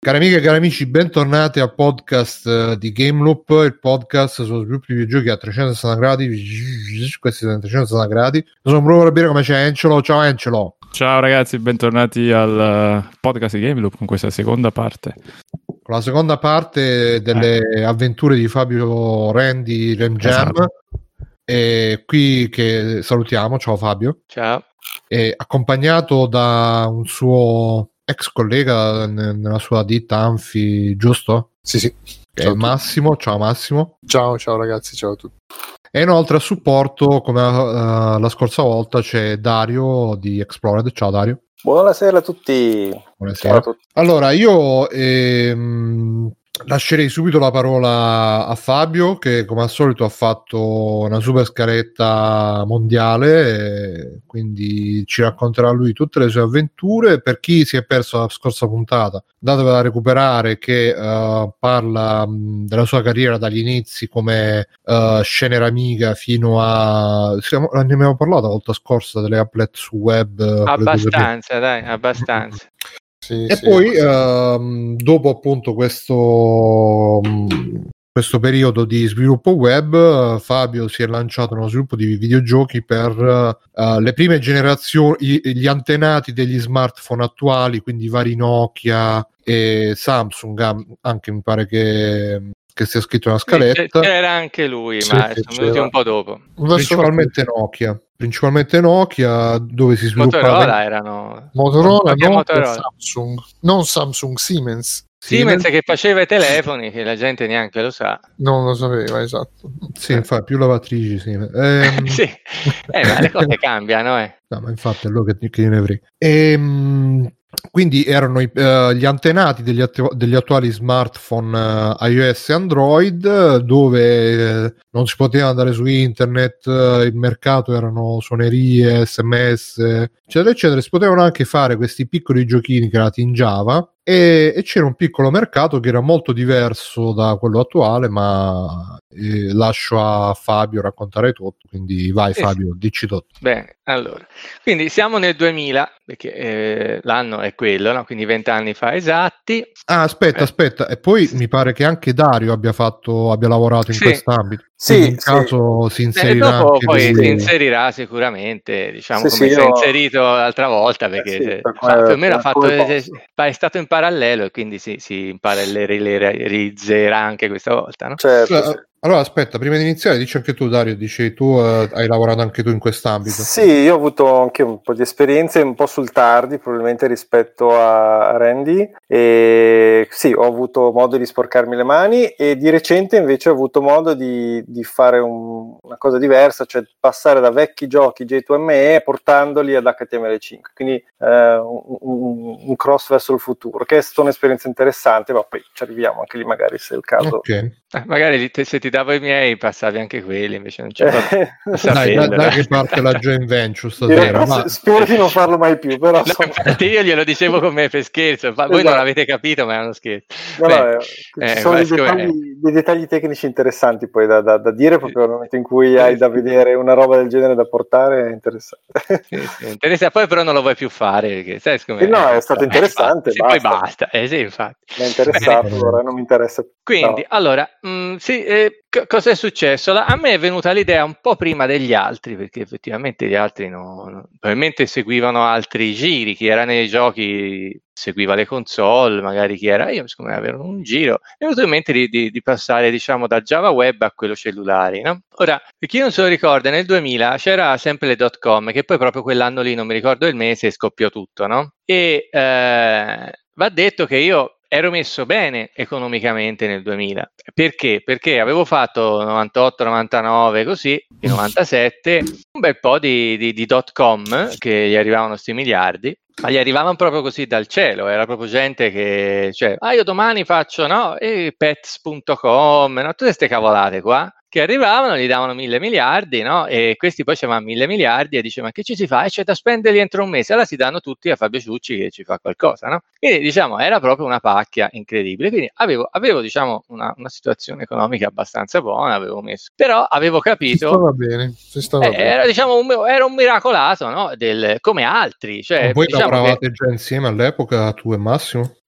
Cari amiche e cari amici, bentornati al podcast di Game Loop, il podcast sullo sviluppo di videogiochi a 360 gradi. Questi sono 360 gradi. Io sono Bruno Rabbiero, come c'è Encelo? Ciao Encelo. Ciao ragazzi, bentornati al podcast di Game Loop con questa seconda parte. Con la seconda parte delle avventure di Fabio Rendi Remjam. Esatto. E qui che salutiamo, ciao Fabio. Ciao. E accompagnato da un suo ex collega nella sua ditta Anfi, giusto? Sì. Che è Massimo. Ciao Massimo. Ciao ragazzi, ciao a tutti. E inoltre a supporto, come la scorsa volta, c'è Dario di Explored. Ciao Dario. Buonasera a tutti. Buonasera. Ciao a tutti. Allora, io lascerei subito la parola a Fabio, che come al solito ha fatto una super scaletta mondiale, quindi ci racconterà lui tutte le sue avventure. Per chi si è perso la scorsa puntata, datevela a recuperare, che parla della sua carriera dagli inizi come Scener Amiga fino a... ne abbiamo parlato la volta scorsa delle applet su web. Abbastanza. Sì, poi dopo appunto questo periodo di sviluppo web, Fabio si è lanciato nello sviluppo di videogiochi per le prime generazioni, gli antenati degli smartphone attuali, quindi vari Nokia e Samsung, anche mi pare che sia scritto una scaletta. C'era anche lui, ma sono venuti un po' dopo. Principalmente Nokia, dove si sviluppava. Motorola erano. Motorola, Motorola. Samsung, non Samsung, Siemens che faceva i telefoni, che la gente neanche lo sa. Non lo sapeva, esatto. Sì, infatti, più lavatrici, sì. Sì. Ma le cose cambiano, No, ma infatti è loro che ne frega. Quindi erano gli antenati degli attuali smartphone iOS e Android, dove non si poteva andare su internet, il mercato erano suonerie, SMS, eccetera eccetera. Si potevano anche fare questi piccoli giochini creati in Java, e c'era un piccolo mercato che era molto diverso da quello attuale, ma lascio a Fabio raccontare tutto, quindi vai Fabio, dici tutto. Bene, allora, quindi siamo nel 2000, perché l'anno è quello, no? Quindi 20 anni fa esatti. Aspetta, e poi mi pare che anche Dario abbia lavorato in quest'ambito. Sì, in caso si inserirà dopo anche poi lui. si inserirà sicuramente, diciamo, Sì, come si è io... inserito l'altra volta, perché più o meno è stato in parallelo, e quindi si parallelizzerà anche questa volta, no? Certo. Allora aspetta, prima di iniziare dici anche tu, Dario, dici tu hai lavorato anche tu in quest'ambito. Sì, io ho avuto anche un po' di esperienze, un po' sul tardi probabilmente rispetto a Randy, e sì, ho avuto modo di sporcarmi le mani, e di recente invece ho avuto modo di fare una cosa diversa, cioè passare da vecchi giochi J2ME portandoli ad HTML5, quindi un cross verso il futuro, che è stata un'esperienza interessante, ma poi ci arriviamo anche lì magari se è il caso. Ok. Magari se ti davo i miei passavi anche quelli, invece non c'è dai che parte la joint venture stasera. Spero di non farlo mai più, però io glielo dicevo con me per scherzo, voi non l'avete capito, ma è uno scherzo. Ci sono dei dettagli tecnici interessanti poi da dire, proprio nel momento in cui hai da vedere una roba del genere da portare, è interessante. Interessante. Poi però non lo vuoi più fare, perché sai com'è? No, è stato interessante, poi basta. Sì, infatti. Mi è interessato, ora non mi interessa. Quindi, allora, cosa è successo? A me è venuta l'idea un po' prima degli altri, perché effettivamente gli altri probabilmente seguivano altri giri, chi era nei giochi seguiva le console, magari chi era, io siccome avevo un giro, mi è venuto in mente di passare, diciamo, da Java Web a quello cellulari, no? Ora, per chi non se lo ricorda, nel 2000 c'era sempre le .com, che poi proprio quell'anno lì, non mi ricordo il mese, scoppiò tutto, no? E va detto che io ero messo bene economicamente nel 2000. Perché? Perché avevo fatto 98, 99, così, e 97, un bel po' di .com, che gli arrivavano sti miliardi, ma gli arrivavano proprio così dal cielo, era proprio gente che, cioè, io domani faccio, no, e pets.com, no, tutte queste cavolate qua, che arrivavano, gli davano 1.000 miliardi, no? E questi poi c'avevano 1.000 miliardi e dice: ma che ci si fa? E c'è da spenderli entro un mese. Allora si danno tutti a Fabio Ciucci che ci fa qualcosa, no? Quindi, diciamo, era proprio una pacchia incredibile. Quindi avevo diciamo, una situazione economica abbastanza buona, avevo messo. Però avevo capito... Si stava bene. Era, diciamo, era un miracolato, no? Come altri. Cioè, voi diciamo lavoravate già insieme all'epoca, tu e Massimo?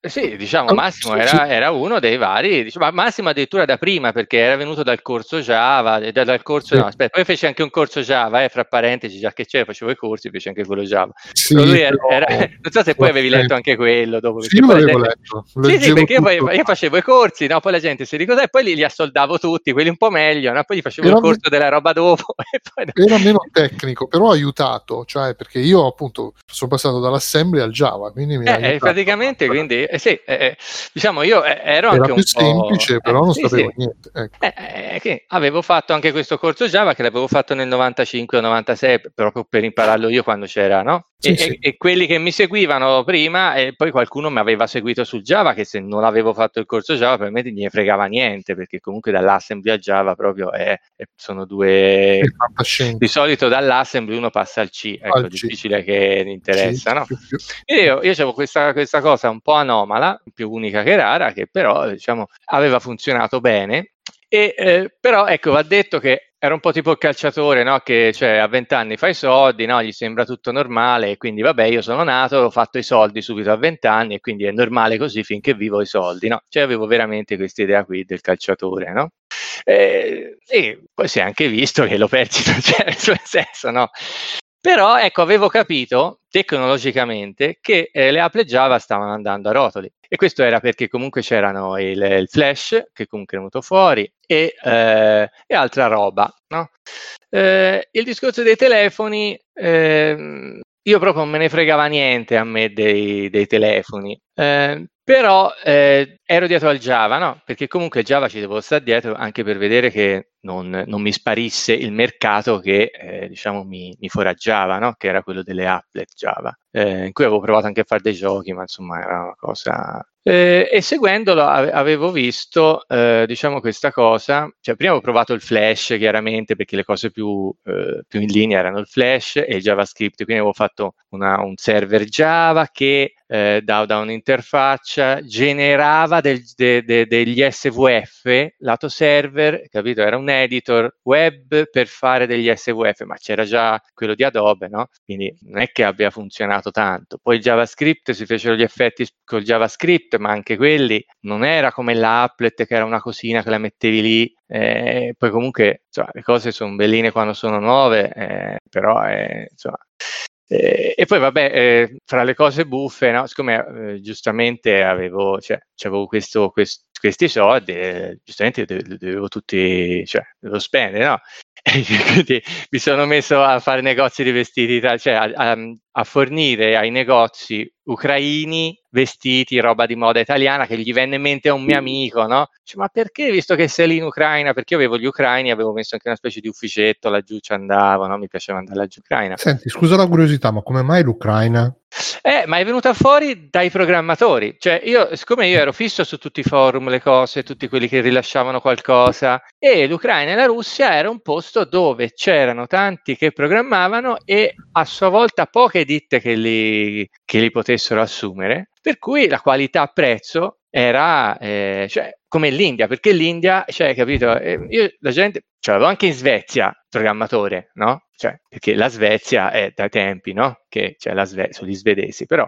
Sì, diciamo Massimo era uno dei vari, diciamo, Massimo addirittura da prima, perché era venuto dal corso Java, dal corso, no, aspetta, poi fece anche un corso Java, fra parentesi, già che c'era, facevo i corsi, fece anche quello Java. Sì, Però lui non so se poi avevi letto anche quello dopo. Sì, io l'avevo letto. Sì, perché io facevo i corsi, no? Poi la gente si ricorda e poi li assoldavo tutti, quelli un po' meglio, no? Poi gli facevo il corso della roba dopo. E poi... Era meno tecnico, però ha aiutato, cioè perché io appunto sono passato dall'assembly al Java, quindi mi ha aiutato. Praticamente, quindi sì, diciamo io ero anche più un semplice, però non sapevo niente. Ecco. Che avevo fatto anche questo corso Java, che l'avevo fatto nel 95 o 96, proprio per impararlo io quando c'era, no? E quelli che mi seguivano prima, e poi qualcuno mi aveva seguito sul Java, che se non avevo fatto il corso Java per me non ne fregava niente, perché comunque dall'assembly a Java proprio sono due... Di solito dall'assembly uno passa al C, ecco, è difficile che ne interessa, no? Io avevo questa cosa un po' anomala, più unica che rara, che però diciamo aveva funzionato bene. Però ecco, va detto che era un po' tipo il calciatore, no? Che cioè, a 20 anni fa i soldi, no? Gli sembra tutto normale, e quindi vabbè, io sono nato, ho fatto i soldi subito a 20 anni e quindi è normale così finché vivo i soldi, no? Cioè avevo veramente questa idea qui del calciatore, no? E poi si è anche visto che l'ho perso, cioè, nel suo senso, no? Però ecco, avevo capito tecnologicamente che le app Java stavano andando a rotoli, e questo era perché comunque c'erano il Flash, che comunque è venuto fuori, e altra roba, no? Il discorso dei telefoni, io proprio non me ne fregava niente a me dei telefoni, però ero dietro al Java, no? Perché comunque Java ci devo stare dietro anche per vedere che non mi sparisse il mercato che diciamo mi foraggiava, no? Che era quello delle applet Java, in cui avevo provato anche a fare dei giochi, ma insomma era una cosa... e seguendolo avevo visto diciamo questa cosa, cioè prima avevo provato il Flash chiaramente, perché le cose più in linea erano il Flash e il JavaScript, quindi avevo fatto un server Java che da un'interfaccia generava degli SVF lato server, capito? Era un editor web per fare degli SVF, ma c'era già quello di Adobe, no? Quindi non è che abbia funzionato tanto. Poi il JavaScript, si fecero gli effetti col JavaScript, ma anche quelli non era come l'applet, che era una cosina che la mettevi lì. Poi comunque insomma, le cose sono belline quando sono nuove, però insomma... E poi vabbè, fra le cose buffe, no? Siccome giustamente avevo questi soldi, giustamente dovevo tutti, cioè dovevo spendere, no? E quindi mi sono messo a fare negozi di vestiti, cioè a fornire ai negozi ucraini vestiti, roba di moda italiana, che gli venne in mente a un mio amico, no? Dice, ma perché, visto che sei lì in Ucraina? Perché io avevo gli ucraini, avevo messo anche una specie di ufficetto, laggiù ci andavo, no? Mi piaceva andare laggiù in Ucraina. Senti, scusa la curiosità, ma come mai l'Ucraina? Ma è venuta fuori dai programmatori, cioè siccome io ero fisso su tutti i forum, le cose, tutti quelli che rilasciavano qualcosa, e l'Ucraina e la Russia era un posto dove c'erano tanti che programmavano e a sua volta poche ditte che li potessero assumere, per cui la qualità-prezzo era cioè, come l'India, perché l'India, cioè, capito, la gente, ce l'avevo anche in Svezia, programmatore, no? Cioè, perché la Svezia è dai tempi, no? Che c'è sono gli svedesi, però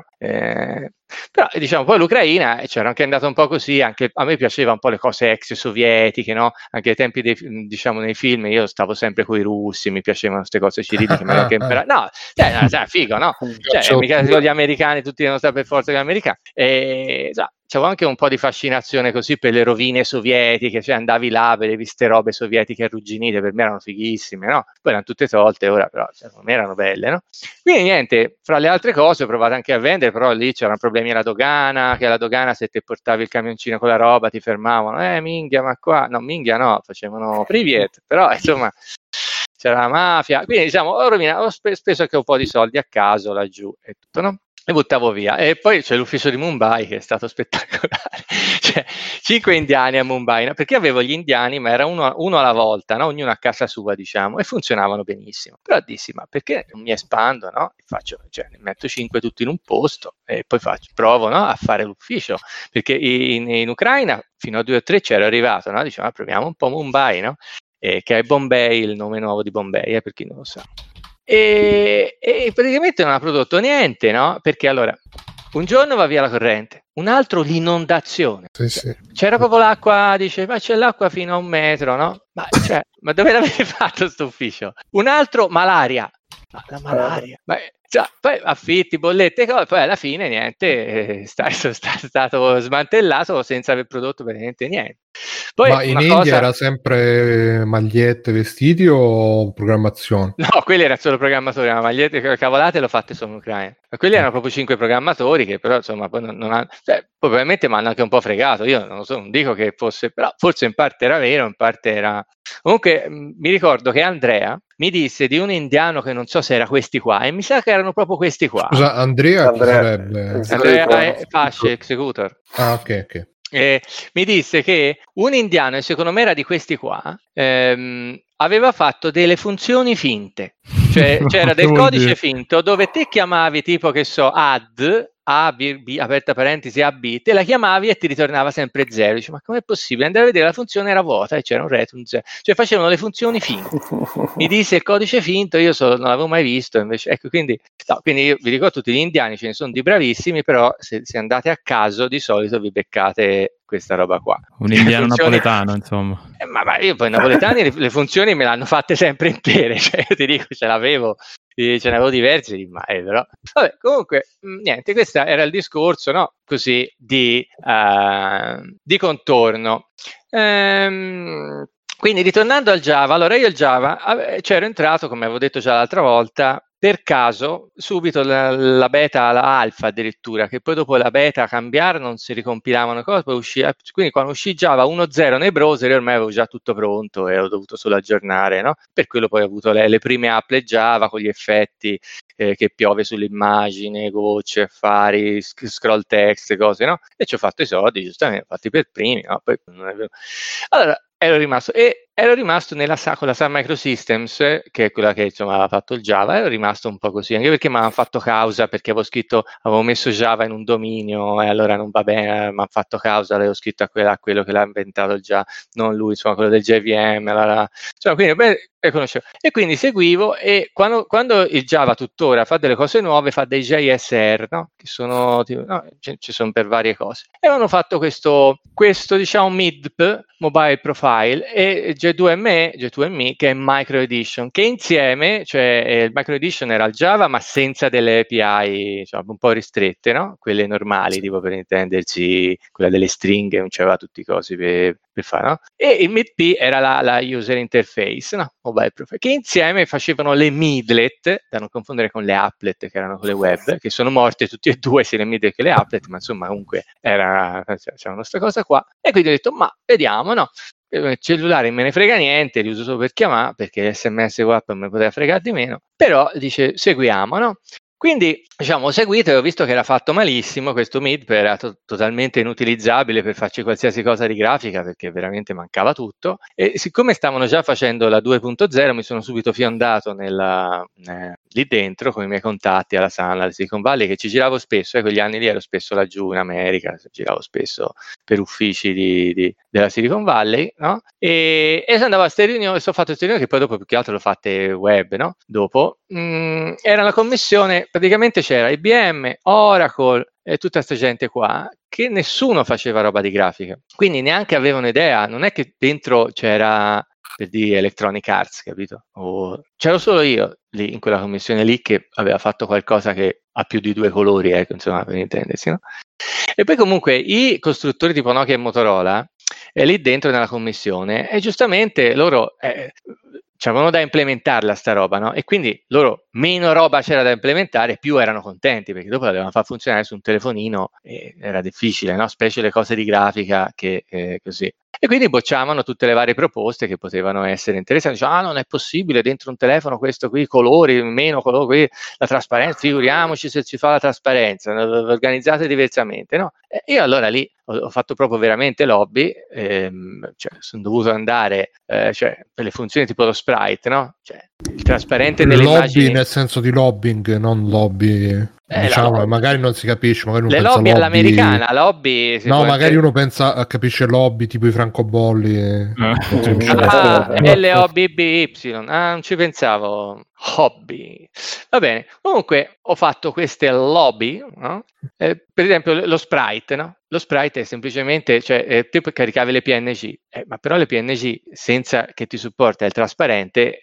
diciamo poi l'Ucraina c'era anche andato un po' così, anche a me piaceva un po' le cose ex sovietiche, no? Anche ai tempi diciamo nei film io stavo sempre con i russi, mi piacevano queste cose cirilliche, ma anche no, figo, no? Cioè, mica gli americani tutti devono stare per forza gli americani. C'avevo anche un po' di fascinazione così per le rovine sovietiche, cioè andavi là, vedevi queste robe sovietiche arrugginite, per me erano fighissime, no? Poi erano tutte tolte, ora però per me erano belle, no? Quindi niente, fra le altre cose ho provato anche a vendere, però lì c'erano problemi alla dogana, che alla dogana se ti portavi il camioncino con la roba ti fermavano, minchia, ma qua, no, minchia no, facevano privet, però insomma c'era la mafia, quindi diciamo ho speso anche un po' di soldi a caso laggiù e tutto, no? E buttavo via. E poi c'è l'ufficio di Mumbai che è stato spettacolare, cioè 5 indiani a Mumbai, no? Perché avevo gli indiani, ma era uno alla volta, no? Ognuno a casa sua, diciamo, e funzionavano benissimo. Però dissi, ma perché non mi espando, no? Ne metto 5 tutti in un posto e poi provo, no? A fare l'ufficio, perché in Ucraina fino a 2 o 3 c'ero arrivato, no? Diciamo, proviamo un po' Mumbai, no? Che è Bombay, il nome nuovo di Bombay, per chi non lo sa. E praticamente non ha prodotto niente, no? Perché allora un giorno va via la corrente, un altro l'inondazione. Sì. C'era proprio l'acqua, dice, ma c'è l'acqua fino a 1 metro, no? Ma dove l'avete fatto sto ufficio? Un altro malaria. La malaria. Poi affitti, bollette, poi alla fine niente, è stato smantellato senza aver prodotto praticamente niente. Poi ma in India era sempre magliette, vestiti o programmazione? No, quelli era solo programmatori, ma magliette cavolate l'ho fatte solo in Ucraina. Ma quelli erano proprio 5 programmatori che però insomma poi non hanno, probabilmente mi hanno anche un po' fregato. Io non lo so, non dico che fosse, però forse in parte era vero, in parte era. Comunque mi ricordo che Andrea mi disse di un indiano che non so se era questi qua, e mi sa che erano proprio questi qua. Scusa, Andrea sarebbe? Andrea Fasce, Executor. Ah, ok. Mi disse che un indiano, e secondo me era di questi qua, aveva fatto delle funzioni finte, cioè c'era del codice finto dove te chiamavi tipo che so add A, B, aperta parentesi, AB, te la chiamavi e ti ritornava sempre 0. Dici, ma com'è possibile? Andare a vedere, la funzione era vuota e c'era un return 0. Cioè facevano le funzioni finte. Mi disse il codice finto, io non l'avevo mai visto, invece, ecco, quindi io vi dico, tutti gli indiani ce ne sono di bravissimi, però se andate a caso di solito vi beccate questa roba qua. Un indiano napoletano, insomma. Ma io poi napoletani le funzioni me l'hanno fatte sempre intere, cioè io ti dico, ce ne avevo diversi, ma però vabbè, comunque niente, questo era il discorso, no? Così di contorno. Quindi ritornando al Java, allora io il Java c'ero entrato, come avevo detto già l'altra volta, per caso subito la beta, la alfa addirittura, che poi dopo la beta cambiare non si ricompilavano cose, poi quindi quando uscì Java 1.0 nei browser io ormai avevo già tutto pronto e ho dovuto solo aggiornare, no? Per quello poi ho avuto le prime applet Java con gli effetti che piove sull'immagine, gocce, affari, scroll text, cose, no? E ci ho fatto i soldi, giustamente, fatti per primi, no? Poi non è vero. Allora, ero rimasto con la Sun Microsystems, che è quella che insomma aveva fatto il Java, ero rimasto un po' così, anche perché mi hanno fatto causa, perché avevo messo Java in un dominio e allora non va bene, mi hanno fatto causa, l'avevo scritto a quello che l'ha inventato il Java, non lui, insomma quello del JVM, insomma, quindi conoscevo. E quindi seguivo, e quando il Java tuttora fa delle cose nuove, fa dei JSR, no? Che sono ci sono per varie cose. E avevano fatto questo diciamo MIDP, Mobile Profile, e J2ME, che è Micro Edition, che insieme, cioè il Micro Edition era il Java ma senza delle API un po' ristrette, no? Quelle normali, tipo per intenderci, quella delle stringhe, non c'aveva tutti i cosi per fare, no? E il MIDP era la user interface, no? Mobile Profile, che insieme facevano le midlet, da non confondere con le applet, che erano quelle web, che sono morte tutti e due, sia le midlet che le applet, ma insomma comunque c'era questa cosa qua. E quindi ho detto, ma vediamo, no? Il cellulare me ne frega niente, li uso solo per chiamare, perché l'SMS WhatsApp mi poteva fregare di meno, però dice seguiamo, no? Quindi ho seguito e ho visto che era fatto malissimo, questo MIDP era totalmente inutilizzabile per farci qualsiasi cosa di grafica, perché veramente mancava tutto, e siccome stavano già facendo la 2.0 mi sono subito fiondato lì dentro con i miei contatti alla Sun, alla Silicon Valley, che ci giravo spesso, quegli anni lì ero spesso laggiù in America, giravo spesso per uffici della Silicon Valley, no? E andavo a queste riunioni, ho fatto queste riunioni che poi dopo più che altro l'ho fatte web, no? Dopo era una commissione, praticamente c'era IBM, Oracle e tutta questa gente qua, che nessuno faceva roba di grafica, quindi neanche avevano idea, non è che dentro c'era per dire Electronic Arts, capito? C'ero solo io lì in quella commissione lì che aveva fatto qualcosa che ha più di 2 colori, ecco, insomma, per intendersi, no? E poi comunque i costruttori tipo Nokia e Motorola lì dentro nella commissione, e giustamente loro c'avevano da implementarla sta roba, no? E quindi loro meno roba c'era da implementare, più erano contenti, perché dopo la dovevano far funzionare su un telefonino e era difficile, no? Specie le cose di grafica che così. E quindi bocciavano tutte le varie proposte che potevano essere interessanti. Dicevano, non è possibile dentro un telefono questo qui, colori, meno colori, qui, la trasparenza, figuriamoci se ci fa la trasparenza, organizzate diversamente, no? E io allora lì ho fatto proprio veramente lobby, sono dovuto andare per le funzioni tipo lo sprite, no? Cioè, il trasparente delle immagini. Lobby nel senso di lobbying, non lobby. Magari non si capisce, magari uno le pensa lobby all'americana, lobby magari uno pensa, capisce lobby tipo i francobolli LOBBY, non ci pensavo. hobby. Va bene, comunque ho fatto queste lobby, no? Per esempio lo sprite, no? Lo sprite è semplicemente, cioè tu caricavi le PNG, ma però le PNG senza che ti supporta il trasparente,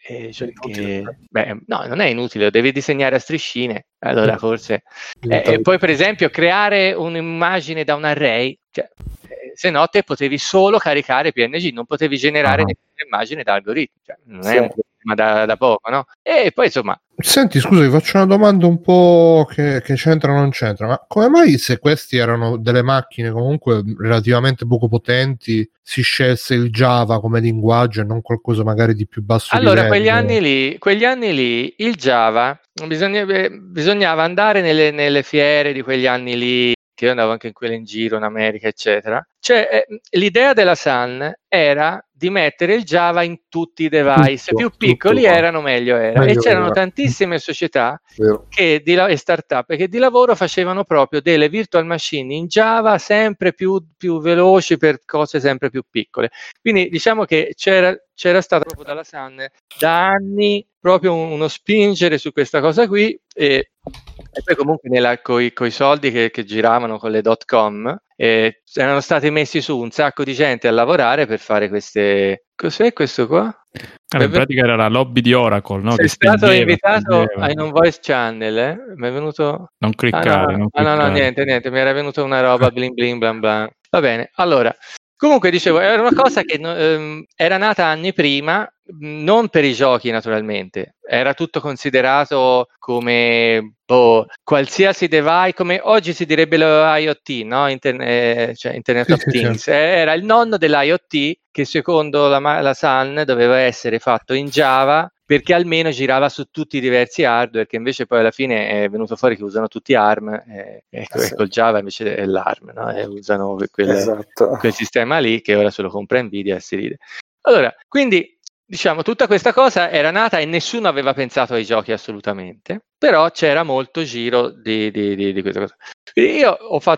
no, non è inutile, lo devi disegnare a striscine, allora forse. Poi per esempio creare un'immagine da un array, cioè, se no te potevi solo caricare PNG, non potevi generare un'immagine da algoritmo, cioè, non è un problema da poco, no? E poi insomma. Senti, scusa, vi faccio una domanda un po' che c'entra o non c'entra, ma come mai, se questi erano delle macchine comunque relativamente poco potenti, si scelse il Java come linguaggio e non qualcosa magari di più basso allora, livello? quegli anni lì, il Java, bisognava andare nelle fiere di quegli anni lì, che io andavo anche in quelle in giro in America, eccetera. Cioè, l'idea della Sun era di mettere il Java in tutti i device, più piccoli erano meglio era, e c'erano tantissime società e startup che di lavoro facevano proprio delle virtual machine in Java sempre più veloci per cose sempre più piccole. Quindi diciamo che c'era stato proprio dalla Sun da anni proprio uno spingere su questa cosa qui, e poi comunque coi soldi che giravano con le .com, erano stati messi su un sacco di gente a lavorare per fare queste. Cos'è questo qua? In pratica era la lobby di Oracle, no? Sei stato invitato in un voice channel, mi è venuto. Non cliccare, no, niente, mi era venuta una roba bling bling blan blan. Va bene, allora. Comunque dicevo, era una cosa che era nata anni prima, non per i giochi naturalmente, era tutto considerato come qualsiasi device, come oggi si direbbe lo IoT, no? Internet of Things. Era il nonno dell'IoT che secondo la Sun doveva essere fatto in Java, perché almeno girava su tutti i diversi hardware, che invece poi alla fine è venuto fuori che usano tutti ARM, e col Java invece è l'ARM, no? E usano quel sistema lì che ora se lo compra Nvidia e si ride. Allora, quindi diciamo tutta questa cosa era nata e nessuno aveva pensato ai giochi assolutamente, però c'era molto giro di questa cosa. Quindi io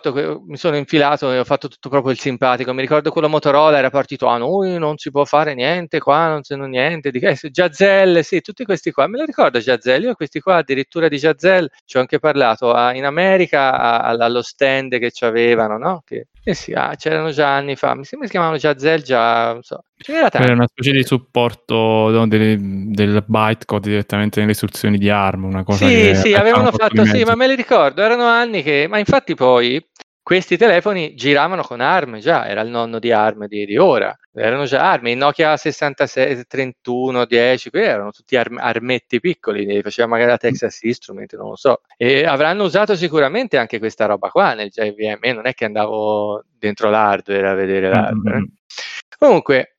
mi sono infilato e ho fatto tutto proprio il simpatico. Mi ricordo quello Motorola era partito, noi non si può fare niente qua, non c'è niente, Jazelle, sì, tutti questi qua, me lo ricordo Jazelle, io questi qua addirittura di Jazelle ci ho anche parlato in America allo stand che ci avevano, no? C'erano già anni fa, mi sembra si chiamavano Jazelle già, non so. Era una specie di supporto, no, del bytecode direttamente nelle istruzioni di ARM, una cosa sì, avevano fatto, sì, ma me li ricordo, erano anni ma infatti poi questi telefoni giravano con ARM già, era il nonno di ARM di ora, erano già ARM, i Nokia 66, 31, 10, quelli erano tutti armetti piccoli, li faceva magari la Texas Instruments, non lo so, e avranno usato sicuramente anche questa roba qua nel JVM, non è che andavo dentro l'hardware a vedere l'hardware. Comunque,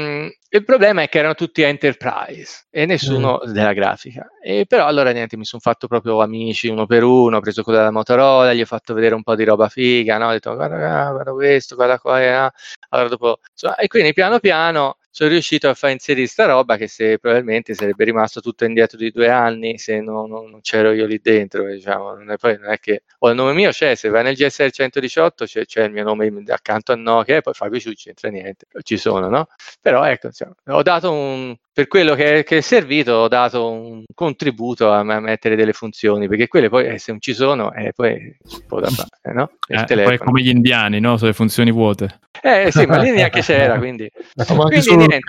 il problema è che erano tutti Enterprise e nessuno della grafica. E però allora niente, mi sono fatto proprio amici uno per uno, ho preso quello della Motorola, gli ho fatto vedere un po' di roba figa, no? Ho detto guarda questo, guarda qua, allora dopo, e quindi piano piano sono riuscito a far inserire sta roba che probabilmente sarebbe rimasto tutto indietro di 2 anni se non c'ero io lì dentro, diciamo. Poi non è che il nome mio c'è, se vai nel GSR 118 c'è il mio nome accanto a Nokia e poi Fabio Ciucci, c'entra niente, ci sono, no? Però ecco, insomma, ho dato per quello che è servito, ho dato un contributo a mettere delle funzioni, perché quelle poi se non ci sono poi si può da fare, no? Poi come gli indiani, no? Sulle funzioni vuote. Sì, ma lì neanche c'era, quindi niente.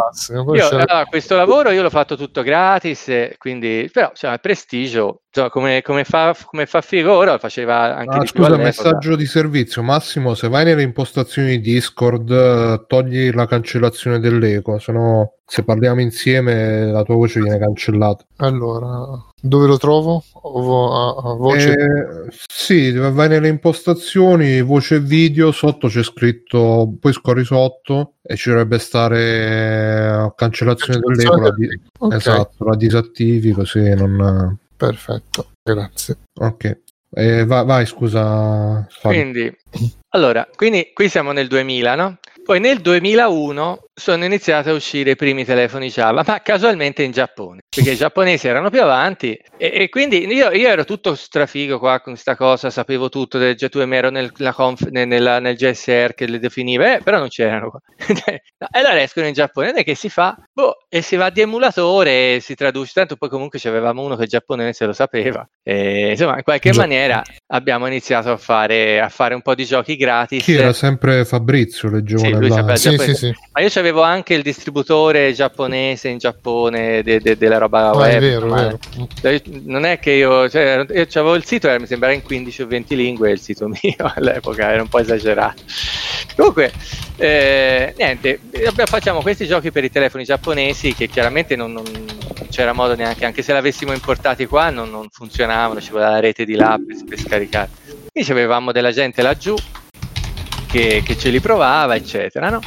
Questo lavoro io l'ho fatto tutto gratis, quindi però il prestigio, come fa figo ora, lo faceva anche di più. Scusa, messaggio di servizio, Massimo, se vai nelle impostazioni di Discord togli la cancellazione dell'eco, sennò se parliamo insieme la tua voce viene cancellata. Allora, dove lo trovo? Voce? Sì, vai nelle impostazioni, voce video, sotto c'è scritto, poi scorri sotto e ci dovrebbe stare cancellazione dell'eco, okay. Esatto, la disattivi così non... Perfetto, grazie. Ok, vai, scusa Fabio. Quindi qui siamo nel 2000, no? Poi nel 2001 sono iniziati a uscire i primi telefoni Java, ma casualmente in Giappone, perché i giapponesi erano più avanti e quindi io ero tutto strafigo qua con questa cosa, sapevo tutto del J2M, ero nel GSR che le definiva, però non c'erano qua. E allora escono in Giappone, e che si fa? E si va di emulatore e si traduce, tanto poi comunque c'avevamo uno che il giapponese lo sapeva, e insomma in qualche maniera abbiamo iniziato a fare un po' di giochi gratis. Chi era sempre Fabrizio, leggevo nella... Sì. Ma io c'avevo anche il distributore giapponese in Giappone della roba web. È vero. Non è che io avevo il sito, mi sembrava in 15 o 20 lingue il sito mio all'epoca, era un po' esagerato. Comunque, niente, facciamo questi giochi per i telefoni giapponesi che chiaramente non c'era modo neanche, anche se l'avessimo importati qua, non funzionavano, ci voleva la rete di là per scaricare. Quindi avevamo della gente laggiù che ce li provava, eccetera, no?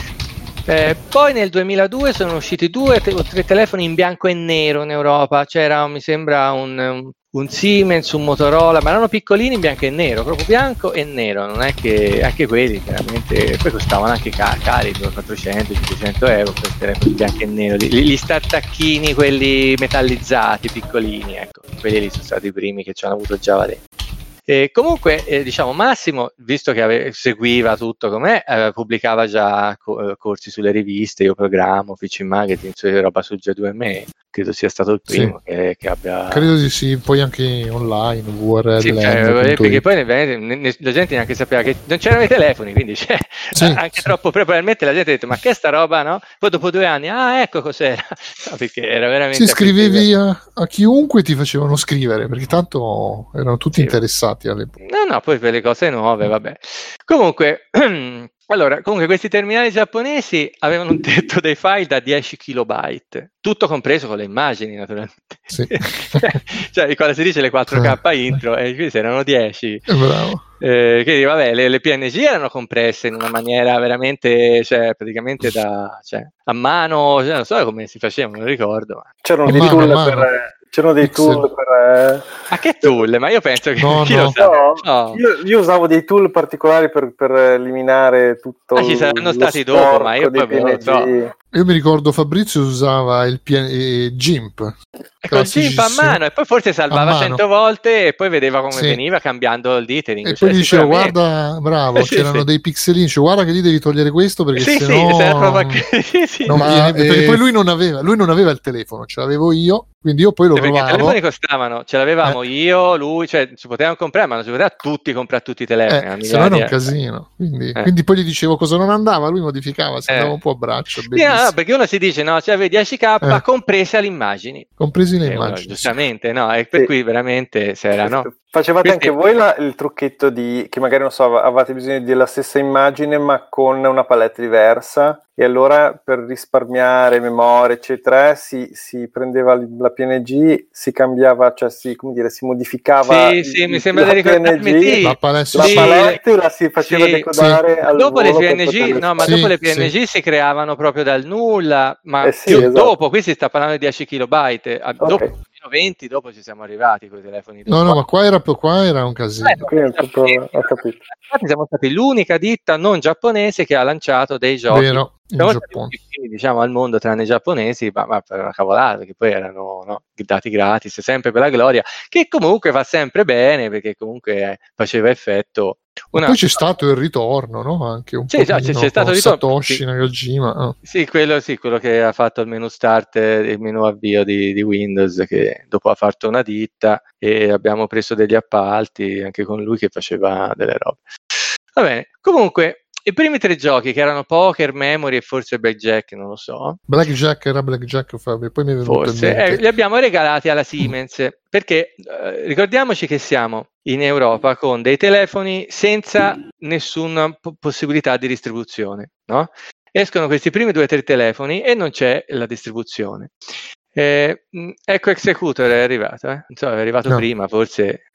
Poi nel 2002 sono usciti 2 o 3 telefoni in bianco e nero in Europa, c'era mi sembra un Siemens, un Motorola, ma erano piccolini in bianco e nero, proprio bianco e nero, non è che anche quelli chiaramente poi costavano anche cari, 400-500 euro per telefoni bianco e nero, gli startacchini, quelli metallizzati piccolini, ecco, quelli lì sono stati i primi che ci hanno avuto Java dentro. Comunque, diciamo, Massimo, visto che seguiva tutto com'è, pubblicava già corsi sulle riviste, io programmo, PC Magazine, roba sul J2ME, credo sia stato il primo che abbia... Credo di sì, poi anche online, URL. Sì, perché poi la gente neanche sapeva che non c'erano i telefoni, quindi troppo, probabilmente la gente ha detto, ma che è sta roba, no? Poi dopo 2 anni, ecco cos'era, no, perché era veramente... Se scrivevi a chiunque ti facevano scrivere, perché tanto erano tutti interessati all'epoca. No, poi per le cose nuove, vabbè. Comunque, questi terminali giapponesi avevano un tetto dei file da 10 kilobyte, tutto compreso con le immagini, naturalmente. Sì. Cioè, quando si dice le 4K intro, e quindi erano 10. Bravo. Quindi vabbè, le PNG erano compresse in una maniera veramente, cioè praticamente a mano, non so come si faceva, non ricordo. C'erano dei tool per Ma che tool? Ma io penso che No. Io usavo dei tool particolari per eliminare tutto. Ci saranno stati dopo, ma io poi non lo so. Io mi ricordo Fabrizio usava il GIMP. Con il GIMP a mano, e poi forse salvava 100 volte e poi vedeva come veniva cambiando il dithering. E poi diceva, guarda, bravo, c'erano dei pixelini, dice, guarda che lì devi togliere questo perché sennò non viene, perché poi lui non aveva il telefono, ce l'avevo io, quindi io poi lo provavo. Perché i telefoni costavano, ce l'avevamo io, lui, cioè si potevano comprare, ma non si poteva comprare tutti i telefoni. Se no era un casino, quindi poi gli dicevo cosa non andava, lui modificava, si andava un po' a braccio. No, perché uno si dice, no, c'avevi 10K comprese le immagini. Compresi le immagini. Giustamente, no, e per cui veramente se era, no. Facevate anche voi il trucchetto che magari, non so, avevate bisogno della stessa immagine ma con una palette diversa, e allora per risparmiare memoria eccetera si prendeva la PNG, si cambiava, cioè si modificava mi sembra di ricordarmi la palette la si faceva decodare al dopo le PNG, dopo le PNG si creavano proprio dal nulla, ma dopo, qui si sta parlando di 10 kilobyte, dopo 20, dopo ci siamo arrivati con i telefoni. No, ma qua era un casino. Ho capito. Infatti siamo stati l'unica ditta non giapponese che ha lanciato dei giochi. Vero, in Giappone. Diciamo al mondo tranne i giapponesi, ma per una cavolata, perché poi erano dati gratis, sempre per la gloria, che comunque fa sempre bene, perché comunque faceva effetto. Poi c'è stato il ritorno, no? Anche un po' c'è stato il ritorno. Satoshi Nakajima. Quello che ha fatto il menu start, il menu avvio di Windows, che dopo ha fatto una ditta e abbiamo preso degli appalti anche con lui che faceva delle robe. Va bene, comunque i primi 3 giochi che erano Poker, Memory e forse Blackjack, non lo so. Blackjack, poi mi è venuto in mente. Li abbiamo regalati alla Siemens, perché ricordiamoci che siamo in Europa con dei telefoni senza nessuna possibilità di distribuzione, no? Escono questi primi 2 o 3 telefoni e non c'è la distribuzione. Ecco, Executor è arrivato, non so, è arrivato prima, forse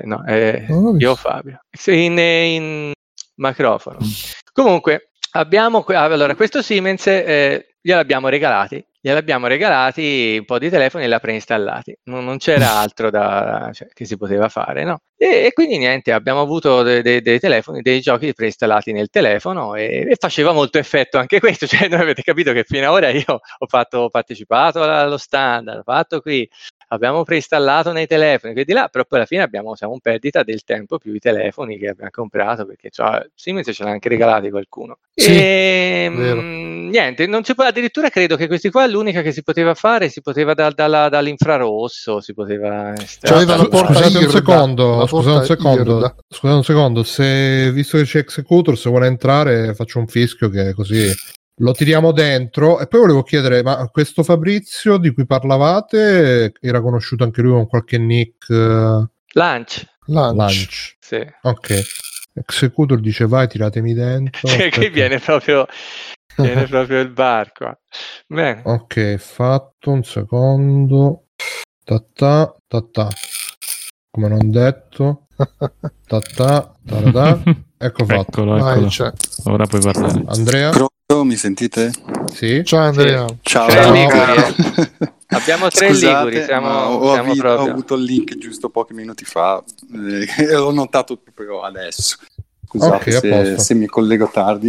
io o Fabio in macrofono. Comunque abbiamo allora questo Siemens gliel'abbiamo regalati gliel'abbiamo regalati un po' di telefoni e l'ha preinstallati. Non c'era altro che si poteva fare, no? E quindi niente, abbiamo avuto dei telefoni, dei giochi preinstallati nel telefono e faceva molto effetto anche questo. Cioè, noi avete capito che fino ad ora io ho partecipato allo standard, ho fatto qui, abbiamo preinstallato nei telefoni, quindi là, però poi alla fine siamo in perdita del tempo più i telefoni che abbiamo comprato, perché Siemens ce l'ha anche regalati qualcuno. Sì, niente, non si può, addirittura credo che questi qua l'unica che si poteva fare, si poteva dall'infrarosso, si poteva c'aveva la porta Scusate un secondo, se visto che c'è Executor, se vuole entrare faccio un fischio che così lo tiriamo dentro. E poi volevo chiedere, ma questo Fabrizio di cui parlavate era conosciuto anche lui con qualche nick? Lunch. Sì. Ok. Executor dice vai, tiratemi dentro. Che viene proprio il bar qua. Bene. Ok, fatto, un secondo. Ta come non detto. Ecco fatto. Eccolo. Ora puoi parlare. Andrea? Mi sentite? Sì. Ciao Andrea. Sì. Ciao. Abbiamo 3 liguri, ho avuto il link giusto pochi minuti fa e l'ho notato proprio adesso. Scusate se mi collego tardi.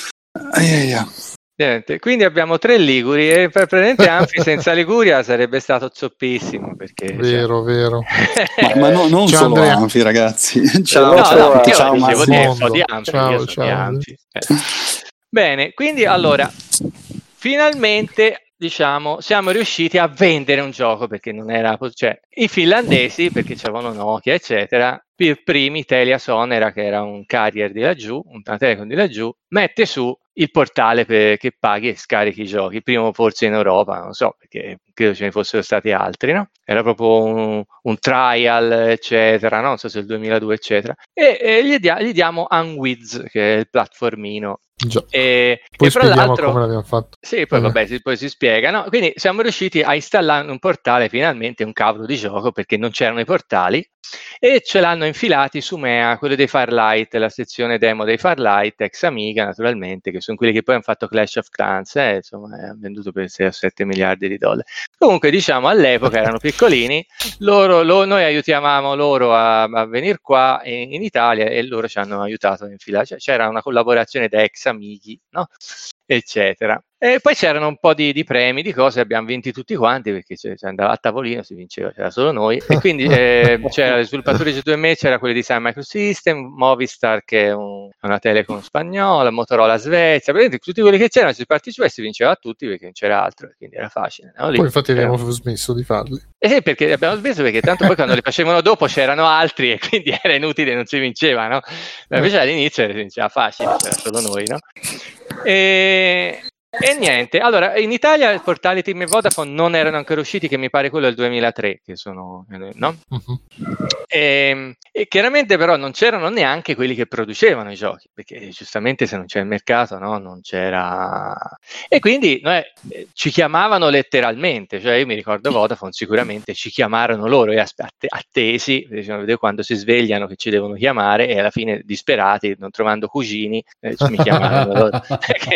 Niente, quindi abbiamo 3 liguri e praticamente Amphi senza Liguria sarebbe stato zoppissimo, perché vero. ma non ciao, solo Andrea. Amphi, ragazzi. Ciao Massimo. di Amphi. Bene, quindi allora finalmente siamo riusciti a vendere un gioco, perché non era, cioè i finlandesi, perché c'erano Nokia eccetera, per primi Teliason che era un carrier di laggiù, una telecom di laggiù, mette su il portale che paghi e scarichi i giochi, primo forse in Europa, non so, perché credo ce ne fossero stati altri, no? Era proprio un trial eccetera, no? Non so se il 2002 eccetera, e gli diamo Unwiz, che è il platformino. Già. E poi fra spieghiamo l'altro come l'abbiamo fatto. Sì, poi poi si spiega, no? Quindi siamo riusciti a installare un portale, finalmente un cavolo di gioco, perché non c'erano i portali, e ce l'hanno infilati su Mea, quello dei Firelight, la sezione demo dei Firelight, ex Amiga naturalmente, che sono quelli che poi hanno fatto Clash of Clans, insomma, hanno venduto per 6 o 7 miliardi di dollari. Comunque, all'epoca erano piccolini, noi aiutavamo loro a venire qua in Italia e loro ci hanno aiutato a infilare, cioè, c'era una collaborazione da ex Amighi, no? Eccetera. E poi c'erano un po' di premi, di cose, abbiamo vinti tutti quanti, perché andava a tavolino, si vinceva, c'era solo noi, e quindi c'era il sviluppatore G2M, c'era quelli di Sun Microsystem, Movistar, che è una telecom spagnola, Motorola Svezia, tutti quelli che c'erano, si partecipava e si vinceva a tutti, perché non c'era altro, quindi era facile, no? Poi infatti abbiamo smesso di farli. Sì, perché abbiamo smesso, perché tanto poi quando li facevano dopo c'erano altri e quindi era inutile, non si vinceva, no? Ma invece all'inizio si vinceva facile, c'era solo noi, no? E niente, allora in Italia i portali Team e Vodafone non erano ancora usciti, che mi pare quello del 2003, che sono, no? E chiaramente però non c'erano neanche quelli che producevano i giochi, perché giustamente se non c'è il mercato, no? Non c'era. E quindi noi, ci chiamavano letteralmente, cioè io mi ricordo Vodafone sicuramente ci chiamarono loro e attesi, diciamo, quando si svegliano che ci devono chiamare, e alla fine disperati, non trovando cugini, mi chiamarono loro.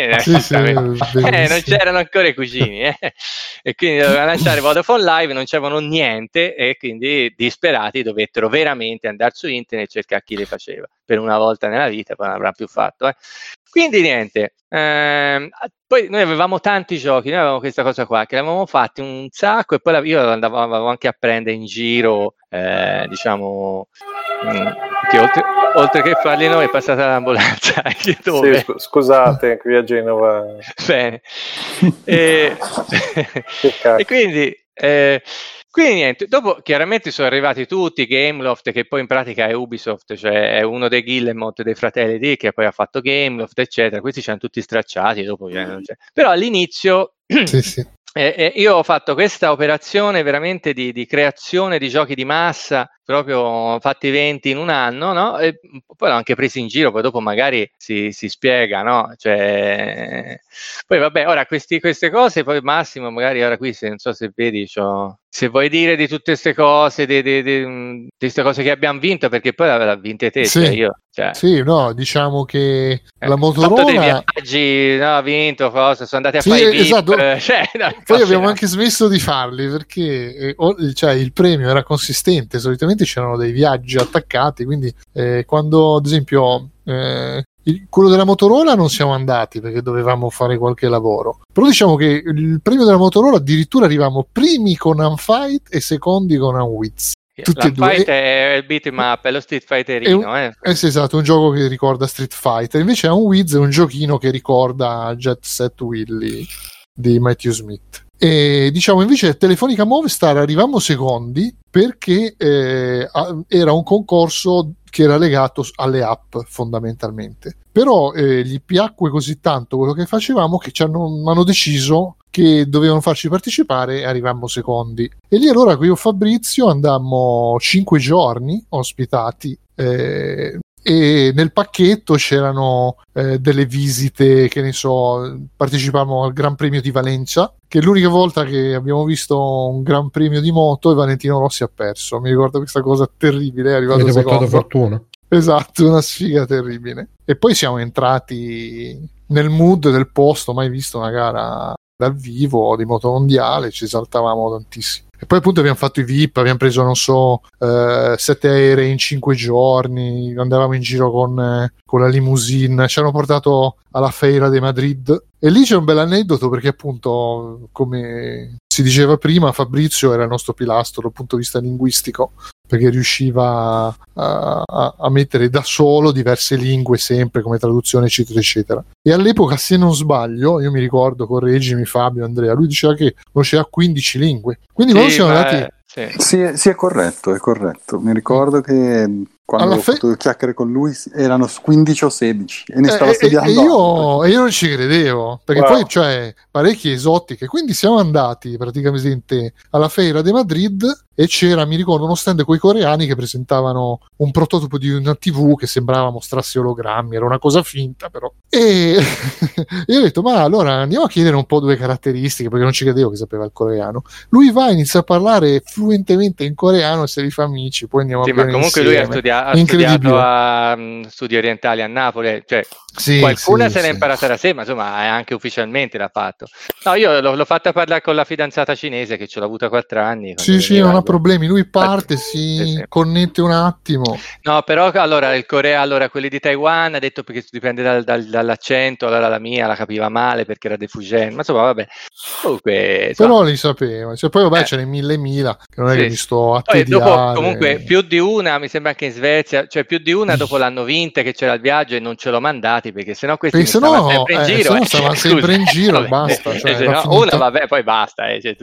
Non c'erano ancora i cugini, e quindi dovevano lanciare Vodafone Live, non c'erano niente, e quindi disperati dovettero veramente andare su internet e cercare chi le faceva per una volta nella vita, poi non avrà più fatto. Quindi niente, poi noi avevamo tanti giochi, noi avevamo questa cosa qua che l'avevamo fatti un sacco, e poi io andavo anche a prendere in giro, diciamo, che oltre che farli noi è passata l'ambulanza anche dove? Sì, scusate, qui a Genova. Bene. E quindi niente, dopo chiaramente sono arrivati tutti, Gameloft, che poi in pratica è Ubisoft, cioè è uno dei Guillemot, dei fratelli di, che poi ha fatto Gameloft eccetera, questi ci hanno tutti stracciati, dopo però all'inizio io ho fatto questa operazione veramente di creazione di giochi di massa proprio fatti 20 in un anno, no? E poi l'ho anche presi in giro, poi dopo magari si spiega, no? Cioè, poi vabbè, ora queste cose, poi Massimo magari ora qui, non so se vedi, se vuoi dire di tutte queste cose, di queste cose che abbiamo vinto, perché poi l'ha vinte te, sì. Cioè io. Cioè, sì, no, diciamo che la Motorola dei viaggi, no, ha vinto, cosa, sono andati a fare i VIP, esatto. Cioè, poi abbiamo anche smesso di farli perché cioè, il premio era consistente, solitamente c'erano dei viaggi attaccati, quindi quando ad esempio quello della Motorola non siamo andati perché dovevamo fare qualche lavoro, però diciamo che il premio della Motorola addirittura arrivavamo primi con Unfight e secondi con Unwiz. L'Unfight è il beat em up, è lo Street Fighterino. Sì, esatto, un gioco che ricorda Street Fighter. Invece Unwiz è un giochino che ricorda Jet Set Willy di Matthew Smith. E diciamo invece Telefonica Movistar arrivavamo secondi perché era un concorso che era legato alle app fondamentalmente. Però gli piacque così tanto quello che facevamo che hanno deciso che dovevano farci partecipare e arrivammo secondi. E lì allora io e Fabrizio andammo 5 giorni ospitati e nel pacchetto c'erano delle visite, che ne so, partecipavamo al Gran Premio di Valencia, che è l'unica volta che abbiamo visto un Gran Premio di moto e Valentino Rossi ha perso. Mi ricordo questa cosa terribile, è arrivato secondo. Avete portato fortuna. Esatto, una sfiga terribile. E poi siamo entrati nel mood del posto, mai visto una gara dal vivo di moto mondiale, ci esaltavamo tantissimo. E poi appunto abbiamo fatto i VIP, abbiamo preso non so 7 aerei in 5 giorni, andavamo in giro con la limousine, ci hanno portato alla Feira de Madrid e lì c'è un bel aneddoto perché appunto, come si diceva prima, Fabrizio era il nostro pilastro dal punto di vista linguistico perché riusciva a mettere da solo diverse lingue sempre come traduzione eccetera eccetera. E all'epoca, se non sbaglio, io mi ricordo, correggimi Fabio, Andrea, lui diceva che conosceva 15 lingue, quindi quando siamo andati sì, è corretto, mi ricordo che quando ho fatto chiacchiere con lui erano 15 o 16 e ne stava studiando e io non ci credevo perché poi cioè parecchie esotiche, quindi siamo andati praticamente alla Feira de Madrid e c'era, mi ricordo, uno stand coi coreani che presentavano un prototipo di una TV che sembrava mostrarsi ologrammi, era una cosa finta però, e io ho detto ma allora andiamo a chiedere un po' 2 caratteristiche perché non ci credevo che sapeva il coreano. Lui va, inizia a parlare fluentemente in coreano e se li fa amici, poi andiamo a bere comunque insieme. Lui ha studiato a studi orientali a Napoli, cioè qualcuna se l'è imparata da sé, ma insomma è anche ufficialmente l'ha fatto. No, io l'ho fatta parlare con la fidanzata cinese che ce l'ho avuta 4 anni. Sì, non ha problemi, lui parte, si connette un attimo. No, però allora il Corea, quelli di Taiwan ha detto perché dipende dall'accento, allora la mia la capiva male perché era de Fujian, ma insomma vabbè. Comunque, però li sapeva, cioè, poi vabbè ce n'è mille, che non è che mi sto a tediare. Dopo comunque più di una, mi sembra anche in Svezia, cioè più di una dopo l'hanno vinta che c'era il viaggio e non ce l'ho mandati perché sennò questi stavano sempre in giro. Se no stavano sempre in giro e basta. Cioè, una vabbè, poi basta.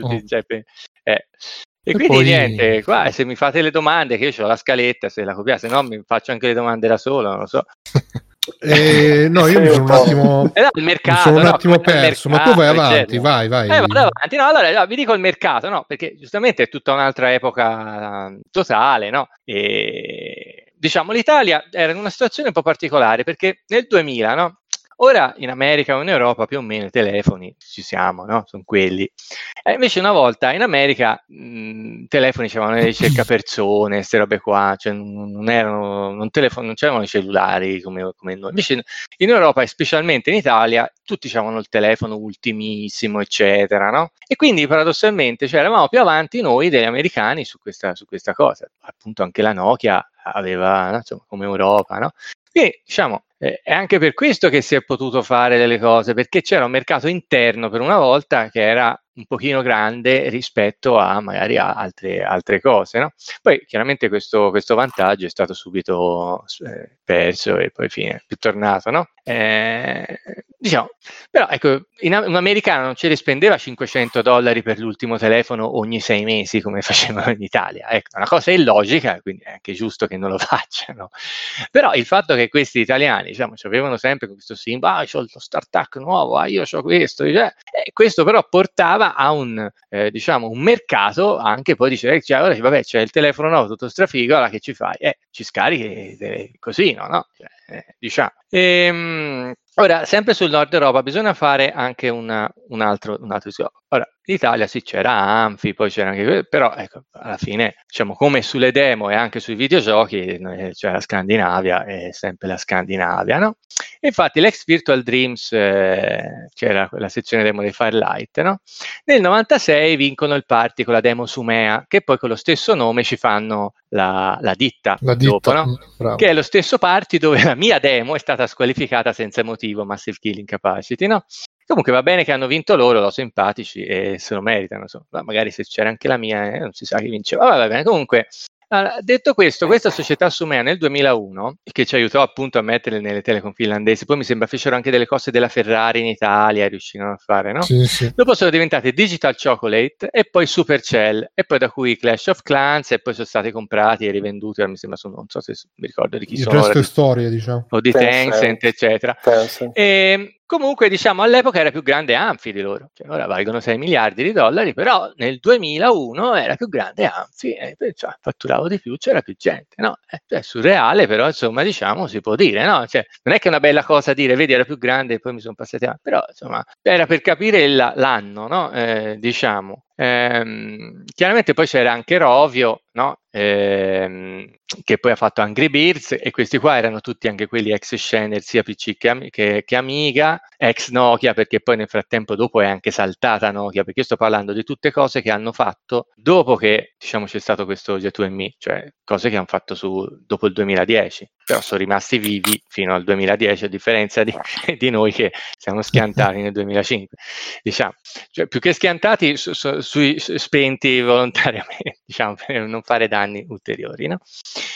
E quindi poi niente, qua se mi fate le domande, che io ho la scaletta, se la copiate, se no mi faccio anche le domande da solo, non lo so. No, io mi sono un attimo, il mercato, mi sono un attimo perso, ma tu vai avanti, vai. Vado avanti, no, allora vi dico il mercato, no, perché giustamente è tutta un'altra epoca totale, no, e diciamo l'Italia era in una situazione un po' particolare perché nel 2000, no, ora in America o in Europa più o meno i telefoni ci siamo, no? Sono quelli. Invece una volta in America telefoni c'erano le ricercapersone, queste robe qua, cioè non c'erano i cellulari come noi. Invece in Europa e specialmente in Italia tutti avevano il telefono ultimissimo, eccetera, no? E quindi paradossalmente eravamo più avanti noi degli americani su questa cosa. Appunto anche la Nokia aveva, no? Insomma, come Europa, no? Quindi diciamo è anche per questo che si è potuto fare delle cose, perché c'era un mercato interno per una volta che era un pochino grande rispetto a magari a altre cose, no? Poi chiaramente questo vantaggio è stato subito perso e poi fine più tornato, no? Diciamo, però ecco, un americano non ce li spendeva $500 per l'ultimo telefono ogni 6 mesi come facevano in Italia, ecco, è una cosa illogica, quindi è anche giusto che non lo facciano. Però il fatto che questi italiani, diciamo, ci avevano sempre questo simbolo, c'ho lo StarTAC nuovo, io c'ho questo, questo però portava portava a un mercato anche poi dice, ora vabbè, c'è il telefono nuovo tutto strafigo, allora che ci fai? Ci scarichi così, no? Diciamo. Ora, sempre sul Nord Europa bisogna fare anche un altro discorso. Ora, in Italia sì, c'era Amphi, poi c'era anche, però ecco, alla fine, diciamo, come sulle demo e anche sui videogiochi, c'è la Scandinavia, è sempre la Scandinavia, no? E infatti l'ex Virtual Dreams, c'era quella sezione demo dei Firelight, no? Nel 96 vincono il party con la demo Sumea, che poi con lo stesso nome ci fanno la ditta dopo, no? Che è lo stesso party dove la mia demo è stata squalificata senza motivo, Massive Killing Capacity, no? Comunque va bene che hanno vinto loro simpatici e se lo meritano, insomma. Magari se c'era anche la mia, non si sa chi vinceva. Va bene, comunque, detto questo, questa società Sumea nel 2001, che ci aiutò appunto a mettere nelle telecom finlandesi, poi mi sembra fecero anche delle cose della Ferrari in Italia, riuscirono a fare, no? Sì. Dopo sono diventate Digital Chocolate e poi Supercell e poi da cui Clash of Clans e poi sono stati comprati e rivenduti, mi sembra, non so se mi ricordo di chi sono. Il resto è storia, diciamo. O di Tencent, eccetera. E comunque, diciamo, all'epoca era più grande Amphi di loro, cioè, ora valgono 6 miliardi di dollari, però nel 2001 era più grande Amphi e fatturavo di più, c'era più gente, no? È surreale, però insomma, diciamo, si può dire, no? Cioè, non è che è una bella cosa dire, vedi, era più grande e poi mi sono passati avanti, però insomma, era per capire l'anno, no? Diciamo. Chiaramente poi c'era anche Rovio, no? Che poi ha fatto Angry Birds e questi qua erano tutti anche quelli ex Scener sia PC che Amiga, ex Nokia, perché poi nel frattempo dopo è anche saltata Nokia, perché io sto parlando di tutte cose che hanno fatto dopo che, diciamo, c'è stato questo G2Me, cioè cose che hanno fatto dopo il 2010, però sono rimasti vivi fino al 2010, a differenza di noi che siamo schiantati nel 2005, diciamo, cioè più che schiantati sui spenti volontariamente, diciamo, per non fare danni ulteriori, no?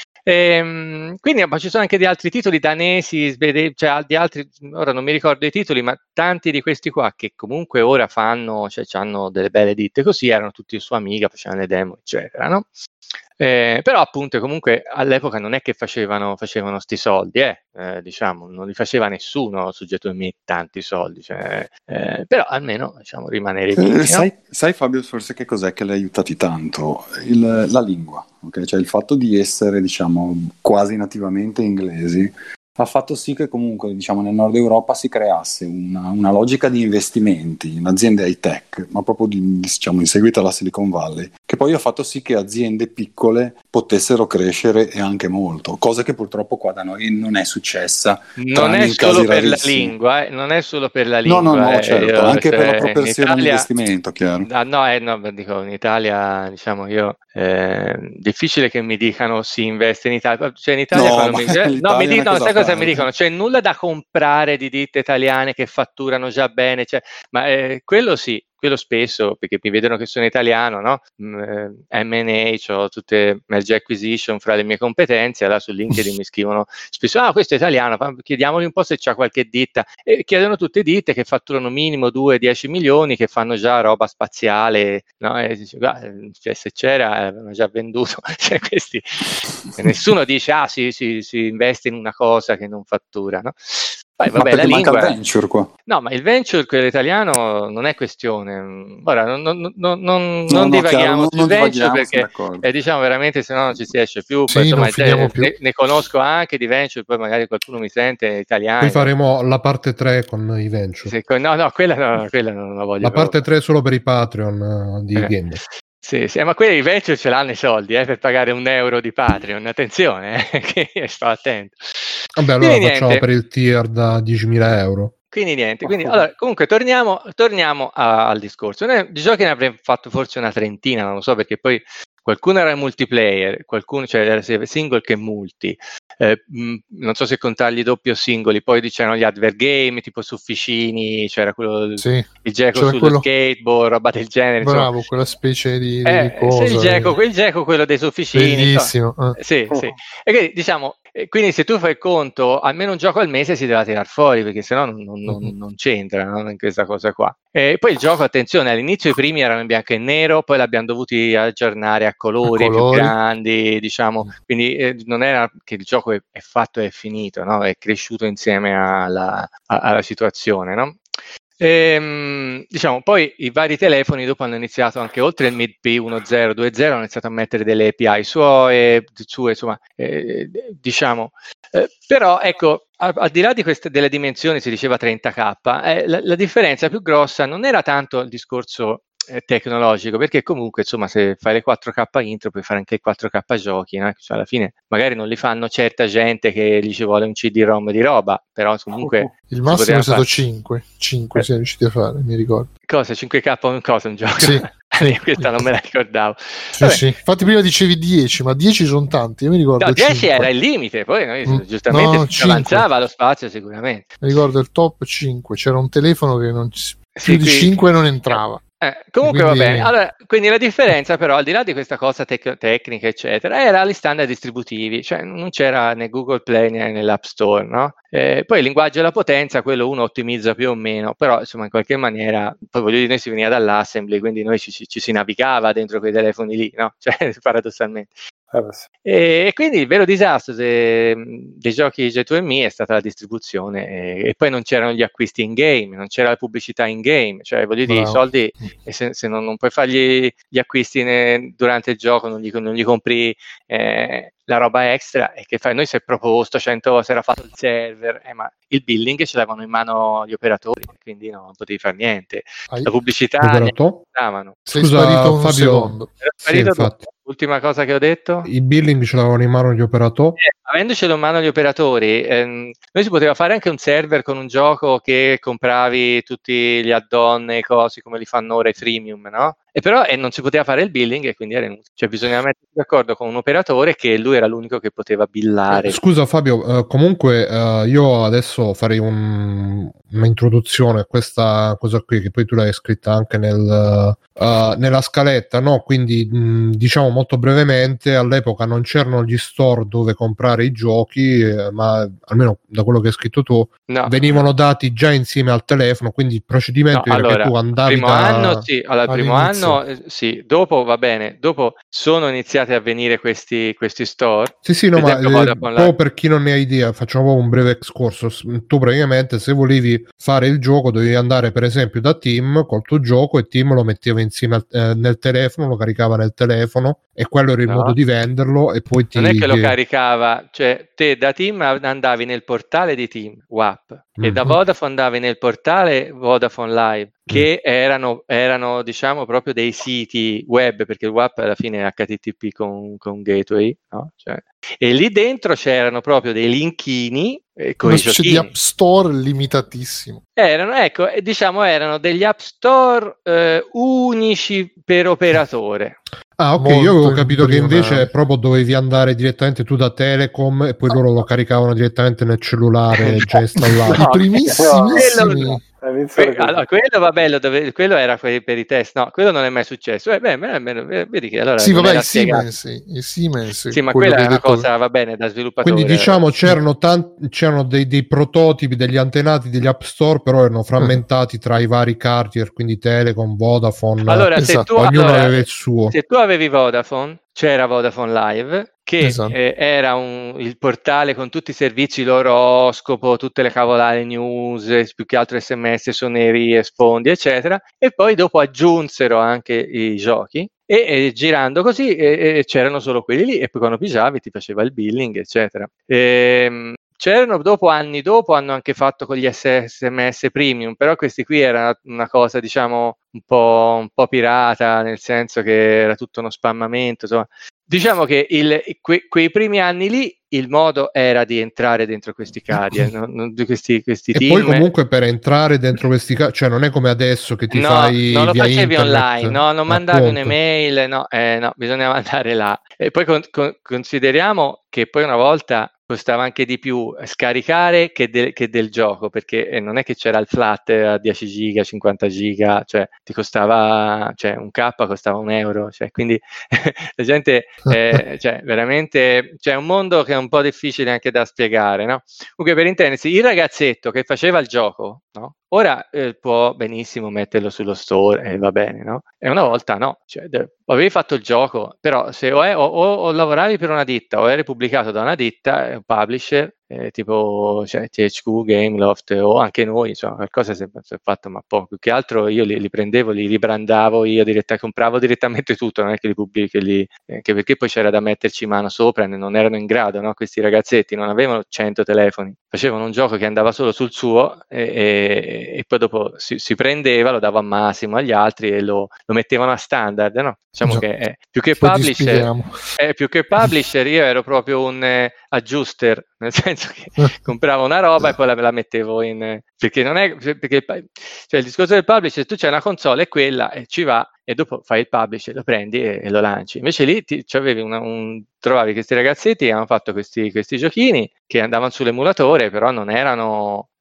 Quindi ma ci sono anche di altri titoli danesi, cioè di altri, ora non mi ricordo i titoli, ma tanti di questi qua che comunque ora fanno, cioè hanno delle belle ditte così, erano tutti su Amiga, facevano le demo, eccetera, no? Però appunto comunque all'epoca non è che facevano sti soldi, diciamo, non li faceva nessuno su G2Me tanti soldi, cioè, però almeno diciamo rimanere vivi, no? Sai Fabio, forse che cos'è che le ha aiutati tanto? La lingua, okay? Cioè il fatto di essere, diciamo, quasi nativamente inglesi ha fatto sì che comunque, diciamo, nel nord Europa si creasse una logica di investimenti in aziende high tech, ma proprio diciamo in seguito alla Silicon Valley, che poi ha fatto sì che aziende piccole potessero crescere e anche molto, cosa che purtroppo qua da noi non è successa. Non è solo per la lingua, non è solo per la lingua. No, certo, anche per la propensione all'investimento, chiaro. No, dico, in Italia, diciamo, io difficile che mi dicano si investe in Italia, cioè in Italia mi dicono, sai cosa mi dicono? C'è nulla da comprare di ditte italiane che fatturano già bene, cioè, ma quello sì, quello spesso, perché mi vedono che sono italiano, no? M&A, ho tutte merge acquisition fra le mie competenze, allora su LinkedIn mi scrivono spesso, questo è italiano, chiediamogli un po' se c'ha qualche ditta, e chiedono tutte ditte che fatturano minimo 2-10 milioni, che fanno già roba spaziale, no? E dice, cioè, se c'era, avevano già venduto, cioè, questi, nessuno dice, si investe in una cosa che non fattura, no? Poi, vabbè, la lingua, manca il venture qua. No, ma il venture, quello italiano, non è questione. Ora, non divaghiamo sul venture perché diciamo veramente se no non ci si esce più. Sì, insomma, ne conosco anche di venture, poi magari qualcuno mi sente italiano. Poi faremo la parte 3 con i venture. Quella non la voglio. La parte 3 solo per i Patreon di Game. Sì, ma quelli di venture ce l'hanno i soldi per pagare €1 di Patreon, attenzione, che sto attento. Vabbè, allora quindi facciamo per il tier da €10.000. Quindi niente, allora, comunque torniamo al discorso. Noi di giochi ne avremmo fatto forse una trentina, non lo so, perché poi qualcuno era multiplayer, qualcuno, cioè era sia single che multi, non so se contarli doppio o singoli, poi c'erano gli advert game tipo su Officini, c'era quello il Geco sullo skateboard, roba del genere, bravo, insomma. Quella specie di cosa, il Geco, quello dei Sofficini, bellissimo, sì. E quindi diciamo, quindi se tu fai il conto, almeno un gioco al mese si deve tirar fuori, perché sennò non c'entra, no? In questa cosa qua. E poi il gioco, attenzione, all'inizio i primi erano in bianco e nero, poi l'abbiamo dovuti aggiornare a colori più grandi, diciamo, quindi non era che il gioco è fatto e è finito, no? È cresciuto insieme alla situazione, no? Diciamo, poi i vari telefoni dopo hanno iniziato anche oltre il MIDP 1.0, 2.0, hanno iniziato a mettere delle API sue, insomma, diciamo. Però ecco, al di là di delle dimensioni, si diceva 30K, la differenza più grossa non era tanto il discorso tecnologico, perché comunque insomma se fai le 4K intro puoi fare anche i 4K giochi, no? Cioè, alla fine magari non li fanno certa gente che gli ci vuole un CD-ROM di roba, però comunque il massimo è stato 5 si è riusciti a fare, mi ricordo. Cosa? 5K un gioco? Sì. Questa non me la ricordavo. Sì. Infatti prima dicevi 10, ma 10 sono tanti, io mi ricordo no, 10 5. era il limite, poi noi giustamente si avanzava lo spazio sicuramente. Mi ricordo il top 5, c'era un telefono che più di 5 non entrava. Comunque quindi... va bene, allora, quindi la differenza però al di là di questa cosa tecnica eccetera era gli standard distributivi, cioè non c'era né Google Play né nell'App Store, no? Poi il linguaggio e la potenza, quello uno ottimizza più o meno, però insomma in qualche maniera, poi voglio dire, noi si veniva dall'assembly, quindi noi ci si navigava dentro quei telefoni lì, no? Cioè paradossalmente. E quindi il vero disastro dei giochi J2Me è stata la distribuzione e poi non c'erano gli acquisti in game, non c'era la pubblicità in game, cioè voglio dire i soldi, e se non puoi fargli gli acquisti durante il gioco, non gli compri la roba extra, e che fai? Noi si è proposto 100 volte, si era fatto il server, ma il billing ce l'avevano in mano gli operatori, quindi non potevi fare niente. La pubblicità davano. Sei sparito un Fabio, secondo. Ultima cosa che ho detto? I billing ce l'avevano in mano gli operatori? Avendocelo in mano gli operatori, noi si poteva fare anche un server con un gioco che compravi tutti gli add-on e cose come li fanno ora i freemium, no? E però non si poteva fare il billing e quindi era inutile. Cioè bisognava mettersi d'accordo con un operatore che lui era l'unico che poteva billare. Scusa Fabio, comunque io adesso farei un'introduzione a questa cosa qui, che poi tu l'hai scritta anche nella scaletta, no? Quindi diciamo molto brevemente, all'epoca non c'erano gli store dove comprare i giochi, ma almeno da quello che hai scritto tu, venivano dati già insieme al telefono, quindi il procedimento era che tu andavi primo anno sì, dopo va bene, dopo sono iniziati a venire questi store. Sì, no, ma proprio per chi non ne ha idea, facciamo proprio un breve excursus. Tu praticamente se volevi fare il gioco dovevi andare per esempio da Tim col tuo gioco, e Tim lo metteva insieme nel telefono, lo caricava nel telefono, e quello era il modo di venderlo. E poi non è che lo caricava, cioè te da Tim andavi nel portale di Tim WAP e da Vodafone andavi nel portale Vodafone Live, che erano diciamo proprio dei siti web, perché il WAP alla fine è HTTP con gateway, no? Cioè, e lì dentro c'erano proprio dei linkini con una i specie giochini. di app store limitatissimo. Erano degli app store unici per operatore. Ah, ok, io avevo capito che invece proprio dovevi andare direttamente tu da Telecom e poi loro lo caricavano direttamente nel cellulare già installato. I primissimissimi. Allora, quello va bello, quello era per i test, no, quello non è mai successo. Vedi che allora sì, vabbè, i Siemens. Sì, ma quella è una cosa, va bene, da sviluppatore. Quindi diciamo c'erano dei prototipi degli antenati degli App Store, però erano frammentati tra i vari carrier, quindi Telecom, Vodafone. Allora, ognuno aveva il suo. Se tu avevi Vodafone, c'era Vodafone Live, che era il portale con tutti i servizi, l'oroscopo, tutte le cavolate news, più che altro SMS, suonerie, sfondi, eccetera, e poi dopo aggiunsero anche i giochi, e girando così c'erano solo quelli lì, e poi quando pigiavi ti faceva il billing, eccetera. C'erano anni dopo hanno anche fatto con gli SMS premium, però questi qui era una cosa diciamo un po' pirata, nel senso che era tutto uno spammamento, insomma. Diciamo che quei primi anni lì il modo era di entrare dentro questi carrier, questi e team. Poi comunque per entrare dentro questi carrier, cioè non è come adesso che ti fai non lo via facevi internet, online, non mandavi un'email, no, bisognava andare là. E poi consideriamo che poi una volta costava anche di più scaricare che del gioco, perché non è che c'era il flat a 10 giga, 50 giga, cioè ti costava, cioè un K costava €1, cioè quindi la gente, cioè veramente, c'è un mondo che è un po' difficile anche da spiegare, no? Comunque per intendersi, il ragazzetto che faceva il gioco, no? Ora può benissimo metterlo sullo store e va bene, no? E una volta no, cioè avevi fatto il gioco, però se o lavoravi per una ditta o eri pubblicato da una ditta, un publisher, tipo THQ, Gameloft o anche noi, insomma, qualcosa si è fatto, ma poco. Più che altro io li prendevo, li ribrandavo io, compravo direttamente tutto, non è che li pubblico, anche perché poi c'era da metterci mano sopra e non erano in grado, no? Questi ragazzetti non avevano 100 telefoni, facevano un gioco che andava solo sul suo e poi dopo si prendeva, lo dava a Massimo agli altri e lo mettevano a standard, no? Diciamo che più che publisher io ero proprio un aggiuster, nel senso che compravo una roba e poi la mettevo in, perché non è perché cioè il discorso del publisher, tu c'hai una console, è quella e ci va e dopo fai il publisher, lo prendi e lo lanci. Invece lì trovavi questi ragazzetti che hanno fatto questi giochini che andavano sull'emulatore, però non erano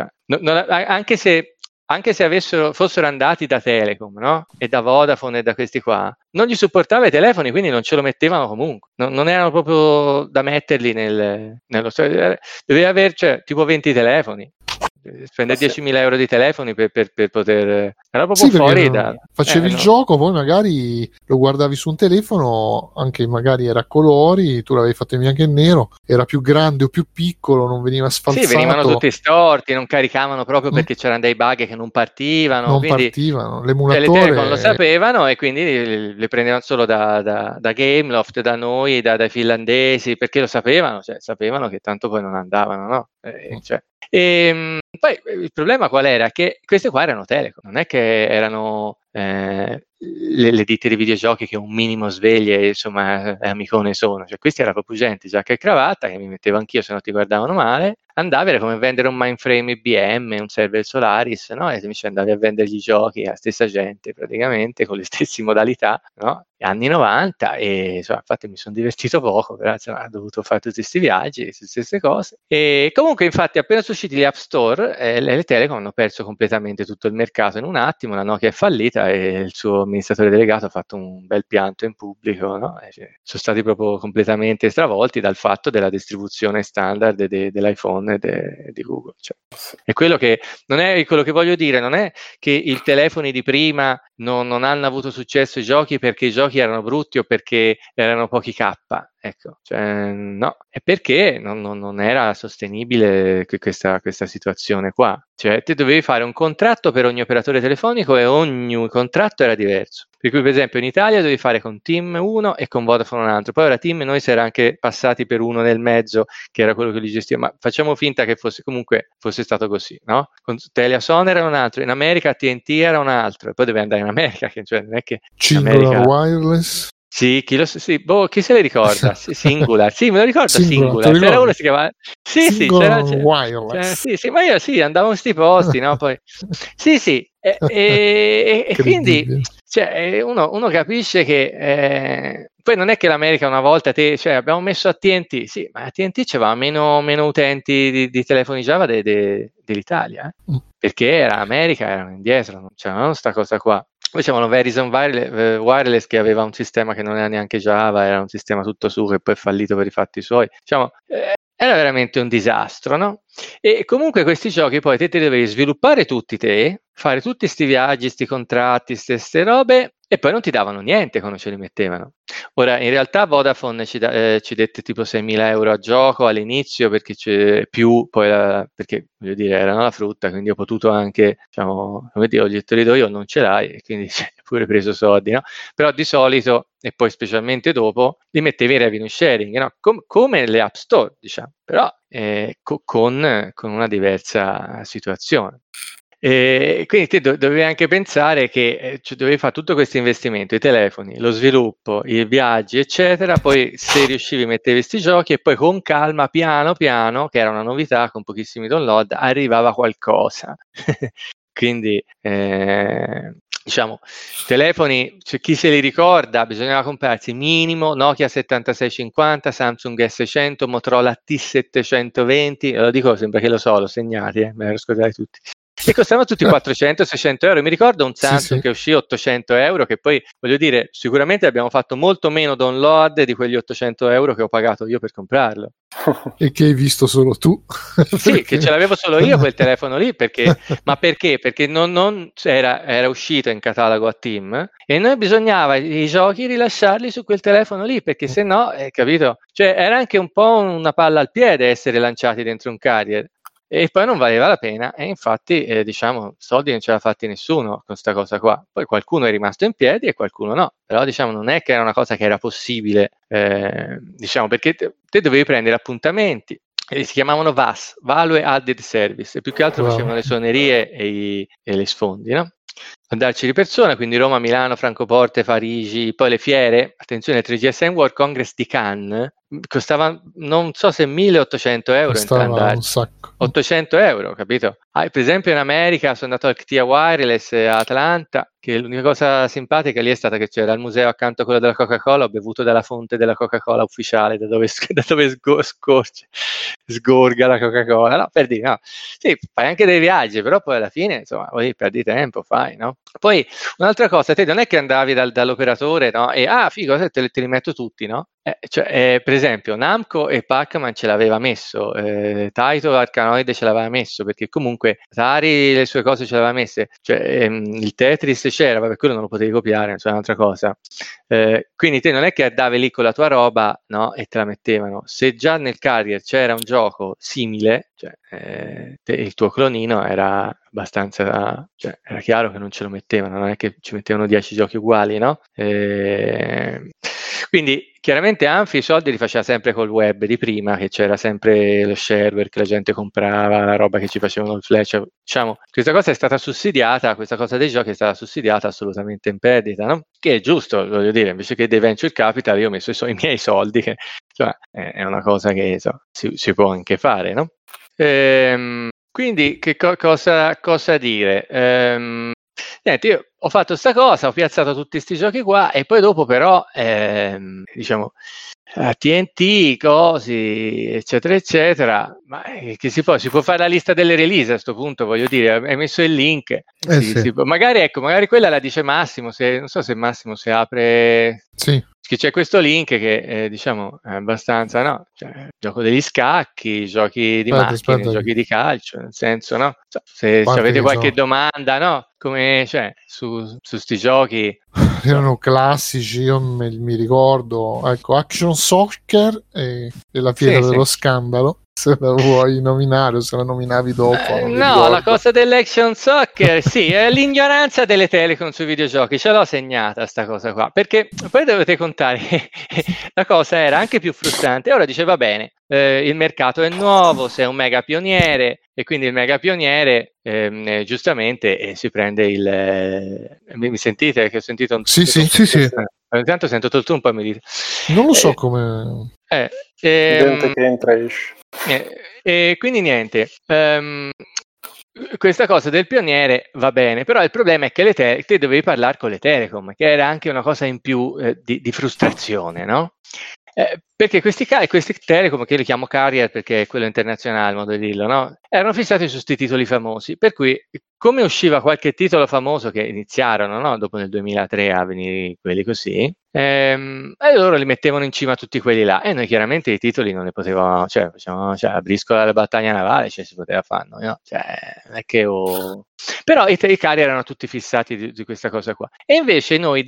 anche se fossero andati da Telecom, no? E da Vodafone e da questi qua, non gli supportava i telefoni, quindi non ce lo mettevano comunque. Non erano proprio da metterli nello dovevi avere tipo 20 telefoni. Spendere 10.000 euro di telefoni per poter, era proprio fuori facevi il gioco, poi magari lo guardavi su un telefono, anche magari era a colori, tu l'avevi fatto in bianco e nero, era più grande o più piccolo, non veniva sfalsato, venivano tutti storti, non caricavano proprio perché c'erano dei bug che non partivano, l'emulatore, le Telecom lo sapevano e quindi le prendevano solo da Gameloft, da noi, dai finlandesi, perché lo sapevano, cioè sapevano che tanto poi non andavano, no? Poi il problema qual era? Che queste qua erano Telecom, non è che erano le ditte di videogiochi che un minimo sveglie, insomma, amicone sono, cioè questi era proprio gente giacca e cravatta che mi mettevo anch'io se non ti guardavano male, andavi, era come vendere un mainframe IBM, un server Solaris, no? E invece andavi a vendergli i giochi alla stessa gente praticamente con le stesse modalità, no? Anni 90 e insomma, infatti mi sono divertito poco, però insomma, ho dovuto fare tutti questi viaggi, tutte queste cose e comunque infatti appena sono usciti gli App Store le Telecom hanno perso completamente tutto il mercato in un attimo, la Nokia è fallita e il suo amministratore delegato ha fatto un bel pianto in pubblico, no? Sono stati proprio completamente stravolti dal fatto della distribuzione standard dell'iPhone e di Google, cioè. E quello che non è quello che voglio dire, non è che i telefoni di prima non hanno avuto successo i giochi perché i giochi erano brutti o perché erano pochi K, ecco, cioè, no, è perché non era sostenibile questa situazione qua, cioè te dovevi fare un contratto per ogni operatore telefonico e ogni contratto era diverso, per cui per esempio in Italia dovevi fare con TIM uno e con Vodafone un altro, poi ora TIM noi si era anche passati per uno nel mezzo che era quello che li gestiva, ma facciamo finta che fosse stato così, no? Con TeliaSonera era un altro, in America TNT era un altro e poi doveva andare in America, che cioè non è che Singular Wireless. Sì, chi se le ricorda? Singular, sì, me lo ricordo Singular. C'era uno che si chiamava Wireless. Sì, ma io andavo in sti posti, no? Poi sì, e quindi cioè, uno capisce che poi non è che l'America una volta cioè abbiamo messo a TNT, sì, ma a TNT c'aveva meno utenti di telefoni Java dell'Italia, perché era America, erano indietro, non c'erano sta cosa qua. Poi c'erano Verizon Wireless che aveva un sistema che non era neanche Java, era un sistema tutto su che poi è fallito per i fatti suoi. Diciamo, era veramente un disastro, no? E comunque questi giochi poi te dovevi sviluppare tutti te, fare tutti sti viaggi, sti contratti, ste robe e poi non ti davano niente quando ce li mettevano. Ora, in realtà Vodafone ci dette tipo 6.000 euro a gioco all'inizio perché c'è più, poi perché voglio dire erano la frutta, quindi ho potuto anche, diciamo, come dire, te li do io, non ce l'hai e quindi hai pure preso soldi, no? Però di solito, e poi specialmente dopo, li mettevi in revenue sharing, no? Come le App Store, diciamo, però con una diversa situazione. E quindi te dovevi anche pensare che dovevi fare tutto questo investimento, i telefoni, lo sviluppo, i viaggi, eccetera, poi se riuscivi mettevi questi giochi e poi con calma, piano piano, che era una novità, con pochissimi download, arrivava qualcosa. Quindi diciamo, telefoni, cioè, chi se li ricorda, bisognava comprarsi minimo Nokia 7650, Samsung S100, Motorola T720, lo dico, sembra che lo so, l'ho segnati, me lo scordate tutti. e costavano tutti 400-600 euro. Mi ricordo un Samsung che uscì 800 euro, che poi, voglio dire, sicuramente abbiamo fatto molto meno download di quegli 800 euro che ho pagato io per comprarlo. E che hai visto solo tu. Sì, che ce l'avevo solo io quel telefono lì, perché non era uscito in catalogo a Team e noi bisognava i giochi rilasciarli su quel telefono lì, perché se no, capito? Cioè era anche un po' una palla al piede essere lanciati dentro un carrier. E poi non valeva la pena, e infatti diciamo soldi non ce l'ha fatti nessuno con sta cosa qua. Poi qualcuno è rimasto in piedi e qualcuno no, però diciamo non è che era una cosa che era possibile, diciamo, perché te dovevi prendere appuntamenti e si chiamavano VAS, Value Added Service, e più che altro facevano le suonerie e le sfondi, no? Andarci di persona, quindi Roma, Milano, Francoforte, Parigi, poi le fiere, attenzione, 3GSM World Congress di Cannes, costava non so se 1.800 euro un sacco. 800 euro, capito? Per esempio in America sono andato al CTIA Wireless a Atlanta, che l'unica cosa simpatica lì è stata che c'era il museo accanto a quello della Coca-Cola, ho bevuto dalla fonte della Coca-Cola ufficiale, da dove sgorga la Coca-Cola, no, per dire, no. Sì, fai anche dei viaggi, però poi alla fine, insomma, poi perdi tempo, fai, no? Poi un'altra cosa, te non è che andavi dall'operatore, no? E figo, te li metto tutti, no? Per esempio Namco e Pac-Man ce l'aveva messo, Taito Arkanoid ce l'aveva messo, perché comunque Atari le sue cose ce l'aveva messe, il Tetris c'era, vabbè, quello non lo potevi copiare, non c'è un'altra cosa. Quindi te non è che andavi lì con la tua roba, no? E te la mettevano. Se già nel carrier c'era un gioco simile, il tuo clonino era abbastanza, era chiaro che non ce lo mettevano, non è che ci mettevano 10 giochi uguali, no? Quindi chiaramente Amphi i soldi li faceva sempre col web di prima, che c'era sempre lo shareware che la gente comprava, la roba che ci facevano il flash, diciamo, questa cosa è stata sussidiata, questa cosa dei giochi è stata sussidiata assolutamente in perdita, no? Che è giusto, voglio dire, invece che dei venture capital io ho messo i miei soldi, che è una cosa che si può anche fare, no? Quindi che cosa dire? Niente, io ho fatto sta cosa, ho piazzato tutti sti giochi qua e poi dopo però, diciamo, TNT, cosi, eccetera, eccetera, ma che si può fare la lista delle release a sto punto, voglio dire, hai messo il link, magari quella la dice Massimo, non so se Massimo si apre... Sì. Che c'è questo link che diciamo è abbastanza, no? Gioco degli scacchi, giochi di macchine, giochi di calcio, nel senso, no? Se avete qualche domanda, no? Come, su sti giochi erano classici, io mi ricordo, ecco, Action Soccer e la pietra dello scandalo, se la vuoi nominare o se la nominavi dopo. No, la cosa dell'Action Soccer, sì, è l'ignoranza delle Telecom sui videogiochi, ce l'ho segnata sta cosa qua, perché poi dovete contare la cosa era anche più frustrante. Ora dice va bene, il mercato è nuovo, sei un mega pioniere e quindi il mega pioniere giustamente si prende il... Mi sentite? Che ho sentito un... Sì. Intanto sento tutto un po' mi dite. Non lo so come... Gente che entra e esce. E quindi niente, questa cosa del pioniere va bene, però il problema è che te dovevi parlare con le Telecom, che era anche una cosa in più di frustrazione, no? Perché questi Telecom, che io li chiamo carrier perché è quello internazionale, il modo di dirlo, no? Erano fissati su questi titoli famosi, per cui come usciva qualche titolo famoso che iniziarono, no? Dopo nel 2003 a venire quelli così, e loro li mettevano in cima tutti quelli là, e noi chiaramente i titoli non li potevamo, facevamo, la briscola della battaglia navale, si poteva fare, no? Non è che però i carrier erano tutti fissati di questa cosa qua, e invece noi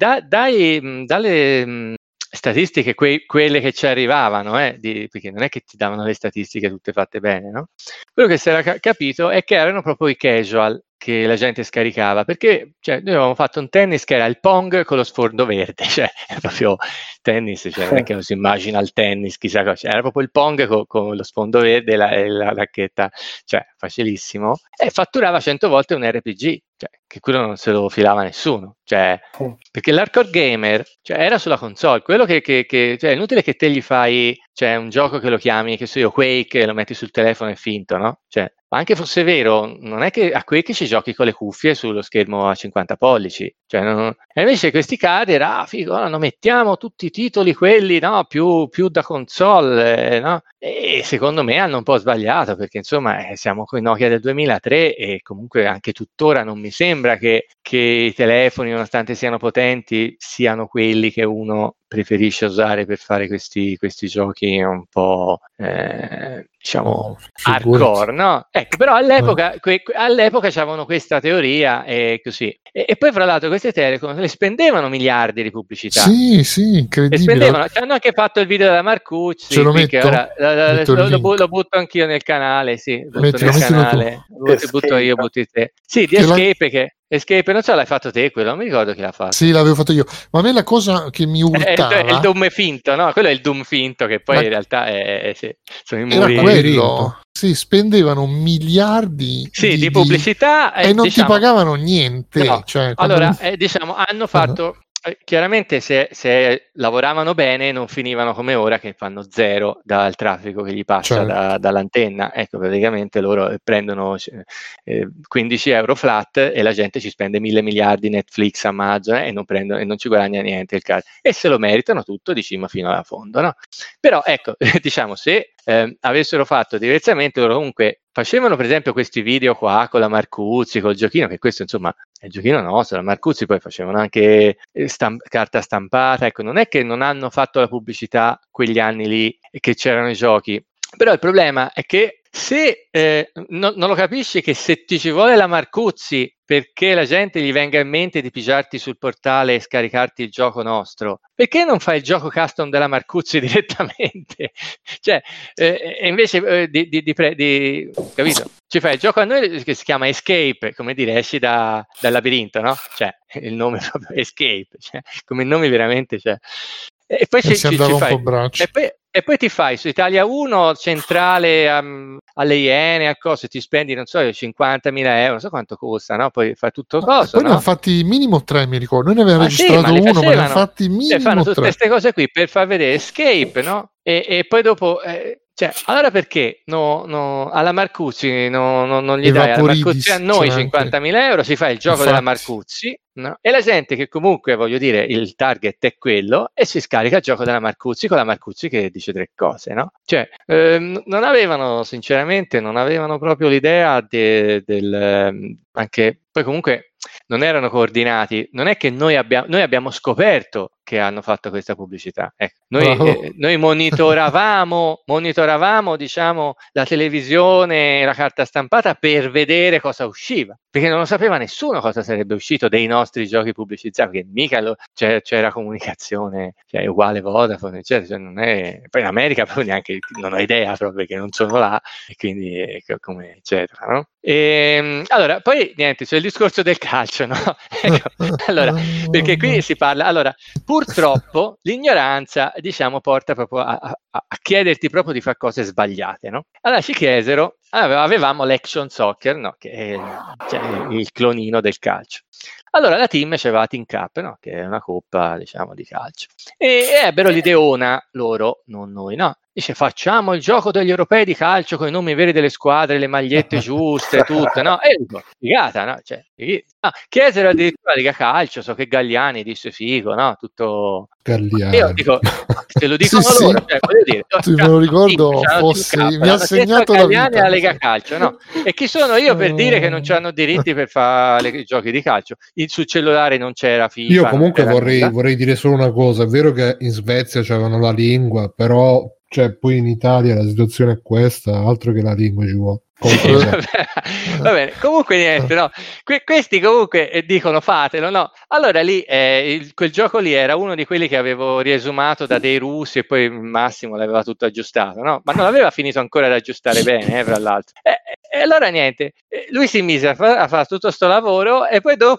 dalle statistiche, quelle che ci arrivavano, perché non è che ti davano le statistiche tutte fatte bene, no? Quello che si era capito è che erano proprio i casual che la gente scaricava, perché noi avevamo fatto un tennis che era il Pong con lo sfondo verde, è proprio tennis, non è che non si immagina il tennis, chissà cosa, era proprio il Pong con lo sfondo verde e la racchetta, facilissimo, e fatturava 100 volte un RPG, che quello non se lo filava nessuno, perché l'hardcore gamer era sulla console, quello che è inutile che te gli fai C'è un gioco che lo chiami, che so io, Quake, e lo metti sul telefono, è finto, no? Cioè, ma anche fosse vero, non è che a Quake ci giochi con le cuffie sullo schermo a 50 pollici. Cioè, e invece questi casi era, figo, non mettiamo tutti i titoli quelli, no, più da console, no? E secondo me hanno un po' sbagliato, perché insomma siamo con i Nokia del 2003 e comunque anche tuttora non mi sembra che i telefoni, nonostante siano potenti, siano quelli che uno preferisce usare per fare questi giochi un po' diciamo hardcore, no? Ecco, però all'epoca c'avevano questa teoria e così. E poi fra l'altro queste telecom le spendevano miliardi di pubblicità. Sì, incredibile. Hanno anche fatto il video della Marcucci, ce lo metto? che ora lo butto anch'io nel canale, sì, butti io, butti te. Sì, di Escape, non so, l'hai fatto te quello, non mi ricordo chi l'ha fatto. Sì, l'avevo fatto io, ma a me la cosa che mi urtava è il Doom finto, no? Quello è il Doom finto, che poi in realtà sono i muri. Era quello. Sì, spendevano miliardi di pubblicità e non ti pagavano niente. No. Cioè, allora, hanno fatto... Chiaramente se lavoravano bene non finivano come ora che fanno zero dal traffico che gli passa dall'antenna. Ecco, praticamente loro prendono 15 euro flat e la gente ci spende 1.000 miliardi Netflix, Amazon e non ci guadagna niente il caso. E se lo meritano tutto di cima fino alla fondo, no? Però ecco, diciamo, se avessero fatto diversamente, loro comunque facevano per esempio questi video qua con la Marcuzzi, col giochino, che questo insomma è il giochino nostro, la Marcuzzi, poi facevano anche carta stampata, ecco, non è che non hanno fatto la pubblicità quegli anni lì e che c'erano i giochi, però il problema è che se non lo capisci che se ti ci vuole la Marcuzzi perché la gente gli venga in mente di pigiarti sul portale e scaricarti il gioco nostro, perché non fai il gioco custom della Marcuzzi direttamente? Cioè, e invece capito? Ci fai il gioco a noi che si chiama Escape, come dire, esci dal labirinto, no? Cioè, il nome è proprio Escape, cioè, come nomi veramente, cioè. E poi ci fai, e poi ti fai su Italia 1 centrale alle Iene, a cose, ti spendi, non so, 50.000 euro, non so quanto costa, no? Poi fai tutto cosa. Poi ne hanno fatti minimo 3, mi ricordo. Noi ne avevamo registrato uno, ma ne hanno fatti minimo 3. Fanno tutte queste cose qui per far vedere Escape, no? E poi dopo... Cioè, allora perché alla Marcuzzi non gli dai alla Marcuzzi a noi 50.000 euro, si fa il gioco della Marcuzzi, no? E la gente che comunque, voglio dire, il target è quello e si scarica il gioco della Marcuzzi con la Marcuzzi che dice 3 cose, no? Cioè, non avevano proprio l'idea anche poi comunque non erano coordinati, non è che noi abbiamo scoperto che hanno fatto questa pubblicità. Ecco, noi monitoravamo, diciamo, la televisione, la carta stampata per vedere cosa usciva, perché non lo sapeva nessuno cosa sarebbe uscito dei nostri giochi pubblicizzati, perché mica c'era comunicazione, cioè uguale Vodafone, eccetera, cioè non è, poi in America proprio neanche, non ho idea proprio perché non sono là, e quindi come eccetera, no? Allora, poi niente, c'è il discorso del calcio, no? Ecco, allora, perché qui si parla, allora, purtroppo l'ignoranza, diciamo, porta proprio a chiederti proprio di fare cose sbagliate, no? Allora ci chiesero, avevamo l'Action Soccer, no? Che è il clonino del calcio. Allora la team c'aveva la Team Cup, no? Che è una coppa, diciamo, di calcio. E ebbero l'ideona loro, non noi, no? Dice, facciamo il gioco degli europei di calcio con i nomi veri delle squadre, le magliette giuste, tutte, no? E dico, figata, no? Cioè, chiesero addirittura Liga Calcio, so che Galliani disse figo, no? Tutto... Galliani. Io dico, te lo dicono loro, cioè, voglio dire... me lo ricordo, mi ha segnato la vita. Galliani alla Lega Calcio, no? E chi sono io per dire che non c'hanno diritti per fare i giochi di calcio? Sul cellulare non c'era FIFA. Io comunque vorrei dire solo una cosa, è vero che in Svezia c'avevano la lingua, però cioè poi in Italia la situazione è questa, altro che la lingua ci vuole. Va bene, comunque niente, no? Questi comunque dicono fatelo, no? Allora lì quel gioco lì era uno di quelli che avevo riesumato da dei russi e poi Massimo l'aveva tutto aggiustato, no? Ma non aveva finito ancora ad aggiustare bene, fra l'altro. E allora niente, lui si mise a fare tutto sto lavoro e poi dopo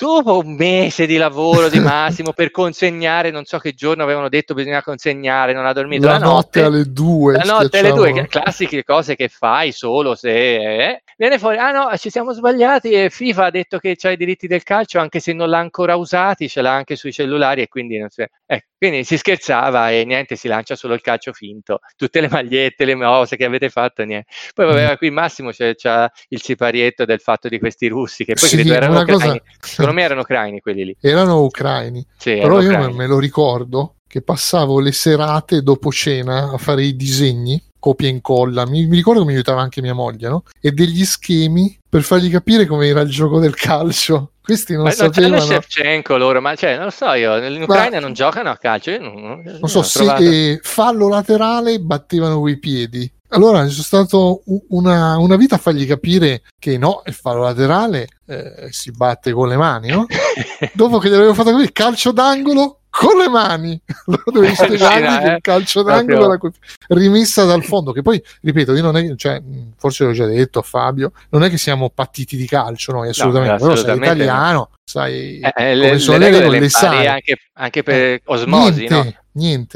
dopo un mese di lavoro di Massimo per consegnare, non so che giorno avevano detto bisogna consegnare, non ha dormito la notte alle 2. La notte alle 2, classiche cose che fai solo se viene fuori, no, ci siamo sbagliati e FIFA ha detto che c'ha i diritti del calcio anche se non l'ha ancora usati, ce l'ha anche sui cellulari e quindi non si... quindi si scherzava e niente, si lancia solo il calcio finto, tutte le magliette, le cose che avete fatto, niente. Poi vabbè, qui Massimo c'ha il siparietto del fatto di questi russi che poi credo erano ucraini. Secondo me erano ucraini quelli lì. Erano ucraini, sì, però io ucraini. Me lo ricordo che passavo le serate dopo cena a fare i disegni, copia e incolla, mi ricordo che mi aiutava anche mia moglie, no? E degli schemi per fargli capire come era il gioco del calcio. Questi non sapevano. Non c'è Shevchenko loro, ma non lo so io, in Ucraina non giocano a calcio, io non so se fallo laterale battevano coi piedi. Allora ci sono stato una vita a fargli capire che no, il fallo laterale si batte con le mani, no? Dopo che gli avevo fatto capire calcio d'angolo con le mani, allora dovevi spiegargli che il calcio d'angolo era rimessa dal fondo, che poi ripeto, io non è, forse l'ho già detto a Fabio, non è che siamo pattiti di calcio noi, assolutamente, però sei italiano, sai come sono le regole, le sai anche per osmosi, niente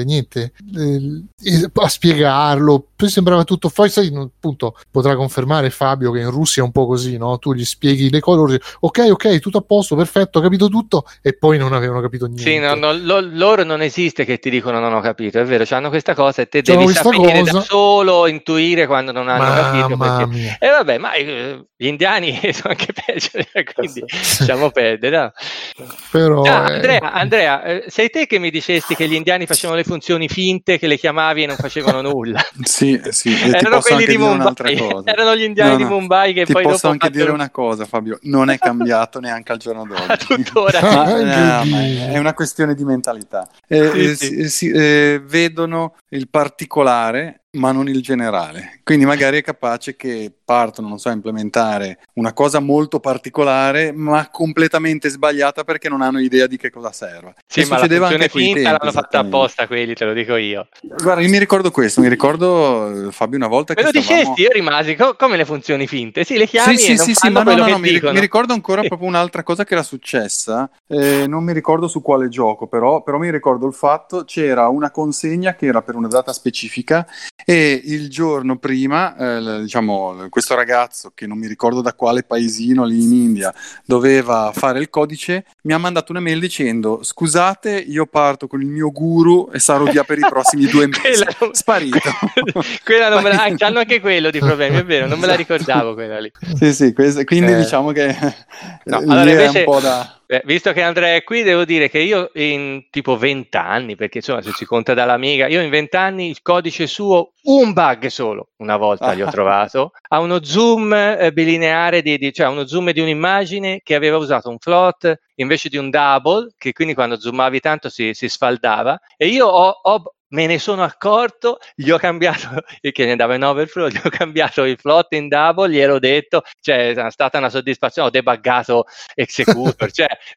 a spiegarlo. Poi sembrava tutto sai, appunto potrà confermare Fabio che in Russia è un po' così, no? Tu gli spieghi le cose, ok, tutto a posto, perfetto, ho capito tutto, e poi non avevano capito niente. Sì, loro non esiste che ti dicono non ho capito, è vero, hanno questa cosa e te devi sapere da solo, intuire quando non hanno capito, perché vabbè, ma gli indiani sono anche peggio, quindi lasciamo perdere, no? Però Andrea, sei te che mi dicesti che gli indiani facevano le funzioni finte, che le chiamavi e non facevano nulla? Sì, erano quelli di Mumbai, erano gli indiani di Mumbai che poi posso anche dire una cosa, Fabio, non è cambiato neanche al giorno d'oggi. Tuttora. ma è una questione di mentalità. Vedono il particolare ma non il generale, quindi magari è capace che partono, non so, a implementare una cosa molto particolare ma completamente sbagliata perché non hanno idea di che cosa serva. Sì, ma succedeva anche finta l'hanno fatta apposta quelli, te lo dico io. Guarda, io mi ricordo Fabio una volta me che lo dicesti, io rimasi come le funzioni finte, sì, le chiami e non fanno quello che dicono. Mi ricordo ancora proprio un'altra cosa che era successa, non mi ricordo su quale gioco, però mi ricordo il fatto, c'era una consegna che era per una data specifica e il giorno prima questo ragazzo che non mi ricordo da quale paesino lì in India doveva fare il codice, mi ha mandato una mail dicendo scusate, io parto con il mio guru e sarò via per i prossimi 2 mesi. Sparito. Quella non me la... hanno anche quello di problemi, è vero, non me la ricordavo quella lì. Sì, quindi diciamo che allora invece, è un po' da... visto che Andrea è qui, devo dire che io in tipo 20 anni, perché insomma se si conta dall'Amiga, io in 20 anni il codice suo, un bug solo, una volta gli ho trovato, ha uno zoom bilineare, cioè uno zoom di un'immagine che aveva usato un float invece di un double, che quindi quando zoomavi tanto si sfaldava, e io me ne sono accorto, gli ho cambiato, che ne andava in overflow, gli ho cambiato il float in double, gli ero detto, è stata una soddisfazione, ho debuggato executor,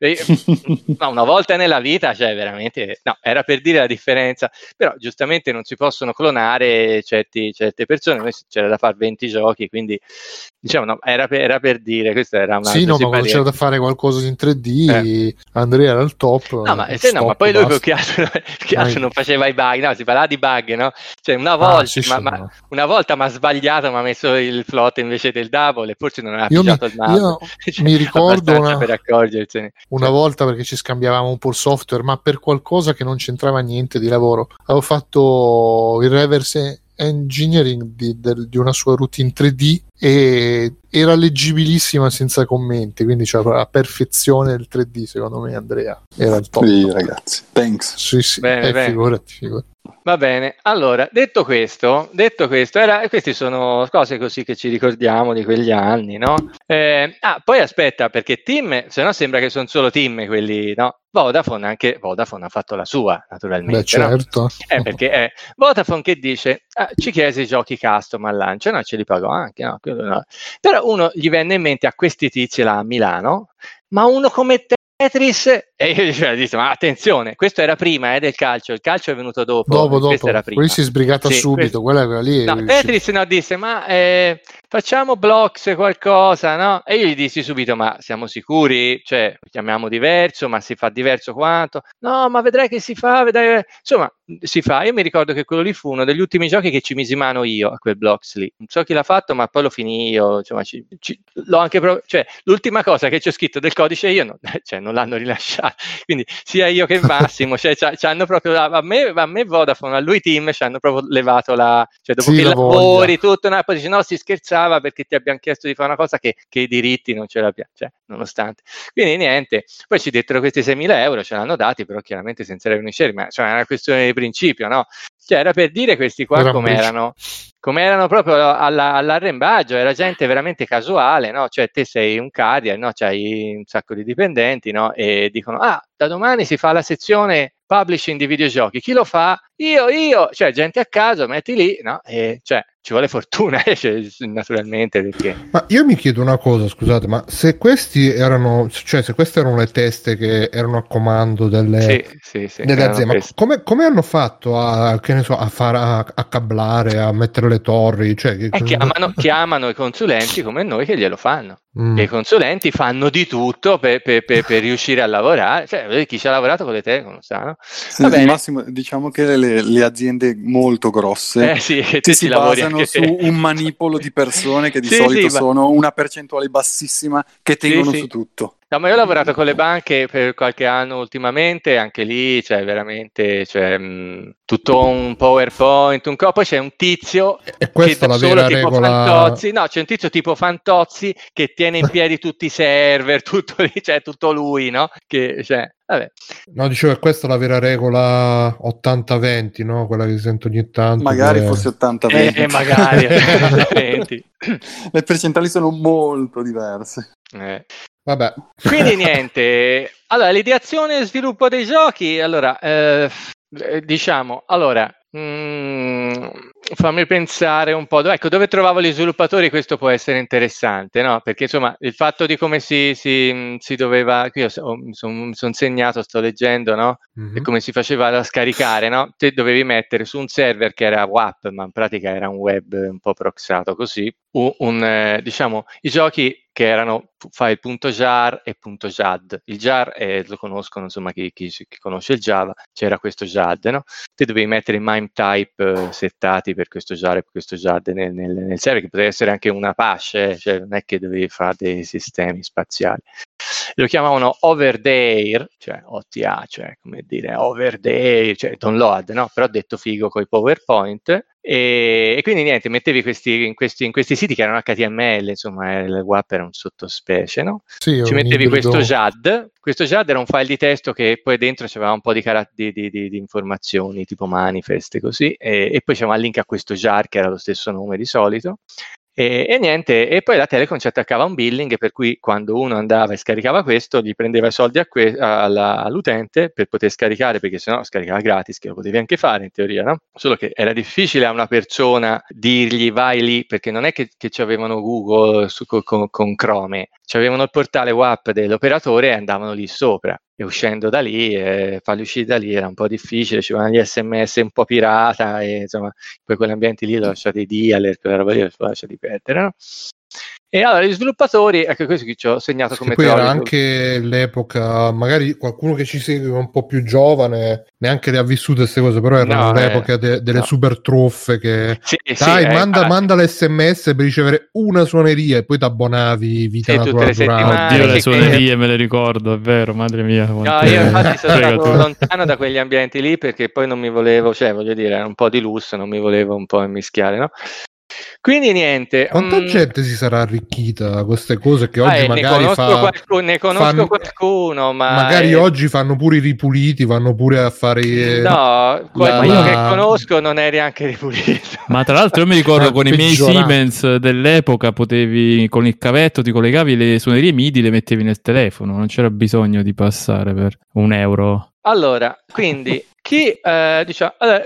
una volta nella vita, veramente, era per dire la differenza, però giustamente non si possono clonare certe persone, noi c'era da fare 20 giochi, quindi era per dire, questa era una... Sì, ma quando c'era da fare qualcosa in 3D, Andrea era il top. Ma poi lui più che altro non faceva i bug, no, si parlava di bug, no? Una volta, una volta mi ha sbagliato, mi ha messo il float invece del double e forse non aveva pigiato il mouse. Io mi ricordo per accorgersene. Una volta, perché ci scambiavamo un po' il software, ma per qualcosa che non c'entrava niente di lavoro, avevo fatto il reverse engineering di una sua routine 3D e era leggibilissima senza commenti, quindi la perfezione del 3D, secondo me Andrea era il top. Sì, ragazzi, thanks. Sì. Bene. Figurati. Va bene, allora, detto questo, queste sono cose così che ci ricordiamo di quegli anni, no? Poi aspetta, perché Tim, se no sembra che sono solo Tim quelli, no? Vodafone ha fatto la sua, naturalmente. Beh, certo. No? Perché Vodafone che dice, ci chiese i giochi custom al lancio, no, ce li pagò anche, no? Però uno gli venne in mente a questi tizi là a Milano, ma uno come te Tetris, e io dicevo, ma attenzione, questo era prima del calcio, il calcio è venuto dopo. Questo era prima. Poi si è sbrigata subito, quella lì. No, Tetris disse, ma facciamo blocks qualcosa, no? E io gli dissi subito, ma siamo sicuri? Cioè, chiamiamo diverso, ma si fa diverso quanto? No, ma vedrai che si fa, vedrai. Insomma, si fa. Io mi ricordo che quello lì fu uno degli ultimi giochi che ci misi mano io a quel blocks lì. Non so chi l'ha fatto, ma poi lo finì io, insomma, l'ho anche cioè, l'ultima cosa che ci ho scritto del codice io non l'hanno rilasciato, quindi sia io che Massimo, cioè c'hanno proprio a me Vodafone, a lui Team ci hanno proprio levato cioè dopo che lavori tutto, poi dice no, si scherzava perché ti abbiamo chiesto di fare una cosa che i diritti non ce l'abbiamo, cioè nonostante, quindi niente, poi ci dettero questi 6.000 euro, ce l'hanno dati però chiaramente senza revenue share, ma cioè è una questione di principio, no? Cioè era per dire questi qua come erano proprio all'arrembaggio, era gente veramente casuale, no? Cioè te sei un carrier, no? C'hai un sacco di dipendenti, no? E dicono, da domani si fa la sezione publishing di videogiochi, chi lo fa? Io, cioè gente a caso, metti lì, no? E cioè ci vuole fortuna, cioè, naturalmente, perché... Ma io mi chiedo una cosa, scusate, ma se queste erano le teste che erano a comando delle aziende, ma come hanno fatto a cablare, a mettere le torri? Cioè, chiamano i consulenti come noi che glielo fanno. E i consulenti fanno di tutto per riuscire a lavorare, cioè chi ci ha lavorato con le telecom lo sa, no? Massimo, diciamo che le aziende molto grosse si basano su un manipolo di persone che di solito sono una percentuale bassissima che tengono su tutto. No, ma io ho lavorato con le banche per qualche anno ultimamente, anche lì c'è veramente tutto un PowerPoint, poi c'è un tizio e questa è la vera regola. Fantozzi, no, c'è un tizio tipo Fantozzi che tiene in piedi tutti i server, tutto lì, cioè tutto lui, no? Che vabbè. No, dicevo che questa è la vera regola 80-20, no? Quella che si sente ogni tanto. Magari fosse 80-20. Magari 80-20. Le percentuali sono molto diverse. Vabbè. Quindi niente, allora l'ideazione e sviluppo dei giochi, allora fammi pensare un po', ecco, dove trovavo gli sviluppatori, questo può essere interessante, no? Perché insomma il fatto di come si doveva, qui sono segnato, sto leggendo, no? E come si faceva da scaricare, no? Te dovevi mettere su un server che era WAP, ma in pratica era un web un po' proxato così, diciamo i giochi che erano file.jar e .jad. Il jar lo conoscono, insomma, chi conosce il Java, c'era questo JAD, no? Te dovevi mettere i MIME type settati per questo jar e questo JAD nel server, che poteva essere anche una Apache, cioè non è che dovevi fare dei sistemi spaziali. Lo chiamavano over there, cioè OTA, cioè come dire over there, cioè download, no? Però detto figo con i PowerPoint. E quindi niente, mettevi in questi siti che erano HTML, insomma il WAP era un sottospecie, no? Sì, ci mettevi questo JAD era un file di testo che poi dentro c'aveva un po' di informazioni tipo manifest così, e poi c'era un link a questo jar che era lo stesso nome di solito. E niente, e poi la Telecom ci attaccava un billing per cui quando uno andava e scaricava questo gli prendeva i soldi all'utente per poter scaricare, perché sennò scaricava gratis, che lo potevi anche fare in teoria, no? Solo che era difficile a una persona dirgli vai lì, perché non è che ci avevano Google con Chrome, ci avevano il portale WAP dell'operatore e andavano lì sopra. E uscendo da lì, farli uscire da lì era un po' difficile, ci vanno gli SMS un po' pirata, e insomma, poi quegli ambienti lì lo lasciate di alert, quella roba lì lo lasciate perdere, no? E allora gli sviluppatori, ecco questo che ci ho segnato come poi era anche l'epoca, magari qualcuno che ci segue un po' più giovane neanche le ha vissute queste cose, però era l'epoca delle super truffe che manda l'SMS per ricevere una suoneria e poi ti abbonavi vita naturale. Oddio, le suonerie me le ricordo, è vero, madre mia. No, io infatti sono stato lontano da quegli ambienti lì perché poi non mi volevo, cioè voglio dire, era un po' di lusso, non mi volevo un po' immischiare, no? Quindi niente. Quanta gente si sarà arricchita da queste cose che oggi magari ne conosco qualcuno, ma magari oggi fanno pure i ripuliti, vanno pure a fare qualcuno che conosco non è neanche ripulito. Ma tra l'altro io mi ricordo con i miei Siemens dell'epoca potevi, con il cavetto ti collegavi le suonerie MIDI, le mettevi nel telefono, non c'era bisogno di passare per €1. Allora, quindi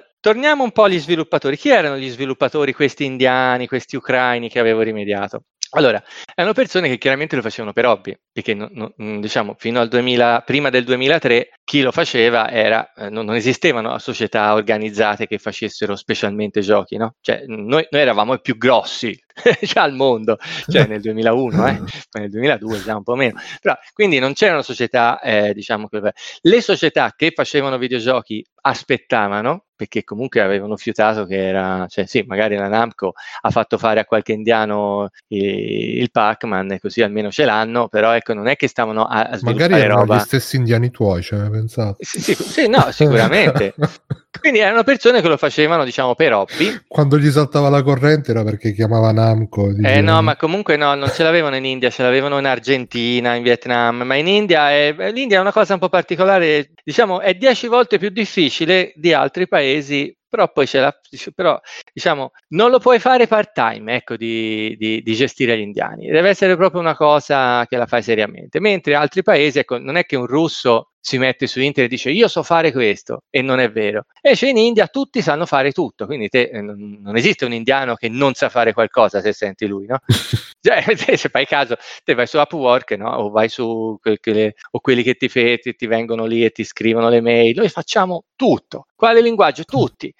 torniamo un po' agli sviluppatori. Chi erano gli sviluppatori, questi indiani, questi ucraini che avevo rimediato? Allora, erano persone che chiaramente lo facevano per hobby, perché diciamo fino al 2000, prima del 2003, chi lo faceva non esistevano società organizzate che facessero specialmente giochi, no? Cioè, noi eravamo i più grossi già al mondo, cioè nel 2001, poi nel 2002 già un po' meno, però quindi non c'erano società, diciamo che le società che facevano videogiochi aspettavano, perché comunque avevano fiutato che era, cioè sì, magari la Namco ha fatto fare a qualche indiano il Pac-Man, così almeno ce l'hanno, però ecco, non è che stavano a sviluppare magari erano roba. Gli stessi indiani tuoi, cioè, pensato. Sì, no, sicuramente. Quindi erano persone che lo facevano, diciamo, per hobby. Quando gli saltava la corrente era perché chiamava Namco. No, ma comunque no, non ce l'avevano in India, ce l'avevano in Argentina, in Vietnam, ma in India l'India è una cosa un po' particolare, diciamo, è 10 volte più difficile di altri paesi, però poi però diciamo non lo puoi fare part time, ecco, di gestire gli indiani, deve essere proprio una cosa che la fai seriamente, mentre altri paesi, ecco, non è che un russo si mette su internet e dice io so fare questo, e non è vero. Invece in India tutti sanno fare tutto, quindi non esiste un indiano che non sa fare qualcosa, se senti lui, no? Se fai caso, te vai su Upwork, no? O vai su quelli che ti vengono lì e ti scrivono le mail, noi facciamo tutto. Quale linguaggio? Tutti.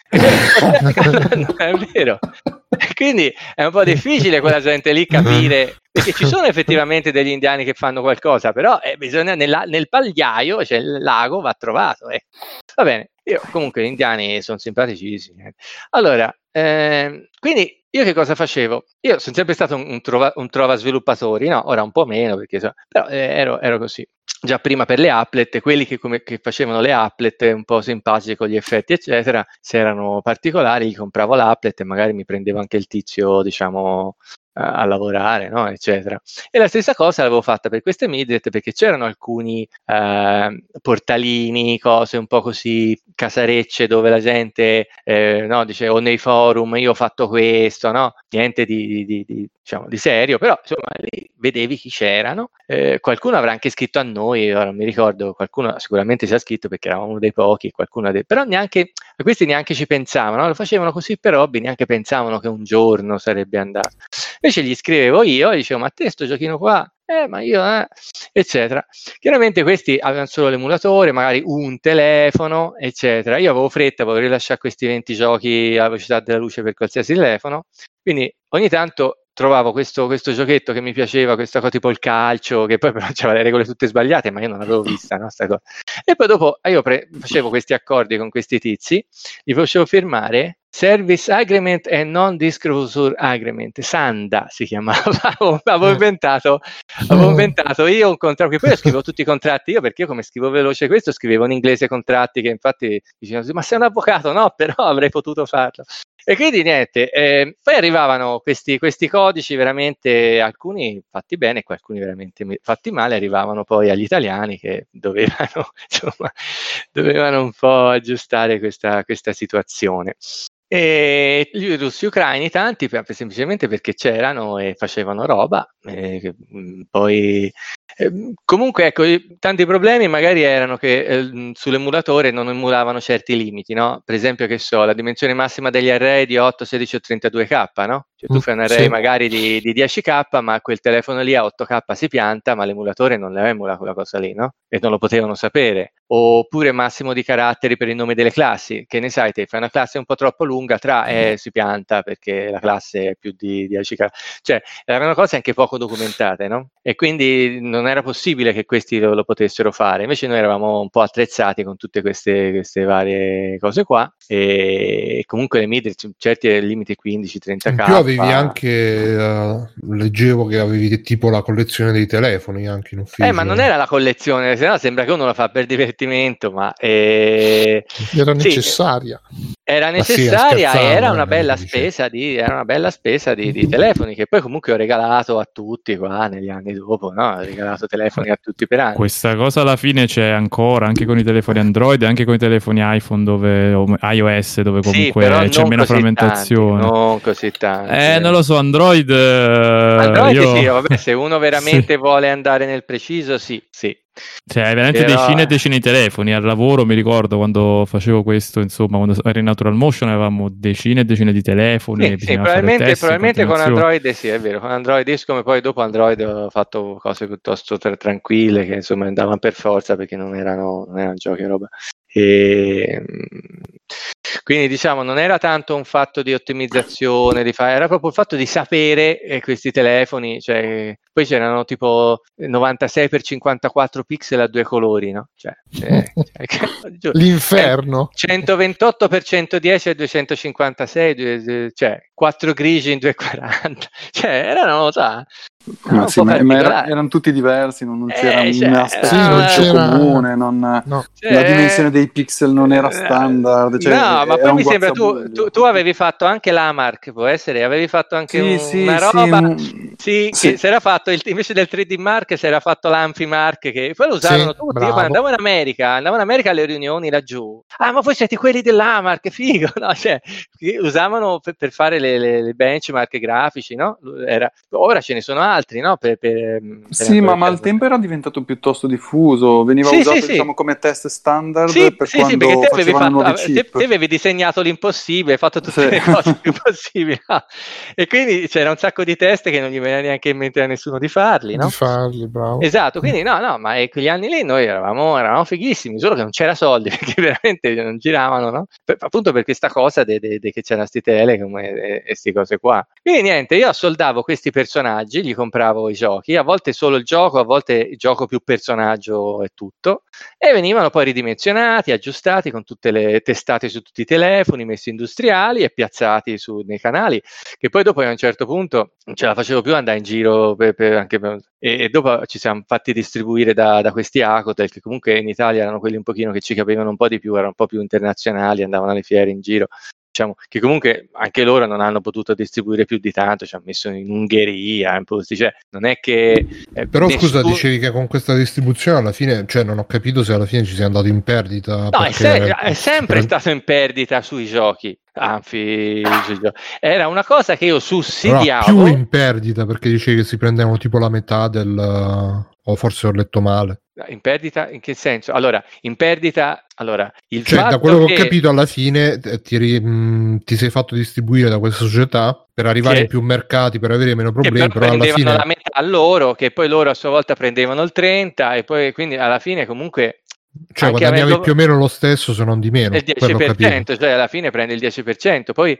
Non è vero. Quindi è un po' difficile quella gente lì capire, perché ci sono effettivamente degli indiani che fanno qualcosa, però bisogna nel pagliaio, cioè il lago, va trovato. Va bene, io comunque gli indiani sono simpaticissimi. Allora, quindi io che cosa facevo? Io sono sempre stato un trova sviluppatori, no? Ora un po' meno, perché però ero così. Già prima per le applet, quelli che facevano le applet un po' simpatici con gli effetti eccetera, se erano particolari gli compravo l'applet e magari mi prendevo anche il tizio, diciamo, a lavorare, no? Eccetera. E la stessa cosa l'avevo fatta per queste midget, perché c'erano alcuni portalini, cose un po' così casarecce, dove la gente no, dice, o nei forum io ho fatto questo, no? Niente diciamo, di serio, però insomma lì vedevi chi c'erano, qualcuno avrà anche scritto a noi, ora non mi ricordo, qualcuno sicuramente ci ha scritto perché eravamo dei pochi, però neanche questi neanche ci pensavano, no? Lo facevano così per hobby, neanche pensavano che un giorno sarebbe andato. Invece gli scrivevo io e dicevo, ma te sto giochino qua? Ma io, eccetera. Chiaramente questi avevano solo l'emulatore, magari un telefono, eccetera. Io avevo fretta, volevo rilasciare questi 20 giochi alla velocità della luce per qualsiasi telefono, quindi ogni tanto trovavo questo giochetto che mi piaceva, questa cosa tipo il calcio, che poi però c'aveva le regole tutte sbagliate, ma io non l'avevo vista, no, sta cosa. E poi dopo io facevo questi accordi con questi tizi, li facevo firmare Service Agreement and Non-Disclosure Agreement, SANDA si chiamava. Avevo inventato io un contratto, che poi io scrivo tutti i contratti io, perché io come scrivo veloce questo, scrivevo in inglese contratti che infatti dicevano, ma sei un avvocato? No, però avrei potuto farlo. E quindi niente, poi arrivavano questi codici veramente, alcuni fatti bene e alcuni veramente fatti male, arrivavano poi agli italiani che dovevano un po' aggiustare questa situazione. E gli russi ucraini tanti, semplicemente perché c'erano e facevano roba, poi comunque ecco, tanti problemi magari erano che sull'emulatore non emulavano certi limiti, no? Per esempio, che so, la dimensione massima degli array di 8, 16 o 32k, no? Cioè tu fai un array magari di 10k, ma quel telefono lì a 8k si pianta, ma l'emulatore non la emula quella cosa lì, no? E non lo potevano sapere. Oppure massimo di caratteri per il nome delle classi, che ne sai te, fai una classe un po' troppo lunga, si pianta perché la classe è più di 10 caratteri. Cioè, erano cose anche poco documentate, no? E quindi non era possibile che questi lo potessero fare. Invece noi eravamo un po' attrezzati con tutte queste varie cose qua, e comunque le mid certi limiti 15-30k. In più avevi anche leggevo che avevi tipo la collezione dei telefoni anche in ufficio. Ma non era la collezione, se no sembra che uno la fa per divertimento, ma era necessaria. Era necessaria, e era una bella spesa di telefoni, che poi comunque ho regalato a tutti qua negli anni dopo, no? Ho regalato telefoni a tutti per anni. Questa cosa alla fine c'è ancora anche con i telefoni Android e anche con i telefoni iPhone o iOS, dove comunque c'è meno frammentazione. Non così tanti. Non lo so, Android sì, vabbè, se uno veramente vuole andare nel preciso, sì. Cioè, veramente decine e decine di telefoni. Al lavoro mi ricordo quando facevo questo, insomma, quando ero in Natural Motion avevamo decine e decine di telefoni. Sì, probabilmente con Android sì, è vero, con Android, come poi dopo Android ho fatto cose piuttosto tranquille che insomma andavano per forza perché non erano giochi e roba. Quindi diciamo non era tanto un fatto di ottimizzazione, era proprio il fatto di sapere questi telefoni, cioè poi c'erano tipo 96x54 pixel a 2 colori, no? L'inferno. 128x110 a 256, cioè 4 grigi in 240, cioè erano, erano tutti diversi, non c'era un aspetto comune, la dimensione dei pixel non era standard, no, ma poi mi sembra tu avevi fatto anche l'Amark, può essere, avevi fatto anche una roba che si era fatto invece del 3D Mark si era fatto l'Amphimark, che poi lo usavano tutti. Io quando andavo in America alle riunioni laggiù, ma voi siete quelli dell'Amark, figo, no? Cioè, usavano per fare le benchmark grafici, no? Ora ce ne sono altri, no? Ma al tempo era diventato piuttosto diffuso, veniva usato diciamo come test standard per quando facevano nuovi chip. Te avevi disegnato l'impossibile, hai fatto tutte le cose più possibili, no? E quindi c'era un sacco di test che non gli veniva neanche in mente a nessuno di farli, no? Di farli, bravo. Esatto, quindi no, ma in quegli anni lì noi eravamo fighissimi, solo che non c'era soldi, perché veramente non giravano, no? Appunto per questa cosa che c'erano sti Telecom e sti cose qua. Quindi niente, io assoldavo questi personaggi, gli compravo i giochi, a volte solo il gioco, a volte il gioco più personaggio e tutto, e venivano poi ridimensionati, aggiustati con tutte le testate su tutti i telefoni, messi industriali e piazzati nei canali, che poi dopo a un certo punto non ce la facevo più andare in giro e dopo ci siamo fatti distribuire da questi Acotel, che comunque in Italia erano quelli un pochino che ci capivano un po' di più, erano un po' più internazionali, andavano alle fiere in giro. Diciamo che comunque anche loro non hanno potuto distribuire più di tanto, ci hanno messo in Ungheria, in posti, cioè non è che però scusa, dicevi che con questa distribuzione alla fine, cioè non ho capito se alla fine ci sei andato in perdita. No, è sempre stato in perdita sui giochi. Era una cosa che io sussidiavo. Però più in perdita, perché dicevi che si prendevano tipo la metà o forse ho letto male. In perdita in che senso? Allora, in perdita, il cioè, fatto da quello che ho capito alla fine ti sei fatto distribuire da questa società per arrivare in più mercati, per avere meno problemi, però alla fine la metà a loro, che poi loro a sua volta prendevano il 30 e poi quindi alla fine comunque guadagnavi più o meno lo stesso, se non di meno, il 10%, cioè alla fine prendi il 10%, poi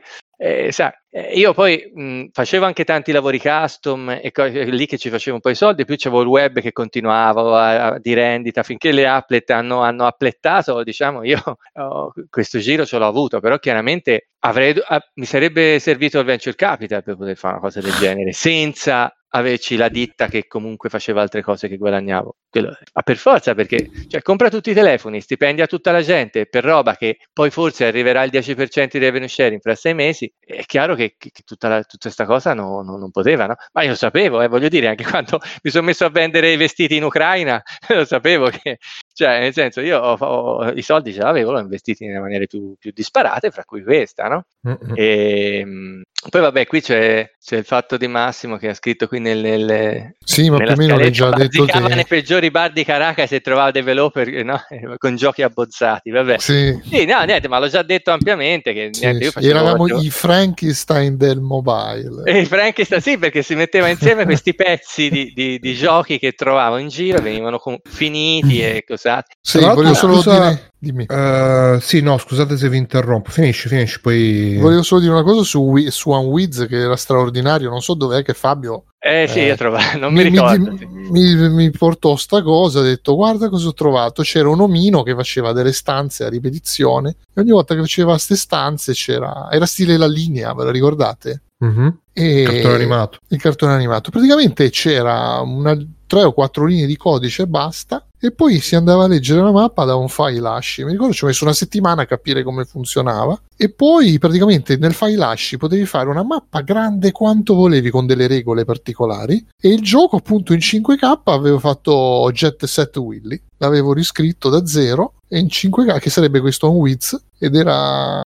io poi facevo anche tanti lavori custom e lì che ci facevo un po' i soldi, più c'avevo il web che continuava di rendita finché le applet hanno applettato, diciamo. Io questo giro ce l'ho avuto, però chiaramente mi sarebbe servito il venture capital per poter fare una cosa del genere senza averci la ditta che comunque faceva altre cose che guadagnavo. Per forza, perché compra tutti i telefoni, stipendia tutta la gente per roba che poi forse arriverà il 10% di revenue sharing fra 6 mesi. È chiaro che tutta questa cosa non poteva, no? Ma io lo sapevo, voglio dire, anche quando mi sono messo a vendere i vestiti in Ucraina, lo sapevo che, nel senso, io i soldi ce l'avevo, l'ho investiti nelle maniere più disparate, fra cui questa, no? E poi vabbè, qui c'è il fatto di Massimo che ha scritto qui sì, ma più o meno l'hai già detto te. Nei peggiori bar di Caracas e trovava developer, no? Con giochi abbozzati, vabbè. Sì, no, niente, ma l'ho già detto ampiamente che niente, io eravamo i Frankenstein del mobile. I Frankenstein, sì, perché si metteva insieme questi pezzi di giochi che trovavo in giro, venivano finiti e cosati. Sì, voglio solo dire... Dimmi. Sì, no, scusate se vi interrompo. Finisci, poi. Volevo solo dire una cosa su OneWiz che era straordinario. Non so dov'è che Fabio. Sì, io trovato, non mi ricordo. Mi portò sta cosa, ha detto guarda cosa ho trovato. C'era un omino che faceva delle stanze a ripetizione e ogni volta che faceva queste stanze era stile La Linea, ve la ricordate? Mm-hmm. Il cartone animato. Praticamente c'era 3 o 4 linee di codice e basta, e poi si andava a leggere la mappa da un file hash. Mi ricordo ci ho messo una settimana a capire come funzionava, e poi praticamente nel file hash potevi fare una mappa grande quanto volevi con delle regole particolari, e il gioco appunto in 5K avevo fatto Jet Set Willy, l'avevo riscritto da zero e in 5K, che sarebbe questo OneWiz, ed era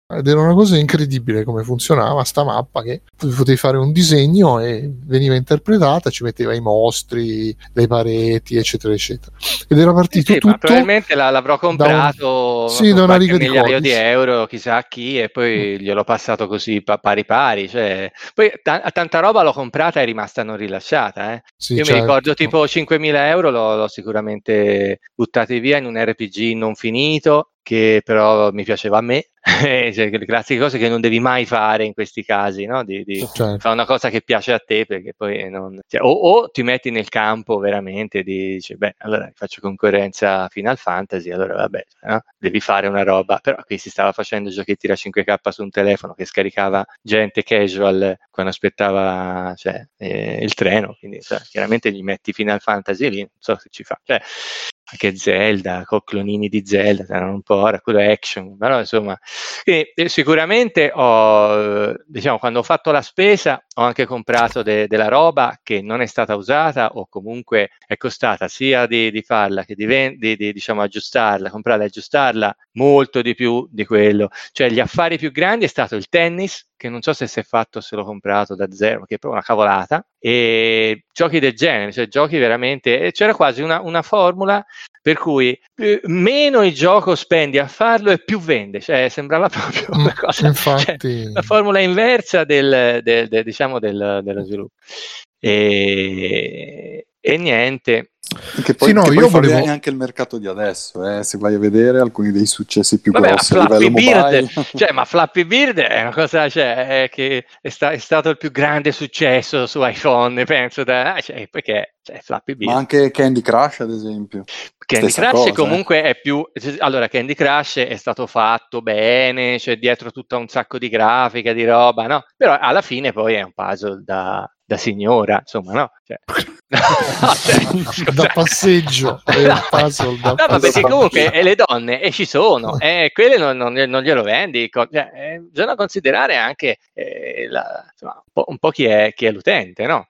ed era una cosa incredibile come funzionava sta mappa, che potevi fare un disegno e veniva interpretata, ci metteva i mostri, le pareti, eccetera eccetera, ed era partito tutto, ma probabilmente l'avrò comprato da una riga di migliaio codici di euro, chissà chi, e poi gliel'ho passato così pari pari, cioè, poi tanta roba l'ho comprata e è rimasta non rilasciata, Sì, io certo. mi ricordo tipo 5.000 euro l'ho sicuramente buttati via in un RPG non finito, che però mi piaceva a me, cioè, le classiche cose che non devi mai fare in questi casi, no? Di Certo. fare una cosa che piace a te, perché poi non, cioè, o ti metti nel campo veramente di dici, beh, allora faccio concorrenza a Final Fantasy, allora vabbè, no? Devi fare una roba, però qui si stava facendo giochetti da 5K su un telefono che scaricava gente casual quando aspettava, cioè, il treno, quindi cioè, chiaramente gli metti Final Fantasy lì, non so se ci fa, cioè, anche Zelda, clonini di Zelda, erano un po' ora quello action, però insomma, sicuramente diciamo, quando ho fatto la spesa ho anche comprato della roba che non è stata usata, o comunque è costata sia di farla che di diciamo aggiustarla, comprarla e aggiustarla molto di più di quello, cioè gli affari più grandi è stato il tennis, che non so se si è fatto, se l'ho comprato da zero, che è proprio una cavolata, e giochi del genere, cioè giochi veramente, c'era quasi una formula per cui meno il gioco spendi a farlo e più vende, cioè sembrava proprio una cosa, infatti, cioè, la formula inversa diciamo dello sviluppo, e niente. Che poi, Sì, no, che poi io fa volevo... bene anche il mercato di adesso, se vai a vedere alcuni dei successi più Vabbè, grossi a Flappy livello mobile. Bird, cioè, ma Flappy Bird è una cosa, cioè, che è stato il più grande successo su iPhone, penso, cioè, perché cioè, Flappy Bird. Ma anche Candy Crush, ad esempio. Candy Stessa Crush cosa, comunque è più, allora Candy Crush è stato fatto bene, c'è dietro tutta un sacco di grafica, di roba, no? Però alla fine poi è un puzzle da signora, insomma, no? Cioè, da passeggio, è un puzzle da no, ma perché passeggio. comunque le donne ci sono, quelle non glielo vendi, cioè, bisogna considerare anche insomma, un po' chi è l'utente, no?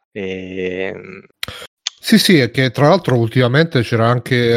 Sì, è che tra l'altro ultimamente c'era anche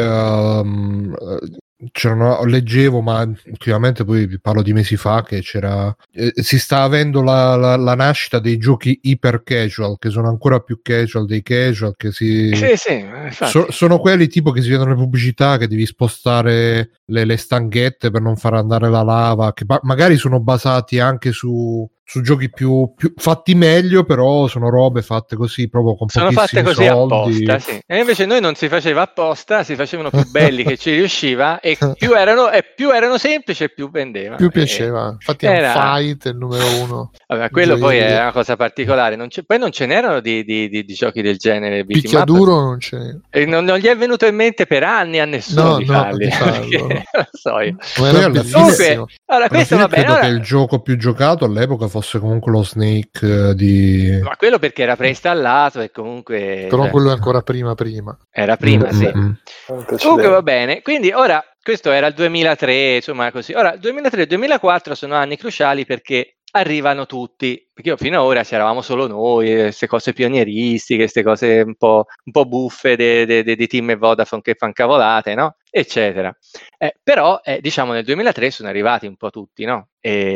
leggevo, ma ultimamente poi vi parlo di mesi fa, che si sta avendo la nascita dei giochi iper casual, che sono ancora più casual dei casual, che sì, sono quelli tipo che si vedono le pubblicità, che devi spostare le stanghette per non far andare la lava, che magari sono basati anche su giochi più fatti meglio, però sono robe fatte così proprio con sono pochissimi fatte così soldi. Apposta, sì. E invece noi non si faceva apposta, si facevano più belli che ci riusciva, e più erano semplici e più vendevano. Più piaceva. Infatti è un Fight il numero 1. Vabbè, quello poi è una cosa particolare. Poi non ce n'erano di giochi del genere. Picchiaduro non ce n'era. E non gli è venuto in mente per anni a nessuno di farli. Non so io. Comunque, allora, questo va bene. Credo che il gioco più giocato all'epoca fosse comunque lo Snake di... Ma quello perché era preinstallato e comunque... Però quello è ancora prima. Era prima, sì. Comunque va bene. Quindi ora, questo era il 2003, insomma così. Ora, il 2003 e il 2004 sono anni cruciali perché arrivano tutti, perché fino ad ora c'eravamo solo noi, queste cose pionieristiche, queste cose un po' buffe di Team e Vodafone che fanno cavolate, no? Eccetera. Però diciamo nel 2003 sono arrivati un po' tutti, no?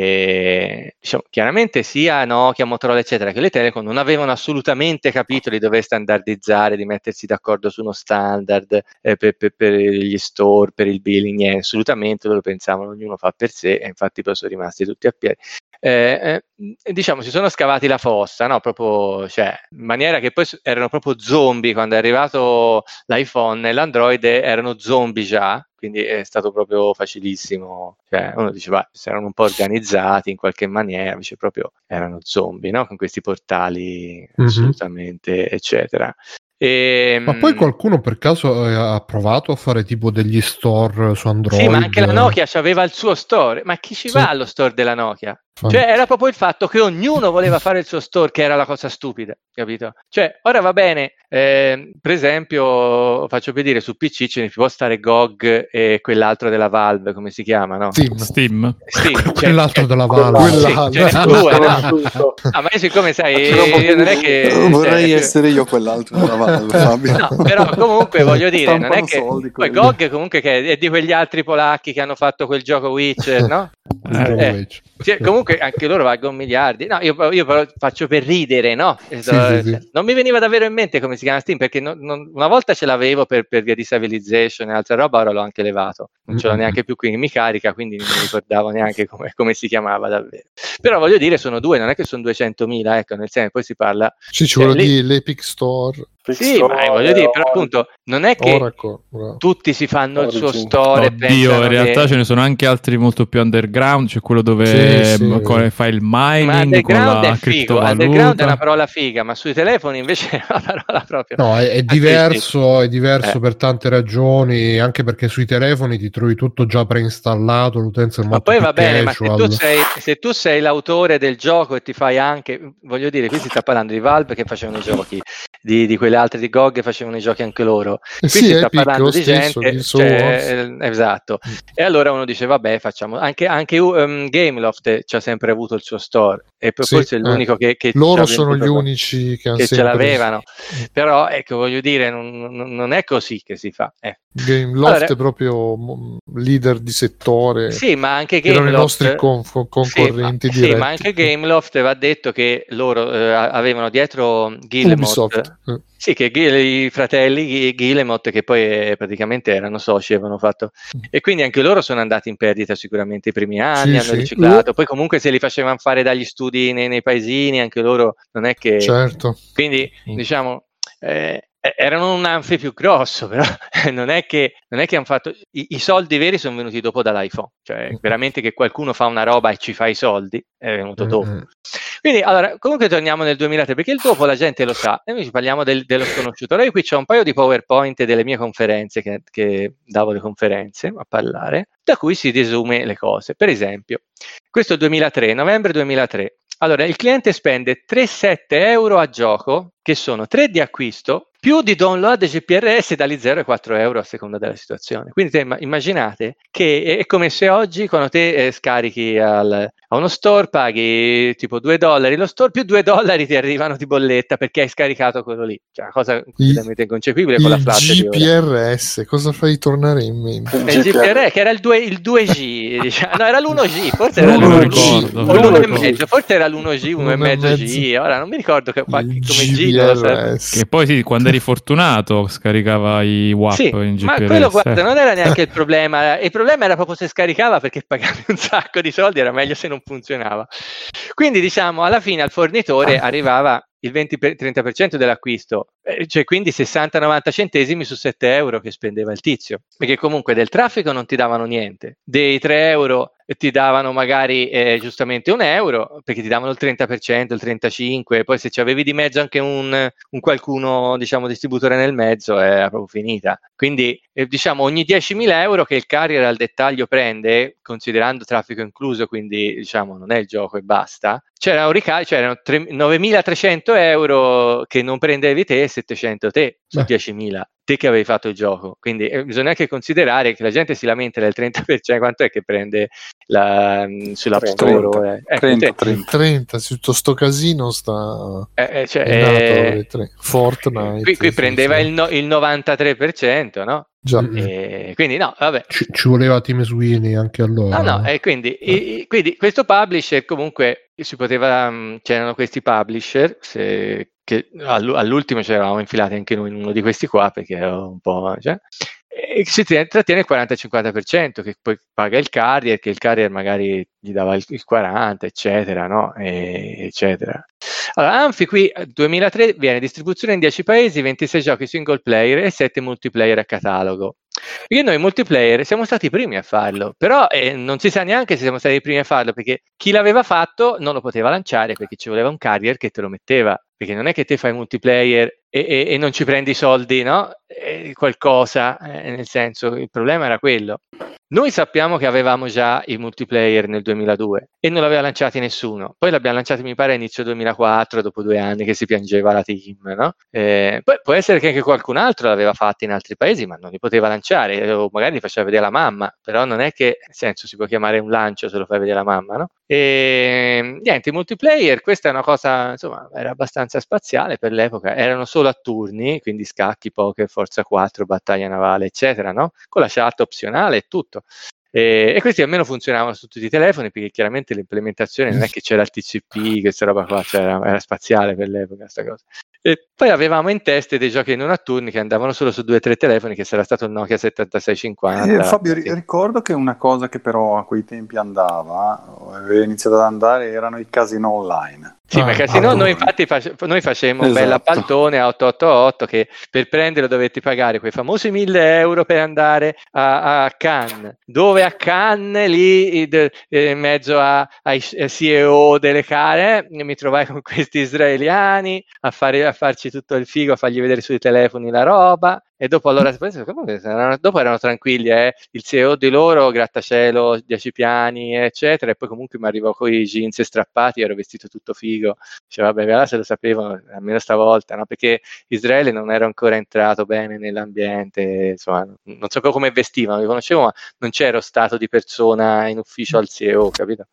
E diciamo, chiaramente sia Nokia, Motorola eccetera che le Telecom non avevano assolutamente capito di dover standardizzare, di mettersi d'accordo su uno standard per gli store, per il billing, niente, assolutamente, loro pensavano ognuno fa per sé, e infatti poi sono rimasti tutti a piedi. Diciamo si sono scavati la fossa, no? Proprio, cioè, in maniera che poi erano proprio zombie quando è arrivato l'iPhone, e l'Android erano zombie già, quindi è stato proprio facilissimo, cioè uno diceva si erano un po' organizzati in qualche maniera, invece proprio erano zombie, no? Con questi portali assolutamente eccetera. Ma poi qualcuno per caso ha provato a fare tipo degli store su Android? Sì, ma anche la Nokia aveva il suo store, ma chi ci va allo store della Nokia? Cioè era proprio il fatto che ognuno voleva fare il suo store, che era la cosa stupida, capito? Cioè ora va bene, per esempio faccio per dire, su PC ce ne può stare GOG e quell'altro della Valve, come si chiama, no? Steam. Quell'altro della Valve. Ma io siccome sai, non è che vorrei essere io quell'altro della Valve, Fabio. No, però comunque voglio dire, non è che soldi, poi GOG comunque che è di quegli altri polacchi che hanno fatto quel gioco Witcher, no? Cioè, comunque anche loro valgono miliardi. No, io però faccio per ridere, no? Sì. Non mi veniva davvero in mente come si chiama Steam, perché una volta ce l'avevo per via di stabilization e altra roba, ora l'ho anche levato. Non ce l'ho neanche più qui che mi carica, quindi non mi ricordavo neanche come si chiamava davvero. Però voglio dire, sono due, non è che sono 200.000, ecco, nel senso, poi si parla... Sì, ci vuole dire l'Epic Store. Sì, ma voglio dire, però appunto non è che tutti si fanno il suo store. Oddio, in realtà ce ne sono anche altri molto più underground, c'è quello dove fai il mining, ma underground con la è figo, criptovaluta. underground è una parola figa, ma sui telefoni invece è una parola proprio. No, è diverso per tante ragioni, anche perché sui telefoni ti trovi tutto già preinstallato, l'utenza è molto più casual. Bene, ma se tu sei l'autore del gioco e ti fai anche, voglio dire, qui si sta parlando di Valve che facevano i giochi, di quelle altre di GOG facevano i giochi anche loro. Qui si sta parlando di gente, esatto. E allora uno dice vabbè, facciamo anche Gameloft ci ha sempre avuto il suo store e forse è l'unico che loro sono gli unici che ce l'avevano. Però ecco, voglio dire, non è così che si fa. Gameloft è proprio leader di settore. Sì, ma anche Gameloft erano i nostri concorrenti diretti. Sì, ma anche Gameloft va detto che loro avevano dietro Guillemot. Sì, che i fratelli Guillemot, che poi praticamente erano soci, avevano fatto, e quindi anche loro sono andati in perdita sicuramente i primi anni, hanno riciclato, poi comunque se li facevano fare dagli studi nei paesini, anche loro non è che... Certo. Quindi diciamo... erano un anfi più grosso, però non è che hanno fatto i soldi veri sono venuti dopo dall'iPhone, cioè veramente che qualcuno fa una roba e ci fa i soldi è venuto dopo. Quindi allora comunque torniamo nel 2003, perché il dopo la gente lo sa e noi ci parliamo dello sconosciuto. Allora io qui c'ho un paio di PowerPoint delle mie conferenze che davo le conferenze a parlare, da cui si riesume le cose. Per esempio, questo è il 2003, novembre 2003. Allora, il cliente spende 3,7 euro a gioco, che sono 3 di acquisto, più di download GPRS dagli 0 ai 4 euro a seconda della situazione. Quindi te immaginate che è come se oggi quando te scarichi a uno store paghi tipo $2 lo store, più $2 ti arrivano di bolletta perché hai scaricato quello lì. Cioè una cosa completamente inconcepibile con la flash GPRS, cosa fai tornare in mente? Il GPRS che era il 2G, diciamo. No, era l'1G, forse era l'1G o l'1,5, forse era l'1G, 1,5G, ora non mi ricordo come G. Che poi sì, quando eri fortunato scaricava i WAP in GPRS. Ma quello guarda, non era neanche il problema era proprio se scaricava, perché pagavi un sacco di soldi, era meglio se non funzionava. Quindi diciamo alla fine al fornitore arrivava il 20-30% dell'acquisto, cioè quindi 60-90 centesimi su 7 euro che spendeva il tizio, perché comunque del traffico non ti davano niente, dei 3 euro ti davano magari giustamente un euro, perché ti davano il 30%, il 35%, poi se ci avevi di mezzo anche un qualcuno, diciamo, distributore nel mezzo, era proprio finita. Quindi diciamo ogni 10.000 euro che il carrier al dettaglio prende, considerando traffico incluso, quindi diciamo non è il gioco e basta, c'era un c'erano 9.300 euro che non prendevi te e 700 te su 10.000 te che avevi fatto il gioco. Quindi bisogna anche considerare che la gente si lamenta del 30%, quanto è che prende sull'App Store? 30 su tutto sto casino sta Fortnite qui prendeva il 93%, no? Già. Quindi no, vabbè. Ci voleva Tim Sweeney anche allora. No, e quindi questo publisher comunque si poteva, c'erano questi publisher che all'ultimo ci eravamo infilati anche noi in uno di questi qua, perché era un po', cioè, e si trattiene il 40-50%, che poi paga il carrier, che il carrier magari gli dava il 40, eccetera, no? Eccetera. Allora, Anfi qui 2003 viene distribuzione in 10 paesi, 26 giochi single player e 7 multiplayer a catalogo. Perché noi multiplayer siamo stati i primi a farlo, però non si sa neanche se siamo stati i primi a farlo, perché chi l'aveva fatto non lo poteva lanciare perché ci voleva un carrier che te lo metteva, perché non è che te fai multiplayer e non ci prendi i soldi, no? Qualcosa, nel senso, il problema era quello. Noi sappiamo che avevamo già i multiplayer nel 2002 e non l'aveva lanciati nessuno. Poi l'abbiamo lanciati, mi pare, a inizio 2004, dopo 2 anni che si piangeva la team, no? Poi può essere che anche qualcun altro l'aveva fatto in altri paesi, ma non li poteva lanciare, o magari li faceva vedere la mamma, però non è che, nel senso, si può chiamare un lancio se lo fai vedere la mamma, no? E niente, i multiplayer, questa è una cosa, insomma, era abbastanza spaziale per l'epoca, erano solo a turni, quindi scacchi, poker, Forza 4, battaglia navale, eccetera, no? Con la chat opzionale e tutto. E questi almeno funzionavano su tutti i telefoni, perché chiaramente l'implementazione non è che c'era il TCP, questa roba qua, cioè era spaziale per l'epoca sta cosa. E poi avevamo in testa dei giochi non a turni che andavano solo su 2 o 3 telefoni, che sarà stato il Nokia 7650. Fabio, ricordo che una cosa che però a quei tempi aveva iniziato ad andare, erano i casino online. Sì, ma casino, noi infatti noi facemmo un bel appaltone a 888 che per prenderlo dovetti pagare quei famosi 1.000 euro per andare a Cannes, dove a Cannes lì in mezzo ai CEO delle care mi trovai con questi israeliani a farci tutto il figo, a fargli vedere sui telefoni la roba. E dopo allora dopo erano tranquilli, il CEO di loro, grattacielo, 10 piani, eccetera, e poi comunque mi arrivò con i jeans strappati, ero vestito tutto figo, diceva vabbè, là se lo sapevano, almeno stavolta, no? Perché Israele non era ancora entrato bene nell'ambiente, insomma, non sapevo come vestivano, li conoscevo, ma non c'ero stato di persona in ufficio al CEO, capito?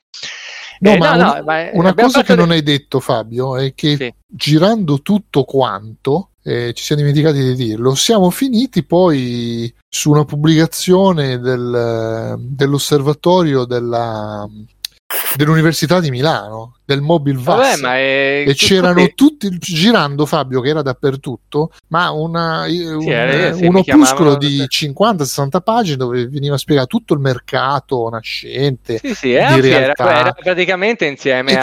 Una cosa che non hai detto, Fabio, è che sì, girando tutto quanto, ci siamo dimenticati di dirlo, siamo finiti poi su una pubblicazione dell'osservatorio dell'Università di Milano, del Mobile VAS. Vabbè, e c'erano tutti girando, Fabio, che era dappertutto, ma un opuscolo di 50-60 pagine dove veniva spiegato tutto il mercato nascente di realtà. Era praticamente insieme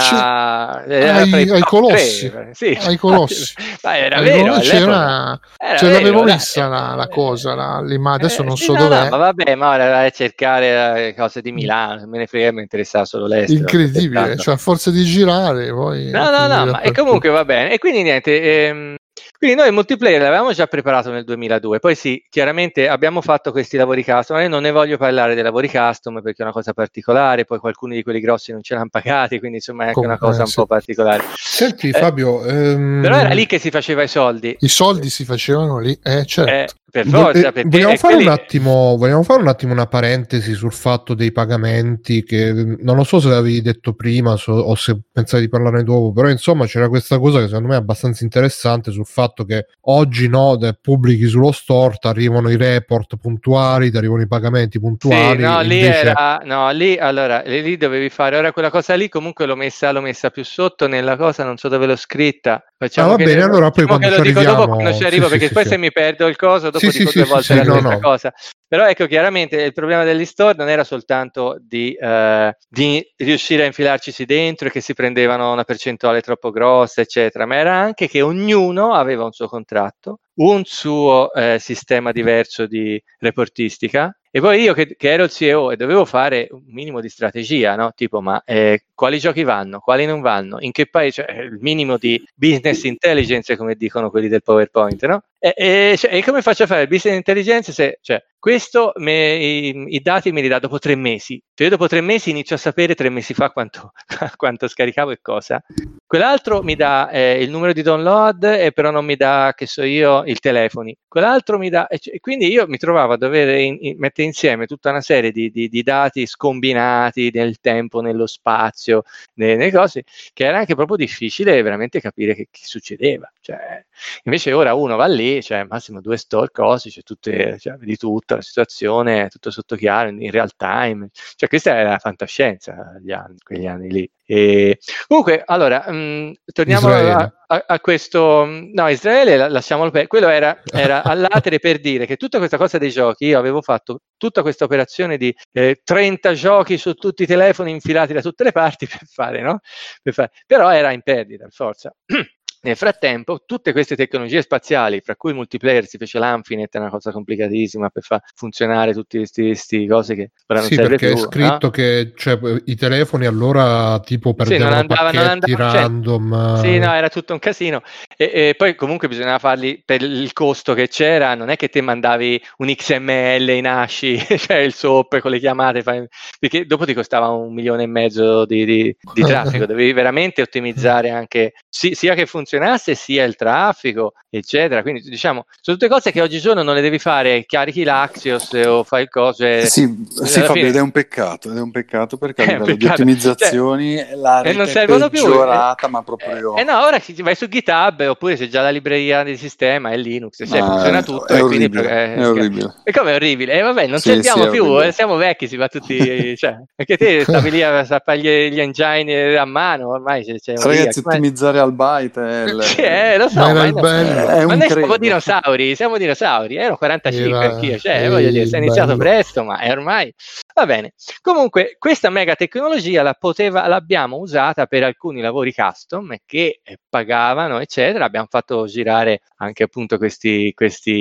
ai colossi. Sì, ai colossi. Era vero, l'avevo messa la cosa, l'immagine, adesso non so dov'è. Ma vabbè, ma ora vai a cercare le cose di Milano, me ne frega, mi interessava solo l'estero. Incredibile, cioè a forza di girare poi no, ma e comunque va bene. E quindi niente, quindi noi il multiplayer l'avevamo già preparato nel 2002, poi sì, chiaramente abbiamo fatto questi lavori custom, io non ne voglio parlare dei lavori custom perché è una cosa particolare, poi qualcuno di quelli grossi non ce l'hanno pagati, quindi insomma è anche una cosa un po' particolare. Senti Fabio, però era lì che si faceva i soldi. I soldi si facevano lì, certo. Per forza, vogliamo fare un attimo una parentesi sul fatto dei pagamenti, che non lo so se l'avevi detto prima o se pensavi di parlarne dopo, però insomma c'era questa cosa che secondo me è abbastanza interessante sul fatto che oggi pubblichi sullo store, ti arrivano i report puntuali, ti arrivano i pagamenti puntuali. Sì, lì dovevi fare ora quella cosa lì, comunque l'ho messa più sotto nella cosa, non so dove l'ho scritta. Facciamo va bene, allora poi quando ci arriviamo, dopo quando ci arrivo, perché poi se mi perdo il coso dopo dico 2 volte la stessa cosa. Però ecco, chiaramente il problema degli store non era soltanto di riuscire a infilarcisi dentro e che si prendevano una percentuale troppo grossa, eccetera, ma era anche che ognuno aveva un suo contratto, un suo sistema diverso di reportistica. E poi io che ero il CEO e dovevo fare un minimo di strategia, no? Tipo, ma quali giochi vanno, quali non vanno, in che paese, cioè, il minimo di business intelligence, come dicono quelli del PowerPoint, no? E come faccio a fare il business intelligence se, cioè, questo i dati me li dà dopo 3 mesi. Cioè io dopo 3 mesi inizio a sapere 3 mesi fa quanto scaricavo e cosa. Quell'altro mi dà il numero di download e però non mi dà, che so io, il telefoni. Quell'altro mi dà, e quindi io mi trovavo a dover mettere insieme tutta una serie di dati scombinati nel tempo, nello spazio, nelle cose, che era anche proprio difficile veramente capire che succedeva. Cioè, invece ora uno va lì, cioè massimo 2 store cose, cioè vedi tutta la situazione, tutto sotto chiaro, in real time, cioè questa era la fantascienza quegli anni lì. E comunque, allora, torniamo a questo. No, Israele lasciamolo per quello, era all'atere per dire che tutta questa cosa dei giochi, io avevo fatto tutta questa operazione di 30 giochi su tutti i telefoni infilati da tutte le parti per fare, no? Però era in perdita, per forza. nel frattempo tutte queste tecnologie spaziali, fra cui il multiplayer, si fece l'Infinite, è una cosa complicatissima per far funzionare tutte queste cose che ora non serve perché più, è scritto, no? che i telefoni allora tipo perdevano pacchetti random. Sì, no, era tutto un casino e poi comunque bisognava farli per il costo che c'era, non è che te mandavi un XML in ASCII, cioè il SOAP con le chiamate, perché dopo ti costava 1,5 milioni di traffico, dovevi veramente ottimizzare anche sia che funzionasse sia il traffico, eccetera. Quindi diciamo sono tutte cose che oggigiorno non le devi fare, carichi l'Axios o fai il coso. Sì, Fabio, ed è un peccato perché a livello di ottimizzazioni la rete non è servono peggiorata, ma proprio... no, ora vai su GitHub oppure c'è già la libreria di sistema, è Linux, cioè funziona tutto. È e orribile, quindi, è orribile. E come è orribile? Vabbè, non Sì, sentiamo sì, più, siamo vecchi, si va tutti, cioè, anche te stavi lì a fare gli engine a mano, ormai c'è ragazzi, ottimizzare al byte lo so, ma noi siamo dinosauri, ero 45 anch'io, voglio dire, si è iniziato presto, ma è ormai... Va bene, comunque questa mega tecnologia l'abbiamo usata per alcuni lavori custom che pagavano, eccetera. Abbiamo fatto girare anche appunto questi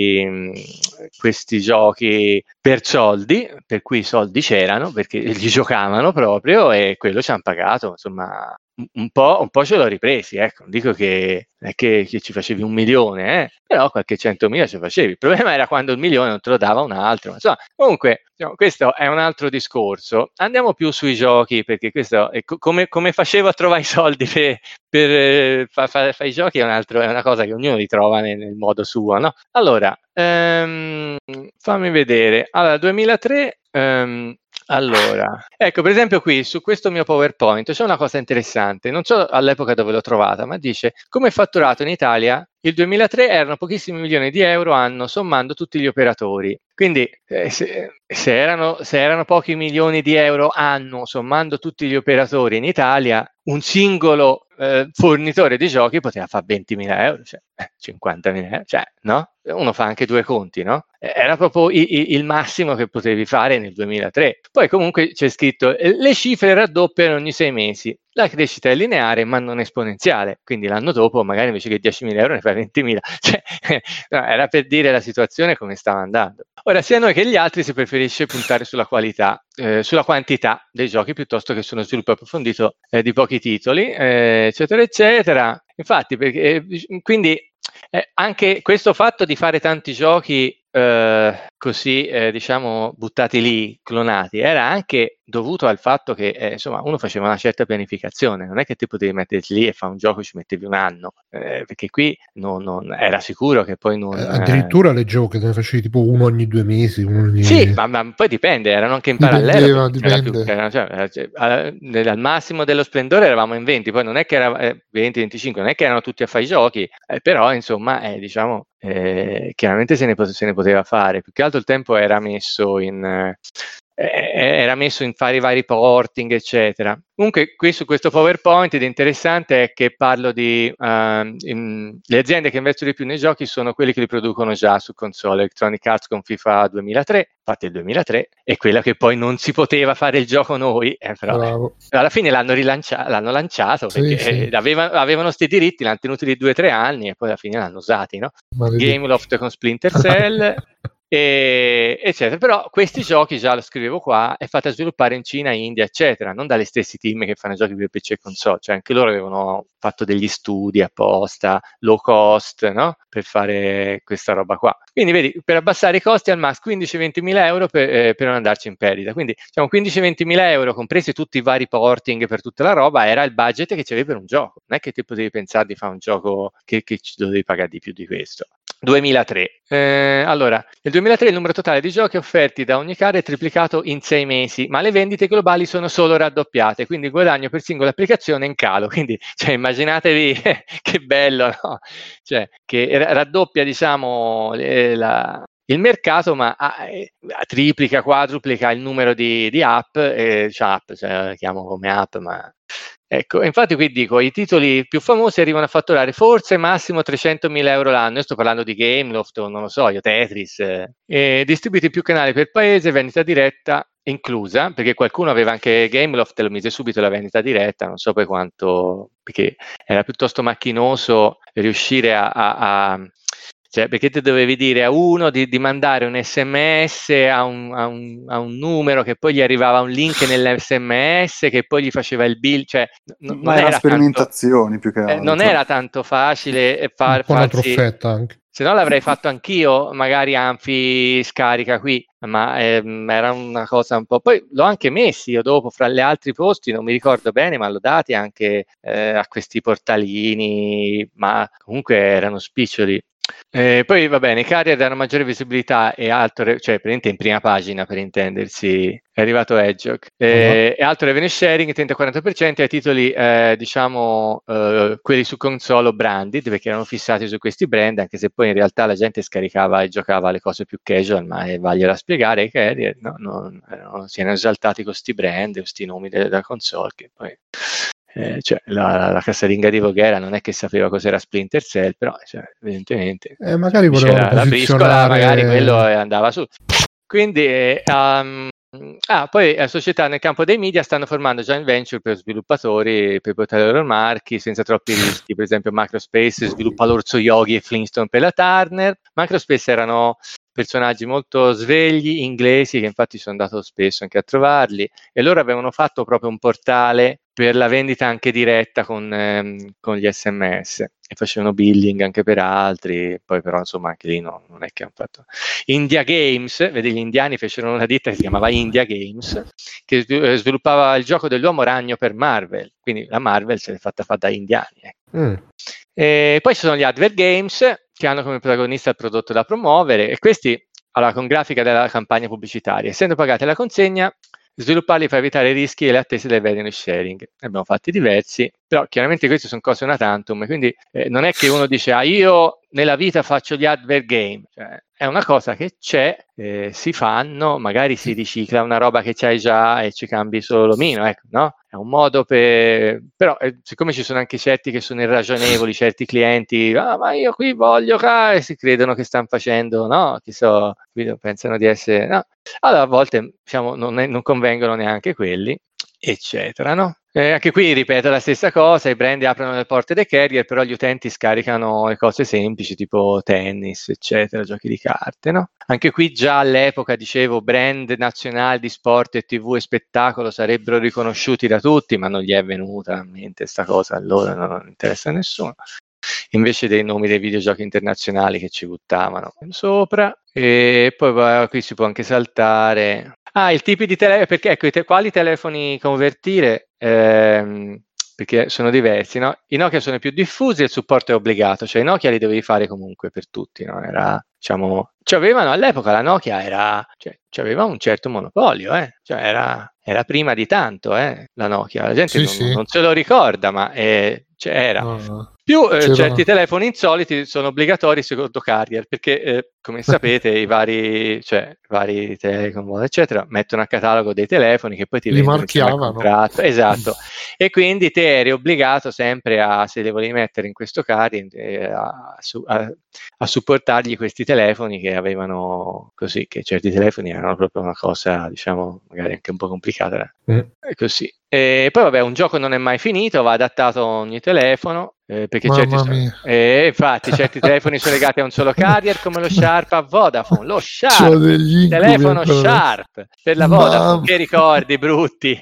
giochi per soldi, per cui i soldi c'erano, perché li giocavano proprio e quello ci hanno pagato, insomma... Un po' ce l'ho ripresi, ecco, non dico che ci facevi 1 milione, però qualche 100.000 ci facevi. Il problema era quando il milione non te lo dava un altro. Insomma, comunque, questo è un altro discorso. Andiamo più sui giochi, perché questo è come facevo a trovare i soldi per fare i giochi, è una cosa che ognuno li trova nel modo suo, no? Allora, fammi vedere. Allora, 2003... Allora, ecco, per esempio qui su questo mio PowerPoint c'è una cosa interessante, non so all'epoca dove l'ho trovata, ma dice: come fatturato in Italia il 2003 erano pochissimi milioni di euro anno sommando tutti gli operatori. Quindi se erano pochi milioni di euro anno sommando tutti gli operatori in Italia, un singolo fornitore di giochi poteva fare 20.000 euro, cioè 50.000 euro, cioè, no? Uno fa anche due conti, no? Era proprio il massimo che potevi fare nel 2003. Poi comunque c'è scritto: le cifre raddoppiano ogni 6 mesi. La crescita è lineare ma non esponenziale, quindi l'anno dopo magari invece che 10.000 euro ne fai 20.000. Cioè, no, era per dire la situazione come stava andando. Ora, sia noi che gli altri si preferisce puntare sulla qualità, sulla quantità dei giochi piuttosto che su uno sviluppo approfondito di pochi titoli, eccetera, eccetera. Infatti, quindi anche questo fatto di fare tanti giochi così diciamo buttati lì, clonati, era anche dovuto al fatto che insomma uno faceva una certa pianificazione, non è che ti potevi metterti lì e fare un gioco e ci mettevi un anno, perché qui non era sicuro che poi non... addirittura leggevo che te ne facevi tipo uno ogni 2 mesi. Sì, ma poi dipende, erano anche in parallelo. Al massimo dello splendore eravamo in 20, poi non è che era 20-25, non è che erano tutti a fare i giochi, però insomma diciamo chiaramente se ne poteva fare. Più che altro il tempo era messo in fare i vari porting, eccetera. Comunque qui su questo PowerPoint ed interessante è che parlo di le aziende che investono di più nei giochi sono quelli che li producono già su console. Electronic Arts con FIFA 2003, infatti il 2003, e quella che poi non si poteva fare il gioco noi, però alla fine l'hanno lanciato perché avevano sti diritti, l'hanno tenuti di 2-3 anni e poi alla fine l'hanno usati, no? Gameloft con Splinter Cell eccetera. Però questi giochi, già lo scrivevo qua, è fatta sviluppare in Cina, India, eccetera, non dalle stesse team che fanno giochi per PC e console, cioè anche loro avevano fatto degli studi apposta, low cost, no? Per fare questa roba qua. Quindi vedi, per abbassare i costi al max 15-20 mila euro per non andarci in perdita. Quindi diciamo 15-20 mila euro, compresi tutti i vari porting per tutta la roba, era il budget che c'avevi per un gioco. Non è che ti potevi pensare di fare un gioco che ci dovevi pagare di più di questo. 2003. Allora, nel 2003 il numero totale di giochi offerti da ogni cara è triplicato in 6 mesi, ma le vendite globali sono solo raddoppiate, quindi il guadagno per singola applicazione è in calo. Quindi, cioè, immaginatevi che bello, no? Cioè, che raddoppia, diciamo, il mercato, ma triplica, quadruplica il numero di app, cioè la chiamo come app, ma... Ecco, infatti qui dico, i titoli più famosi arrivano a fatturare forse massimo 300.000 euro l'anno. Io sto parlando di Gameloft o non lo so, io Tetris, distribuiti in più canali per paese, vendita diretta inclusa, perché qualcuno aveva anche Gameloft e lo mise subito la vendita diretta, non so poi quanto, perché era piuttosto macchinoso riuscire cioè, perché te dovevi dire a uno di mandare un SMS a un numero, che poi gli arrivava un link nell'SMS che poi gli faceva il bill, cioè non era era sperimentazioni più che altro. non era tanto facile un po' una truffetta anche. Se no l'avrei fatto anch'io, magari Anfi scarica qui, ma era una cosa un po'. Poi l'ho anche messi io dopo fra gli altri posti, non mi ricordo bene, ma l'ho dati anche a questi portalini, ma comunque erano spiccioli. Poi va bene, i carrier danno maggiore visibilità e altro, cioè praticamente in prima pagina, per intendersi, è arrivato Hedgehog, e altro revenue sharing 30-40% ai titoli diciamo quelli su console o branded, perché erano fissati su questi brand, anche se poi in realtà la gente scaricava e giocava le cose più casual, ma vagliela spiegare, i carrier si erano esaltati con questi brand, questi nomi della console, che poi cioè la casalinga di Voghera non è che sapeva cos'era Splinter Cell, però cioè, evidentemente magari volevano la briscola, magari quello andava su. Quindi poi la società nel campo dei media stanno formando joint venture per sviluppatori per portare i loro marchi senza troppi rischi. Per esempio Macrospace sviluppa l'Orso Yogi e Flintstone per la Turner. Macrospace erano personaggi molto svegli, inglesi, che infatti sono andato spesso anche a trovarli, e loro avevano fatto proprio un portale per la vendita anche diretta con gli SMS, e facevano billing anche per altri. Poi però insomma anche lì non è che hanno fatto. India Games, vedi, gli indiani fecero una ditta che si chiamava India Games, che sviluppava il gioco dell'uomo ragno per Marvel, quindi la Marvel se l'è fatta fare da indiani. E poi ci sono gli Advert Games, che hanno come protagonista il prodotto da promuovere, e questi con grafica della campagna pubblicitaria, essendo pagati alla consegna, svilupparli per evitare i rischi e le attese del revenue sharing. Ne abbiamo fatti diversi, però chiaramente queste sono cose una tantum, quindi non è che uno dice io nella vita faccio gli advert game, cioè, è una cosa che c'è, si fanno, magari si ricicla una roba che c'hai già e ci cambi solo l'omino, ecco, no? È un modo però siccome ci sono anche certi che sono irragionevoli, certi clienti, ma io qui voglio e si credono che stanno facendo, no? Pensano di essere, no? Allora a volte diciamo, non convengono neanche quelli, eccetera, no? Anche qui ripeto la stessa cosa, i brand aprono le porte dei carrier, però gli utenti scaricano le cose semplici tipo tennis, eccetera, giochi di carte, no? Anche qui già all'epoca dicevo brand nazionali di sport e TV e spettacolo sarebbero riconosciuti da tutti, ma non gli è venuta a mente sta cosa, allora non interessa a nessuno. Invece dei nomi dei videogiochi internazionali che ci buttavano sopra. E poi qui si può anche saltare i tipi di telefono, perché ecco quali telefoni convertire, perché sono diversi, no? I Nokia sono i più diffusi e il supporto è obbligato, cioè i Nokia li dovevi fare comunque per tutti, no? Era, diciamo, all'epoca la Nokia aveva un certo monopolio, cioè era prima di tanto, la Nokia, la gente non se lo ricorda, ma era. No. Più certi telefoni insoliti sono obbligatori secondo carrier, perché come sapete i vari Telecom eccetera mettono a catalogo dei telefoni che poi ti li vendono marchiavano. Esatto, e quindi te eri obbligato sempre se li volevi mettere in questo carrier a supportargli questi telefoni che avevano così, che certi telefoni erano proprio una cosa diciamo magari anche un po' complicata, così. E poi vabbè, un gioco non è mai finito, va adattato a ogni telefono, perché infatti certi telefoni sono legati a un solo carrier, come lo Sharp a Vodafone, lo Sharp, telefono Sharp per la Vodafone, che ricordi brutti.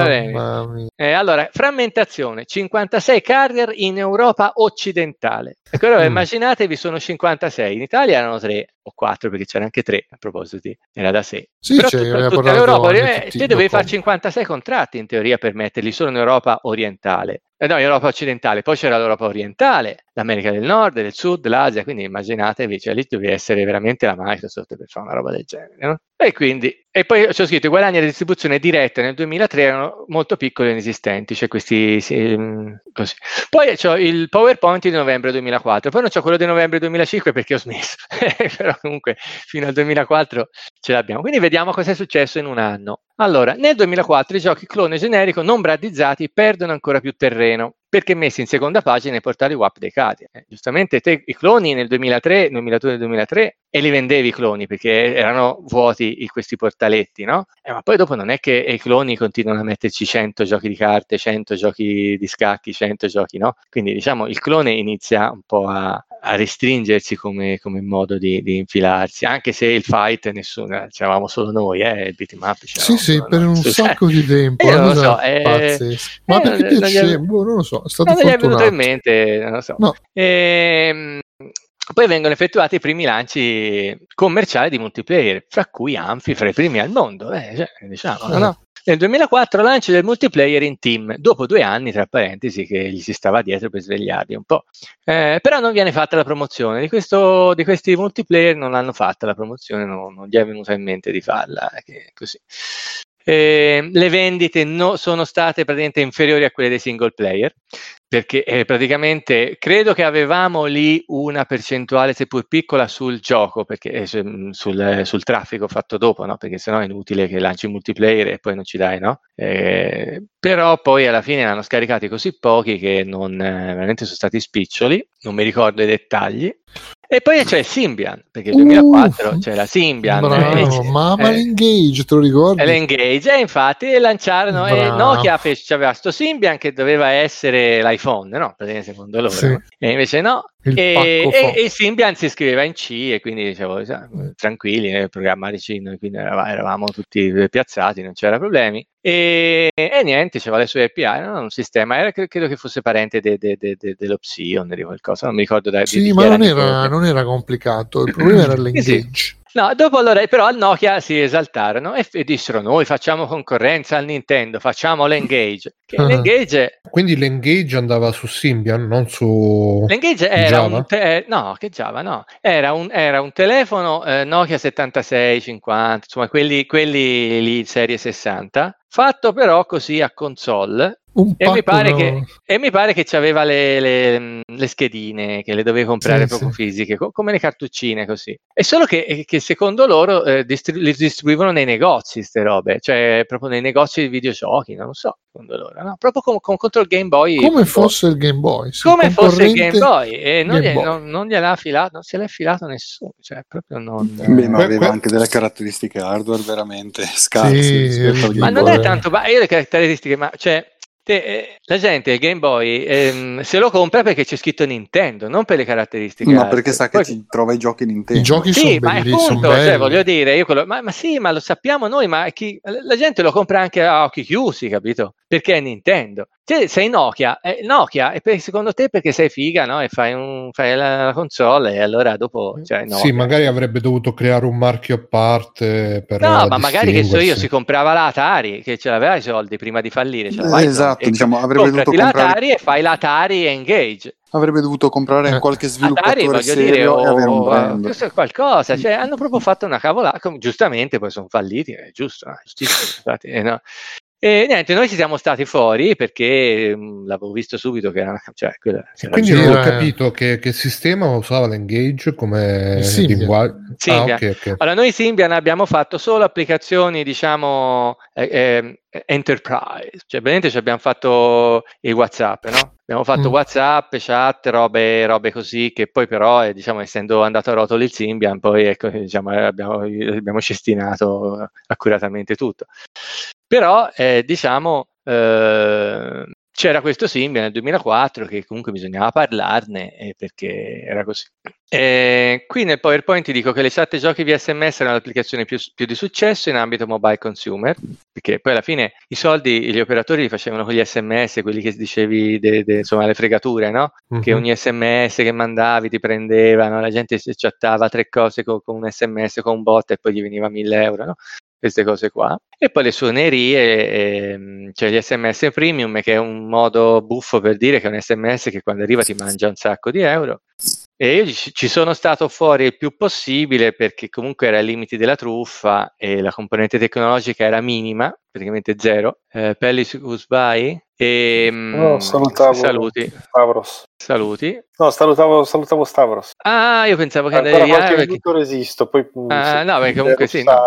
Allora, frammentazione, 56 carrier in Europa occidentale. Ecco, allora, immaginatevi, sono 56, in Italia erano 3 o 4, perché c'era anche 3 a proposito, era da 6. Sì, però tutta l'Europa, te dovevi fare 56 contratti in teoria per metterli solo in Europa orientale. No, in Europa occidentale, poi c'era l'Europa orientale, l'America del Nord, del Sud, l'Asia, quindi immaginatevi, cioè lì dovevi essere veramente la Microsoft per fare una roba del genere, no? E poi c'ho scritto i guadagni di distribuzione diretta nel 2003 erano molto piccoli e inesistenti, cioè questi così. Poi c'ho il PowerPoint di novembre 2004, poi non c'ho quello di novembre 2005 perché ho smesso, però comunque fino al 2004 ce l'abbiamo. Quindi vediamo cosa è successo in un anno. Allora, nel 2004 i giochi clone generico non brandizzati perdono ancora più terreno, perché messi in seconda pagina nei portali WAP dei carrier. Giustamente te i cloni nel 2003, 2002 e 2003 e li vendevi i cloni perché erano vuoti questi portali. mortaletti, no? Ma poi dopo non è che i cloni continuano a metterci 100 giochi di carte, 100 giochi di scacchi, 100 giochi, no? Quindi diciamo il clone inizia un po' a restringersi come modo di infilarsi, anche se il fight nessuno, c'eravamo solo noi, il beat'em up sì, per un sacco di tempo. Non lo so, ma perché piaceva? Non lo so, è stato non fortunato. Non gli è venuto in mente, non lo so. No. Poi vengono effettuati i primi lanci commerciali di multiplayer, fra cui Amphi, fra i primi al mondo, diciamo, no? Nel 2004 lancio del multiplayer in team, dopo 2 anni, tra parentesi, che gli si stava dietro per svegliarli un po'. Però non viene fatta la promozione, di questi multiplayer non l'hanno fatta la promozione, non gli è venuta in mente di farla, così. Le vendite sono state praticamente inferiori a quelle dei single player, perché praticamente credo che avevamo lì una percentuale seppur piccola sul gioco, perché sul traffico fatto dopo, no? Perché sennò è inutile che lanci il multiplayer e poi non ci dai, no? Però poi alla fine hanno scaricati così pochi che veramente sono stati spiccioli, non mi ricordo i dettagli. E poi c'è Symbian, perché nel 2004 c'era Symbian. Bravo, mamma l'Engage, te lo ricordi? L'Engage, infatti lanciarono, Nokia aveva sto Symbian che doveva essere l'iPhone, no? Secondo loro, sì. No? E invece no. E Symbian si scriveva in C e quindi dicevo, tranquilli nel programmare C, noi quindi eravamo tutti piazzati, non c'era problemi. E niente, c'era le sue API, no? Un sistema, credo che fosse parente dello Psion, di qualcosa, non mi ricordo sì, ma non era complicato, il problema era l'Engage. Sì. No, dopo allora però al Nokia si esaltarono e dissero noi facciamo concorrenza al Nintendo, facciamo l'Engage. L'Engage... Quindi l'Engage andava su Symbian, non su l'Engage era Java? che Java no, era un telefono Nokia 7650, insomma quelli lì serie 60, fatto però così a console. E mi pare che c'aveva le schedine che le dovevi comprare proprio fisiche, come le cartuccine così. È solo che secondo loro le distribuivano nei negozi ste robe, cioè proprio nei negozi di videogiochi, non lo so, secondo loro, no? Proprio contro il Game Boy. Come fosse il Game Boy. Come fosse il Game Boy. E non gliel'ha filato, non se l'è filato nessuno, cioè proprio non... Beh, ma aveva anche delle caratteristiche hardware veramente scarse. Sì, ma non è tanto... io le caratteristiche, ma cioè... la gente il Game Boy se lo compra perché c'è scritto Nintendo, non per le caratteristiche. Ma perché sa che ci trova i giochi Nintendo. I giochi sì, sono ma bellissimi. appunto, cioè, voglio dire, ma sì, ma lo sappiamo noi, ma la gente lo compra anche a occhi chiusi, capito? Perché è Nintendo. Cioè, sei Nokia e secondo te perché sei figa, no? E fai la console e allora dopo, cioè, Nokia. Sì, magari avrebbe dovuto creare un marchio a parte per no, ma magari che so io si comprava l'Atari, che ce l'aveva i soldi prima di fallire, esatto, diciamo, avrebbe dovuto comprare l'Atari e fai l'Atari Engage. Avrebbe dovuto comprare qualche sviluppatore Atari, serio e avere un brand. Questo è qualcosa, cioè hanno proprio fatto una cavolata, giustamente poi sono falliti, è giusto, giustissimo, no? E niente, noi ci siamo stati fuori perché l'avevo visto subito che era, cioè, quindi non ho capito che sistema usava l'Engage come linguaggio. Okay. Allora noi Symbian abbiamo fatto solo applicazioni, diciamo, enterprise, cioè veramente abbiamo fatto il WhatsApp, no? Abbiamo fatto WhatsApp, chat, robe così, che poi però, diciamo, essendo andato a rotolo il Symbian, poi ecco, diciamo, abbiamo cestinato accuratamente tutto. Però, diciamo, c'era questo Symbian nel 2004 che comunque bisognava parlarne perché era così. Qui nel PowerPoint ti dico che le chat giochi via SMS erano l'applicazione più di successo in ambito mobile consumer, perché poi alla fine i soldi gli operatori li facevano con gli SMS, quelli che dicevi insomma le fregature, no? Che ogni SMS che mandavi ti prendevano, la gente chattava 3 cose con un SMS, con un bot e poi gli veniva 1.000 euro, no? Queste cose qua. E poi le suonerie, cioè gli SMS premium, che è un modo buffo per dire che è un SMS che quando arriva ti mangia un sacco di euro. E io ci sono stato fuori il più possibile perché comunque era ai limiti della truffa e la componente tecnologica era minima, praticamente zero. Pellis Goodbye e salutavo saluti. Stavros. Saluti. No, salutavo Stavros. Ah, io pensavo che ancora andavi qualche via minuto resisto, poi no, perché comunque sì, no.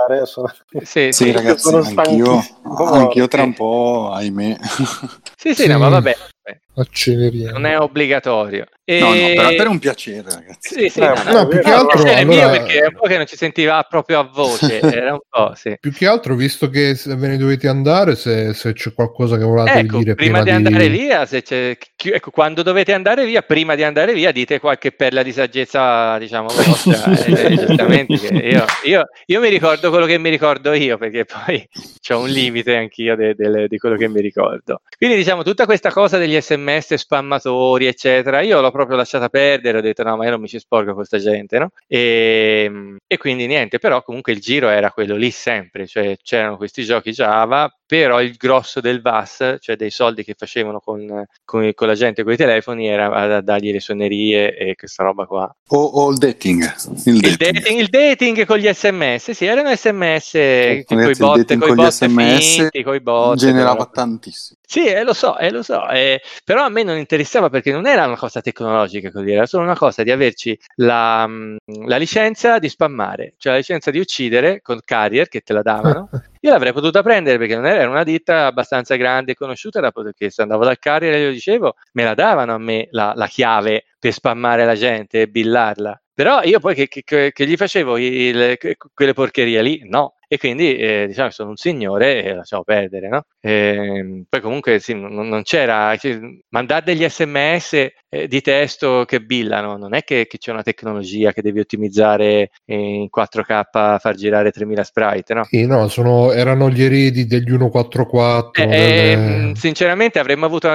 Sì, ragazzi, sono anch'io tra un po', ahimè. Sì, no, ma vabbè. Acceleriamo. Non è obbligatorio. No, però è un piacere, ragazzi. Sì, no, più che altro è mio, perché è un po' che non ci sentiva proprio a voce, era un po', sì. Più che altro, visto che ve ne dovete andare, se c'è qualcosa che volete dire prima di andare via, ecco, quando dovete andare via, prima di andare via, dite qualche perla di saggezza, diciamo, vostra, giustamente, che io mi ricordo quello che mi ricordo io, perché poi c'ho un limite anch'io di quello che mi ricordo. Quindi, diciamo, tutta questa cosa degli SMS spammatori, eccetera, io l'ho proprio lasciata perdere, ho detto no, ma io non mi ci sporco con questa gente, no? E quindi niente, però comunque il giro era quello lì sempre, cioè c'erano questi giochi Java, però il grosso del VAS, cioè dei soldi che facevano con la gente con i telefoni, era a dargli le suonerie e questa roba qua. O il dating. Il dating con gli SMS, sì, erano SMS con i bot, con gli SMS finti, coi bot, generava tantissimo. Sì, lo so, però a me non interessava, perché non era una cosa tecnologica così, era solo una cosa di averci la licenza di spammare, cioè la licenza di uccidere con Carrier che te la davano. Io l'avrei potuta prendere perché non era una ditta abbastanza grande e conosciuta, perché se andavo dal Carrier e glielo dicevo, me la davano a me la chiave per spammare la gente e billarla. Però io poi che gli facevo quelle porcherie lì, no. E quindi diciamo sono un signore e lasciamo perdere, no? Poi comunque sì, non c'era mandare degli SMS di testo che billano, non è che c'è una tecnologia che devi ottimizzare in 4K, far girare 3000 sprite, no? Sì, no, erano gli eredi degli 144. Sinceramente avremmo avuto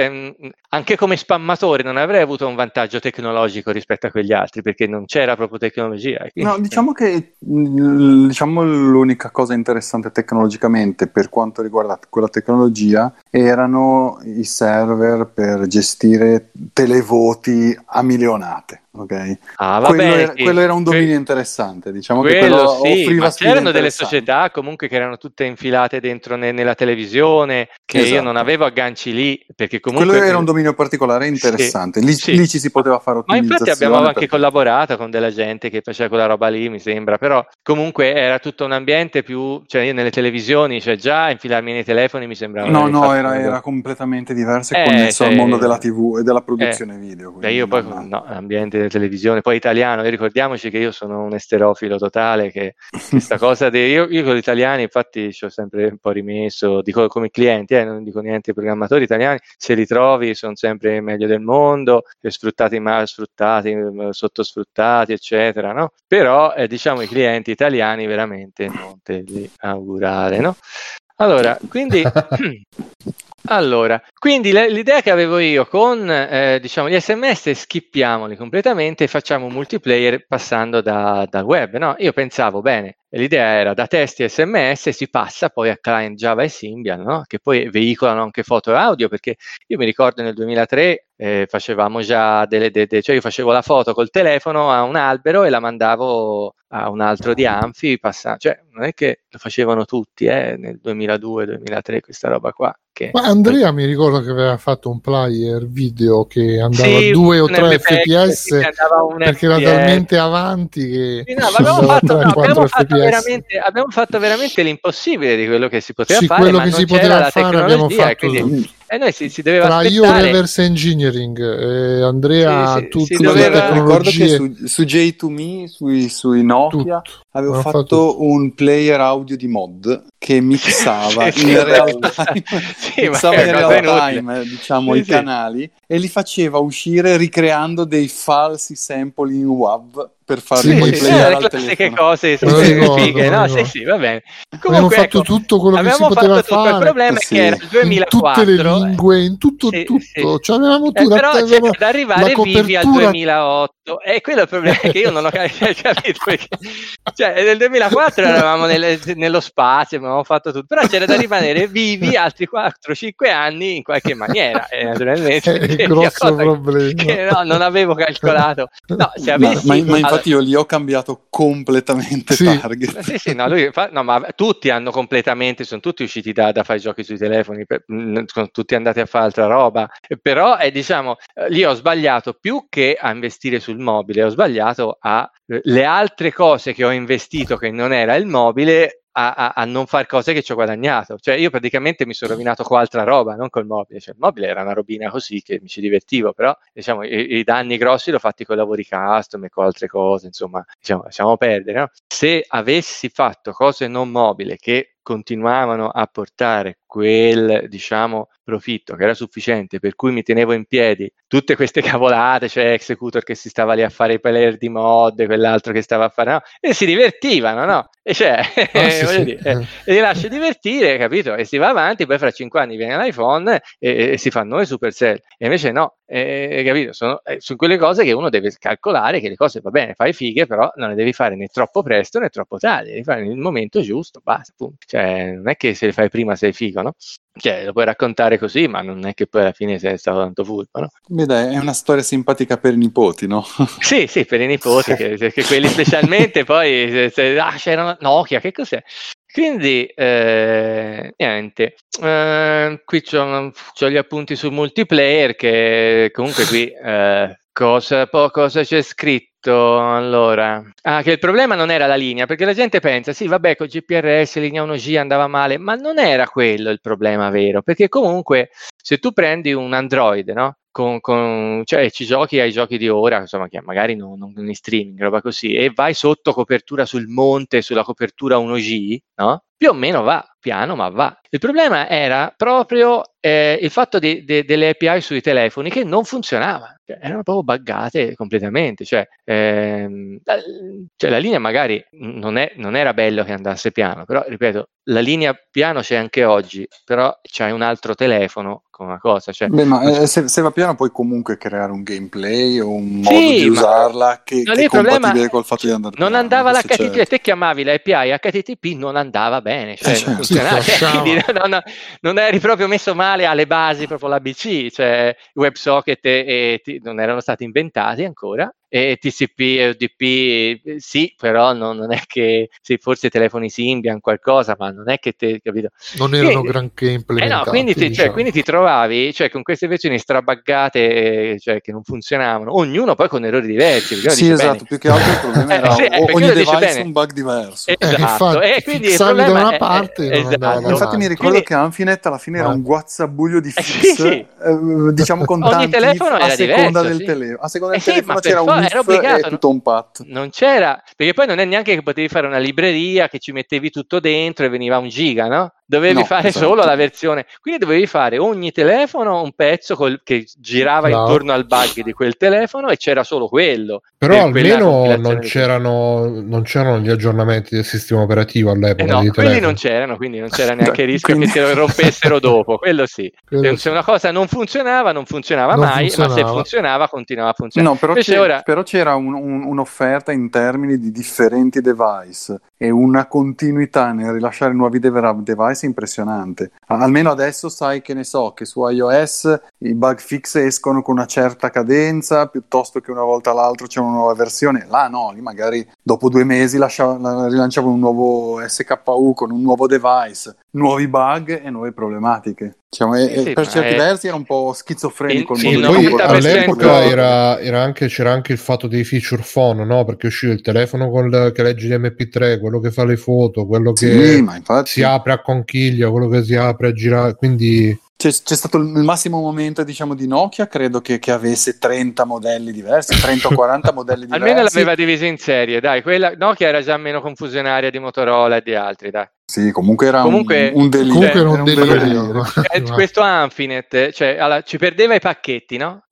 anche come spammatore non avrei avuto un vantaggio tecnologico rispetto a quegli altri, perché non c'era proprio tecnologia. Quindi, no, diciamo che l'unica cosa interessante tecnologicamente per quanto riguarda quella tecnologia erano i server per gestire televoti a milionate. Ok, quello era un dominio interessante, diciamo che quello sì, offriva ma c'erano delle società comunque che erano tutte infilate dentro nella televisione, che esatto. Io non avevo agganci lì, perché comunque quello era un dominio particolare interessante, sì, lì ci si poteva fare ottimizzazione. Ma infatti abbiamo anche collaborato con della gente che faceva quella roba lì, mi sembra, però comunque era tutto un ambiente più, cioè io nelle televisioni, cioè già infilarmi nei telefoni mi sembrava era completamente diverso e connesso al mondo della TV e della produzione video. Io poi l'ambiente della televisione, poi italiano, e ricordiamoci che io sono un esterofilo totale, che questa cosa io con gli italiani infatti ci ho sempre un po' rimesso, dico come clienti, non dico niente ai programmatori italiani, se li trovi sono sempre meglio del mondo, sfruttati, mal sfruttati, sottosfruttati, eccetera, no? Però diciamo i clienti italiani veramente non te li augurare, no? Allora, quindi l'idea che avevo io con diciamo gli SMS, skippiamoli completamente e facciamo un multiplayer passando dal web, no? Io pensavo, bene, l'idea era da testi SMS si passa poi a client Java e Symbian, no? Che poi veicolano anche foto e audio, perché io mi ricordo nel 2003 facevamo già cioè io facevo la foto col telefono a un albero e la mandavo a un altro di Amphi, cioè non è che lo facevano tutti nel 2002-2003 questa roba qua. Ma Andrea mi ricordo che aveva fatto un player video che andava a 2 o 3 fps perché era talmente avanti che abbiamo fatto veramente l'impossibile di quello che si poteva fare, quello ma che non si c'era poteva la fare abbiamo fatto quindi, noi si doveva tra aspettare. io reverse engineering Andrea tutte le tecnologie. Ricordo che su J2Me sui Nokia avevo fatto un player audio di mod che mixava in real time, diciamo, i canali e li faceva uscire ricreando dei falsi sample in WAV per farli poi playare al telefono. Cose fighe, no? Sì, va bene. Comunque, abbiamo fatto tutto quello che si poteva fare. Il problema è che era il 2004, in tutte le lingue, in tutto. Cioè, avevamo tutto, però c'è da arrivare vivi al 2008 e quello è il problema, che io non ho capito perché, cioè nel 2004 eravamo nello spazio, avevamo fatto tutto, però c'era da rimanere vivi altri 4-5 anni in qualche maniera, naturalmente è il grosso problema che no, non avevo calcolato. No, se avessi, ma infatti io lì ho cambiato completamente target. Sì, no, ma tutti hanno completamente, sono tutti usciti da fare giochi sui telefoni, sono tutti andati a fare altra roba, però diciamo, lì ho sbagliato più che a investire sul mobile, ho sbagliato a le altre cose che ho investito che non era il mobile, a non fare cose che ci ho guadagnato. Cioè io praticamente mi sono rovinato con altra roba, non col mobile. Cioè, il mobile era una robina così che mi ci divertivo, però diciamo i danni grossi l'ho fatti con lavori custom e con altre cose, insomma, diciamo, lasciamo perdere, no? Se avessi fatto cose non mobile che continuavano a portare quel, diciamo, profitto che era sufficiente, per cui mi tenevo in piedi tutte queste cavolate, cioè Executor che si stava lì a fare i player di mod, quell'altro che stava a fare, no? E si divertivano, no? E cioè, voglio dire, e li lascio divertire, capito? E si va avanti, poi fra 5 anni viene l'iPhone e si fa noi Supercell. E invece no, capito? Sono quelle cose che uno deve calcolare, che le cose, va bene, fai fighe, però non le devi fare né troppo presto né troppo tardi, devi fare nel momento giusto, basta, punto. Cioè, non è che se le fai prima sei figo, no? Cioè, lo puoi raccontare così, ma non è che poi alla fine sei stato tanto furbo, no? Beh, dai, è una storia simpatica per i nipoti, no? Sì, per i nipoti, che quelli specialmente poi c'era Nokia, che cos'è? Quindi, niente, qui c'ho gli appunti sul multiplayer, che comunque qui cosa c'è scritto? Allora, che il problema non era la linea, perché la gente pensa, sì, vabbè, con GPRS linea 1G andava male, ma non era quello il problema vero, perché comunque se tu prendi un Android, no? Cioè ci giochi ai giochi di ora, insomma, che magari non in streaming, roba così, e vai sotto copertura sul monte, sulla copertura 1G, no? Più o meno va, piano, ma va. Il problema era proprio il fatto delle API sui telefoni che non funzionavano, cioè, erano proprio buggate completamente, cioè la linea magari non era bello che andasse piano, però ripeto, la linea piano c'è anche oggi, però c'hai un altro telefono con una cosa. Cioè, beh, ma se va piano puoi comunque creare un gameplay o un modo di usarla che è compatibile col fatto di andare non piano. andava l'HTTP, te chiamavi l'API HTTP, non andava bene, cioè non funzionava, quindi non eri proprio messo male alle basi, proprio l'ABC, cioè WebSocket non erano stati inventati ancora, e TCP e UDP sì, però non è che sì, forse i telefoni Symbian qualcosa, ma non è che te, capito? Non erano granché implementati. Quindi ti trovavi, cioè, con queste versioni strabuggate, cioè, che non funzionavano, ognuno poi con errori diversi. Sì, esatto, più che altro il problema era ogni device un bug diverso. Esatto, e quindi il fissavi problema da una parte esatto. Infatti mi ricordo che Anfinet alla fine era un guazzabuglio di fix, diciamo con ogni tanti telefono a seconda del sì. telefono. A seconda del telefono c'era un era obbligato, e tutto un pat. Non c'era, perché poi non è neanche che potevi fare una libreria che ci mettevi tutto dentro e veniva 1 giga, no? Dovevi fare solo la versione, quindi dovevi fare ogni telefono un pezzo che girava intorno al bug di quel telefono e c'era solo quello. Però almeno non c'erano gli aggiornamenti del sistema operativo all'epoca. No, quelli non c'erano, quindi non c'era neanche il rischio che se lo rompessero dopo, quello sì. Se una cosa non funzionava mai, ma se funzionava continuava a funzionare. No, però c'era un'offerta in termini di differenti device e una continuità nel rilasciare nuovi device impressionante. Almeno adesso sai, che ne so, che su iOS i bug fix escono con una certa cadenza, piuttosto che una volta all'altro c'è una nuova versione. Là no, lì magari dopo 2 mesi rilanciavano un nuovo SKU con un nuavo device, nuovi bug e nuove problematiche. Diciamo, per certi versi era un po' schizofrenico il modo di poi all'epoca c'era anche il fatto dei feature phone, no? Perché usciva il telefono che legge gli MP3, quello che fa le foto, quello che si apre a conchiglia, quello che si apre a girare, quindi c'è stato il massimo momento, diciamo, di Nokia, credo che avesse 30 modelli diversi, 30 o 40 modelli diversi. Almeno l'aveva diviso in serie, dai, quella Nokia era già meno confusionaria di Motorola e di altri, dai. Sì, comunque era un delirio. Questo Anfinet, cioè, ci perdeva i pacchetti, no?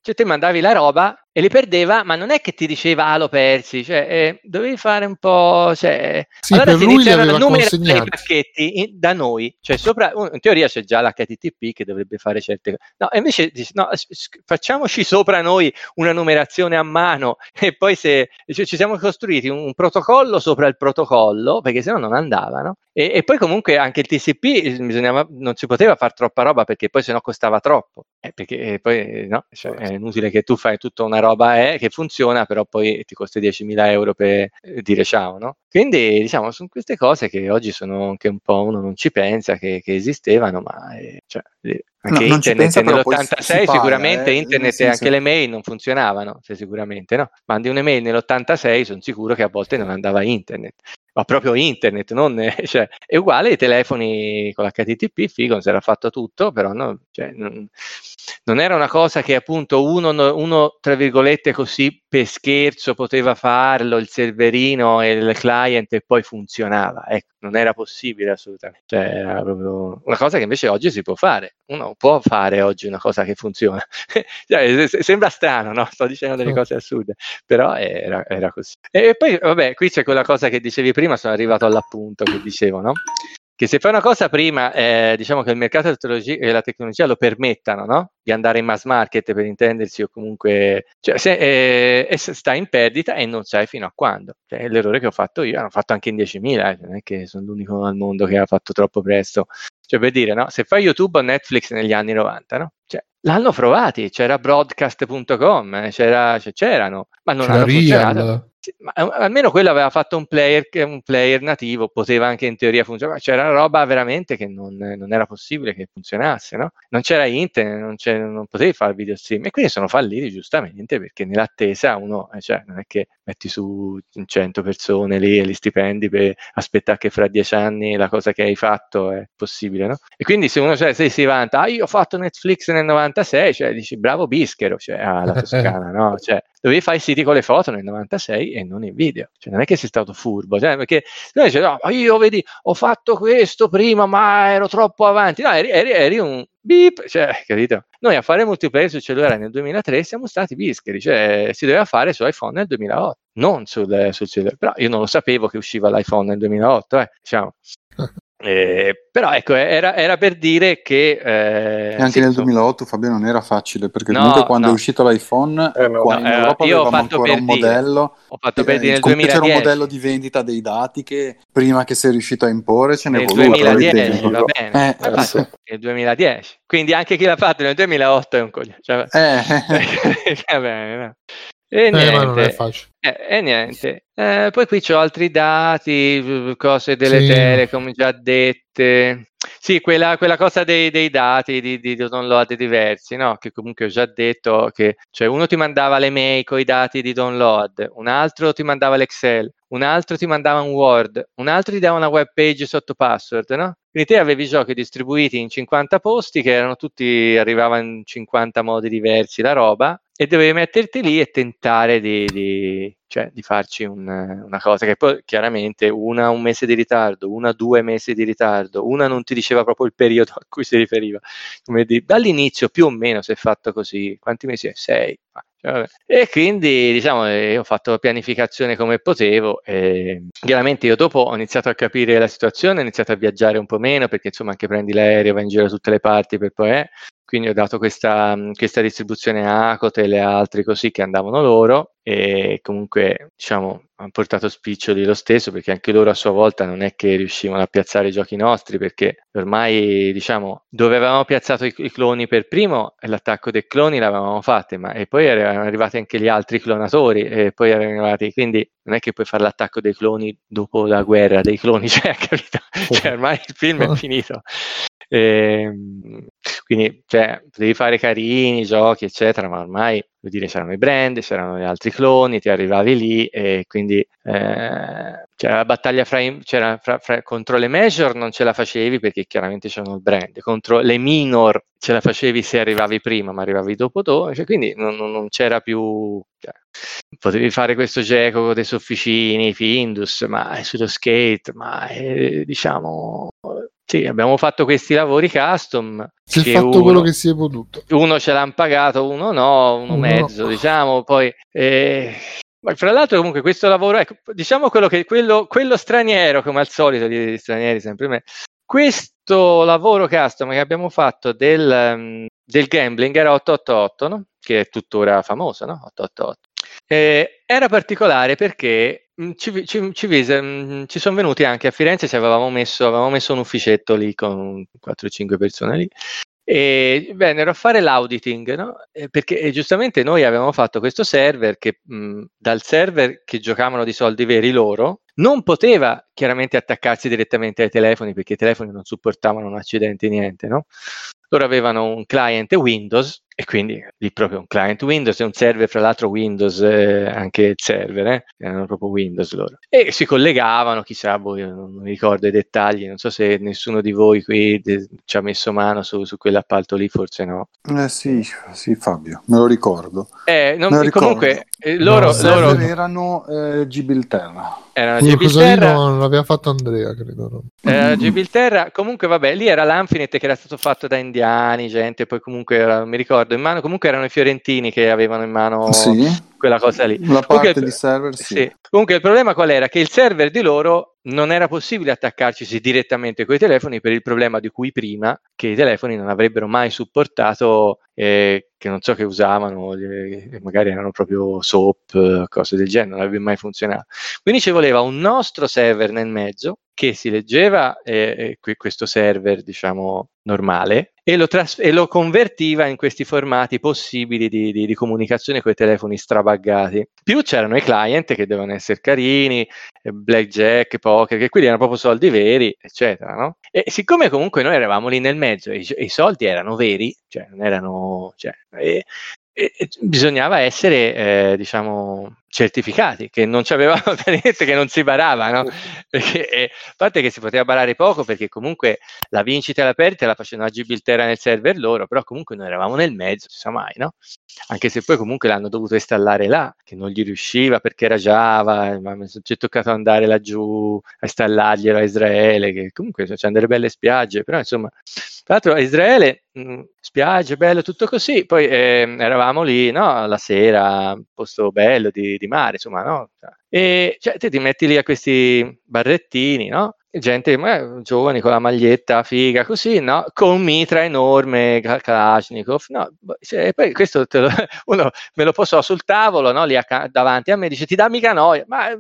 Cioè te mandavi la roba e li perdeva, ma non è che ti diceva l'ho persi, cioè dovevi fare un po', cioè Sì, allora per si lui li iniziano a aveva numerare i consegnati. pacchetti da noi, cioè sopra, in teoria c'è già l'HTTP che dovrebbe fare certe cose, no, e invece dici, no, facciamoci sopra noi una numerazione a mano e poi cioè, ci siamo costruiti un protocollo sopra il protocollo, perché sennò non andavano, e poi comunque anche il TCP non si poteva fare troppa roba perché poi sennò costava troppo, perché poi no, cioè, è inutile che tu fai tutta una roba che funziona, però poi ti costa 10.000 euro per dire ciao, no? Quindi diciamo sono queste cose che oggi sono anche un po' uno non ci pensa che esistevano, ma cioè, anche non ci internet pensa, però poi nell'86 si paga, sicuramente nel internet e senso... anche le mail non funzionavano, cioè, sicuramente no. Mandi un'email nell'86, sono sicuro che a volte non andava internet. Ma proprio internet, non, cioè, è uguale ai telefoni con l'HTTP, figo, non si era fatto tutto, però no, cioè, non era una cosa che appunto uno, tra virgolette così, per scherzo poteva farlo, il serverino e il client e poi funzionava, ecco, non era possibile assolutamente, cioè era proprio una cosa che invece oggi si può fare, uno può fare oggi una cosa che funziona, cioè, sembra strano, no? Sto dicendo delle cose assurde, però era così. E poi, vabbè, qui c'è quella cosa che dicevi prima, sono arrivato all'appunto che dicevo, no? Che se fai una cosa prima, diciamo che il mercato e la tecnologia lo permettano, no? Di andare in mass market per intendersi, o comunque, cioè, se stai in perdita e non sai fino a quando. Cioè, l'errore che ho fatto io, l'ho fatto anche in 10.000, non è che sono l'unico al mondo che ha fatto troppo presto. Cioè, per dire, no? Se fai YouTube o Netflix negli anni 90, no? Cioè, l'hanno provati, c'era broadcast.com, c'erano, ma non C'era hanno funzionato. Real. Sì, ma almeno quello aveva fatto un player nativo, poteva anche in teoria funzionare, c'era roba veramente che non era possibile che funzionasse, no? Non c'era internet, non potevi fare video stream, e quindi sono falliti giustamente perché nell'attesa uno, cioè, non è che metti su 100 persone lì e li stipendi per aspettare che fra 10 anni la cosa che hai fatto è possibile, no? E quindi se uno si vanta, io ho fatto Netflix nel 96, cioè dici bravo Bischero, cioè alla Toscana, no? Cioè, dovevi fare i siti con le foto nel 96 e non in video, cioè non è che sei stato furbo, cioè, perché noi dice, no, io vedi ho fatto questo prima ma ero troppo avanti, no, eri un beep, cioè, capito? Noi a fare multiplayer sul cellulare nel 2003 siamo stati bischeri, cioè si doveva fare su iPhone nel 2008, non sul cellulare, però io non lo sapevo che usciva l'iPhone nel 2008, diciamo. Però ecco, era per dire che e anche sì, nel 2008, Fabio, non era facile, perché no, comunque quando no. è uscito l'iPhone qua in Europa io ho avevamo fatto ancora per un dire, modello, ho fatto per dire nel comunque c'era un 2010, modello di vendita dei dati che prima che sei riuscito a imporre ce n'è nel voluto 2010 va bene, sì. nel 2010, quindi anche chi l'ha fatto nel 2008 è un coglione, cioè, va bene, no? E Ma non è niente, facile. niente. Poi qui c'ho altri dati, cose delle Sì. telecom già dette. Sì, quella cosa dei dati di download diversi, no? Che comunque ho già detto che, cioè, uno ti mandava le mail con i dati di download, un altro ti mandava l'Excel, un altro ti mandava un Word, un altro ti dava una web page sotto password, no? Quindi te avevi i giochi distribuiti in 50 posti che erano tutti, arrivava in 50 modi diversi la roba, e dovevi metterti lì e tentare di farci una cosa che poi chiaramente una un mese di ritardo, una 2 mesi di ritardo, una non ti diceva proprio il periodo a cui si riferiva. Come dire, dall'inizio più o meno si è fatto così. Quanti mesi è? 6. E quindi diciamo ho fatto pianificazione come potevo, e chiaramente io dopo ho iniziato a capire la situazione, ho iniziato a viaggiare un po' meno perché insomma anche prendi l'aereo, vai in giro da tutte le parti per poi quindi ho dato questa distribuzione a Acotel e altri così che andavano loro, e comunque diciamo hanno portato spiccioli lo stesso, perché anche loro a sua volta non è che riuscivano a piazzare i giochi nostri, perché ormai diciamo dove avevamo piazzato i cloni per primo, l'attacco dei cloni l'avevamo fatto, e poi erano arrivati anche gli altri clonatori, e poi erano arrivati, quindi non è che puoi fare l'attacco dei cloni dopo la guerra dei cloni, cioè, capito? Cioè ormai il film è finito. Quindi cioè, potevi fare carini giochi eccetera, ma ormai vuol dire c'erano i brand, c'erano gli altri cloni, ti arrivavi lì, e quindi c'era la battaglia contro le major non ce la facevi perché chiaramente c'erano il brand, contro le minor ce la facevi se arrivavi prima, ma arrivavi dopo, cioè, quindi non c'era più, cioè, potevi fare questo Geco con dei sofficini, Findus, ma è sullo skate, ma diciamo Sì, abbiamo fatto questi lavori custom. Si è fatto quello che si è potuto. Uno ce l'hanno pagato, uno no, uno mezzo, no. Diciamo, poi... Ma fra l'altro comunque questo lavoro, ecco, diciamo quello straniero, come al solito, gli stranieri sempre me, questo lavoro custom che abbiamo fatto del gambling era 888, no? Che è tuttora famoso, no? 888. Era particolare perché ci sono venuti anche a Firenze, avevamo messo un ufficetto lì con 4-5 persone lì, e vennero a fare l'auditing, no? Perché giustamente noi avevamo fatto questo server che dal server che giocavano di soldi veri loro non poteva chiaramente attaccarsi direttamente ai telefoni, perché i telefoni non supportavano accidenti, niente, no? Loro avevano un client Windows, e quindi lì proprio un client Windows e un server, fra l'altro Windows, anche il server, erano proprio Windows loro. E si collegavano, chissà, non mi ricordo i dettagli, non so se nessuno di voi qui ci ha messo mano su quell'appalto lì, forse no. Sì, Fabio, me lo ricordo. Comunque, loro erano Gibilterra. Era Gibilterra, non l'aveva fatto Andrea, credo. Era Gibilterra, comunque vabbè, lì era l'Anfinet che era stato fatto da indiani, gente, poi comunque non mi ricordo, in mano comunque erano i fiorentini che avevano in mano quella cosa lì. La parte di server, sì. Comunque il problema qual era? Che il server di loro non era possibile attaccarci direttamente coi telefoni, per il problema di cui prima, che i telefoni non avrebbero mai supportato, che non so che usavano, magari erano proprio SOAP, cose del genere, non avrebbe mai funzionato. Quindi ci voleva un nostro server nel mezzo che si leggeva questo server, diciamo, normale, e lo convertiva in questi formati possibili di comunicazione con i telefoni strabuggati. Più c'erano i client che devono essere carini, blackjack, poker, che quelli erano proprio soldi veri, eccetera, no? E siccome comunque noi eravamo lì nel mezzo e i soldi erano veri, cioè non erano... bisognava essere, diciamo, certificati, che non c'avevamo niente, che non si barava, no? Perché, a parte che si poteva barare poco, perché comunque la vincita e la perdita la facevano a Gibilterra nel server loro, però comunque noi eravamo nel mezzo, si sa mai, no? Anche se poi comunque l'hanno dovuto installare là, che non gli riusciva perché era Java, ma mi è toccato andare laggiù a installarglielo a Israele, che comunque c'hanno delle belle spiagge, però insomma, tra l'altro a Israele, spiagge, bello, tutto così, poi eravamo lì, no, la sera, un posto bello di mare, insomma, no? E cioè, te ti metti lì a questi barrettini, no? Gente giovani con la maglietta figa così, no? Con un mitra enorme, Kalashnikov, no? E poi questo uno me lo posò sul tavolo, no? Lì davanti a me, dice: ti dà mica noia? Ma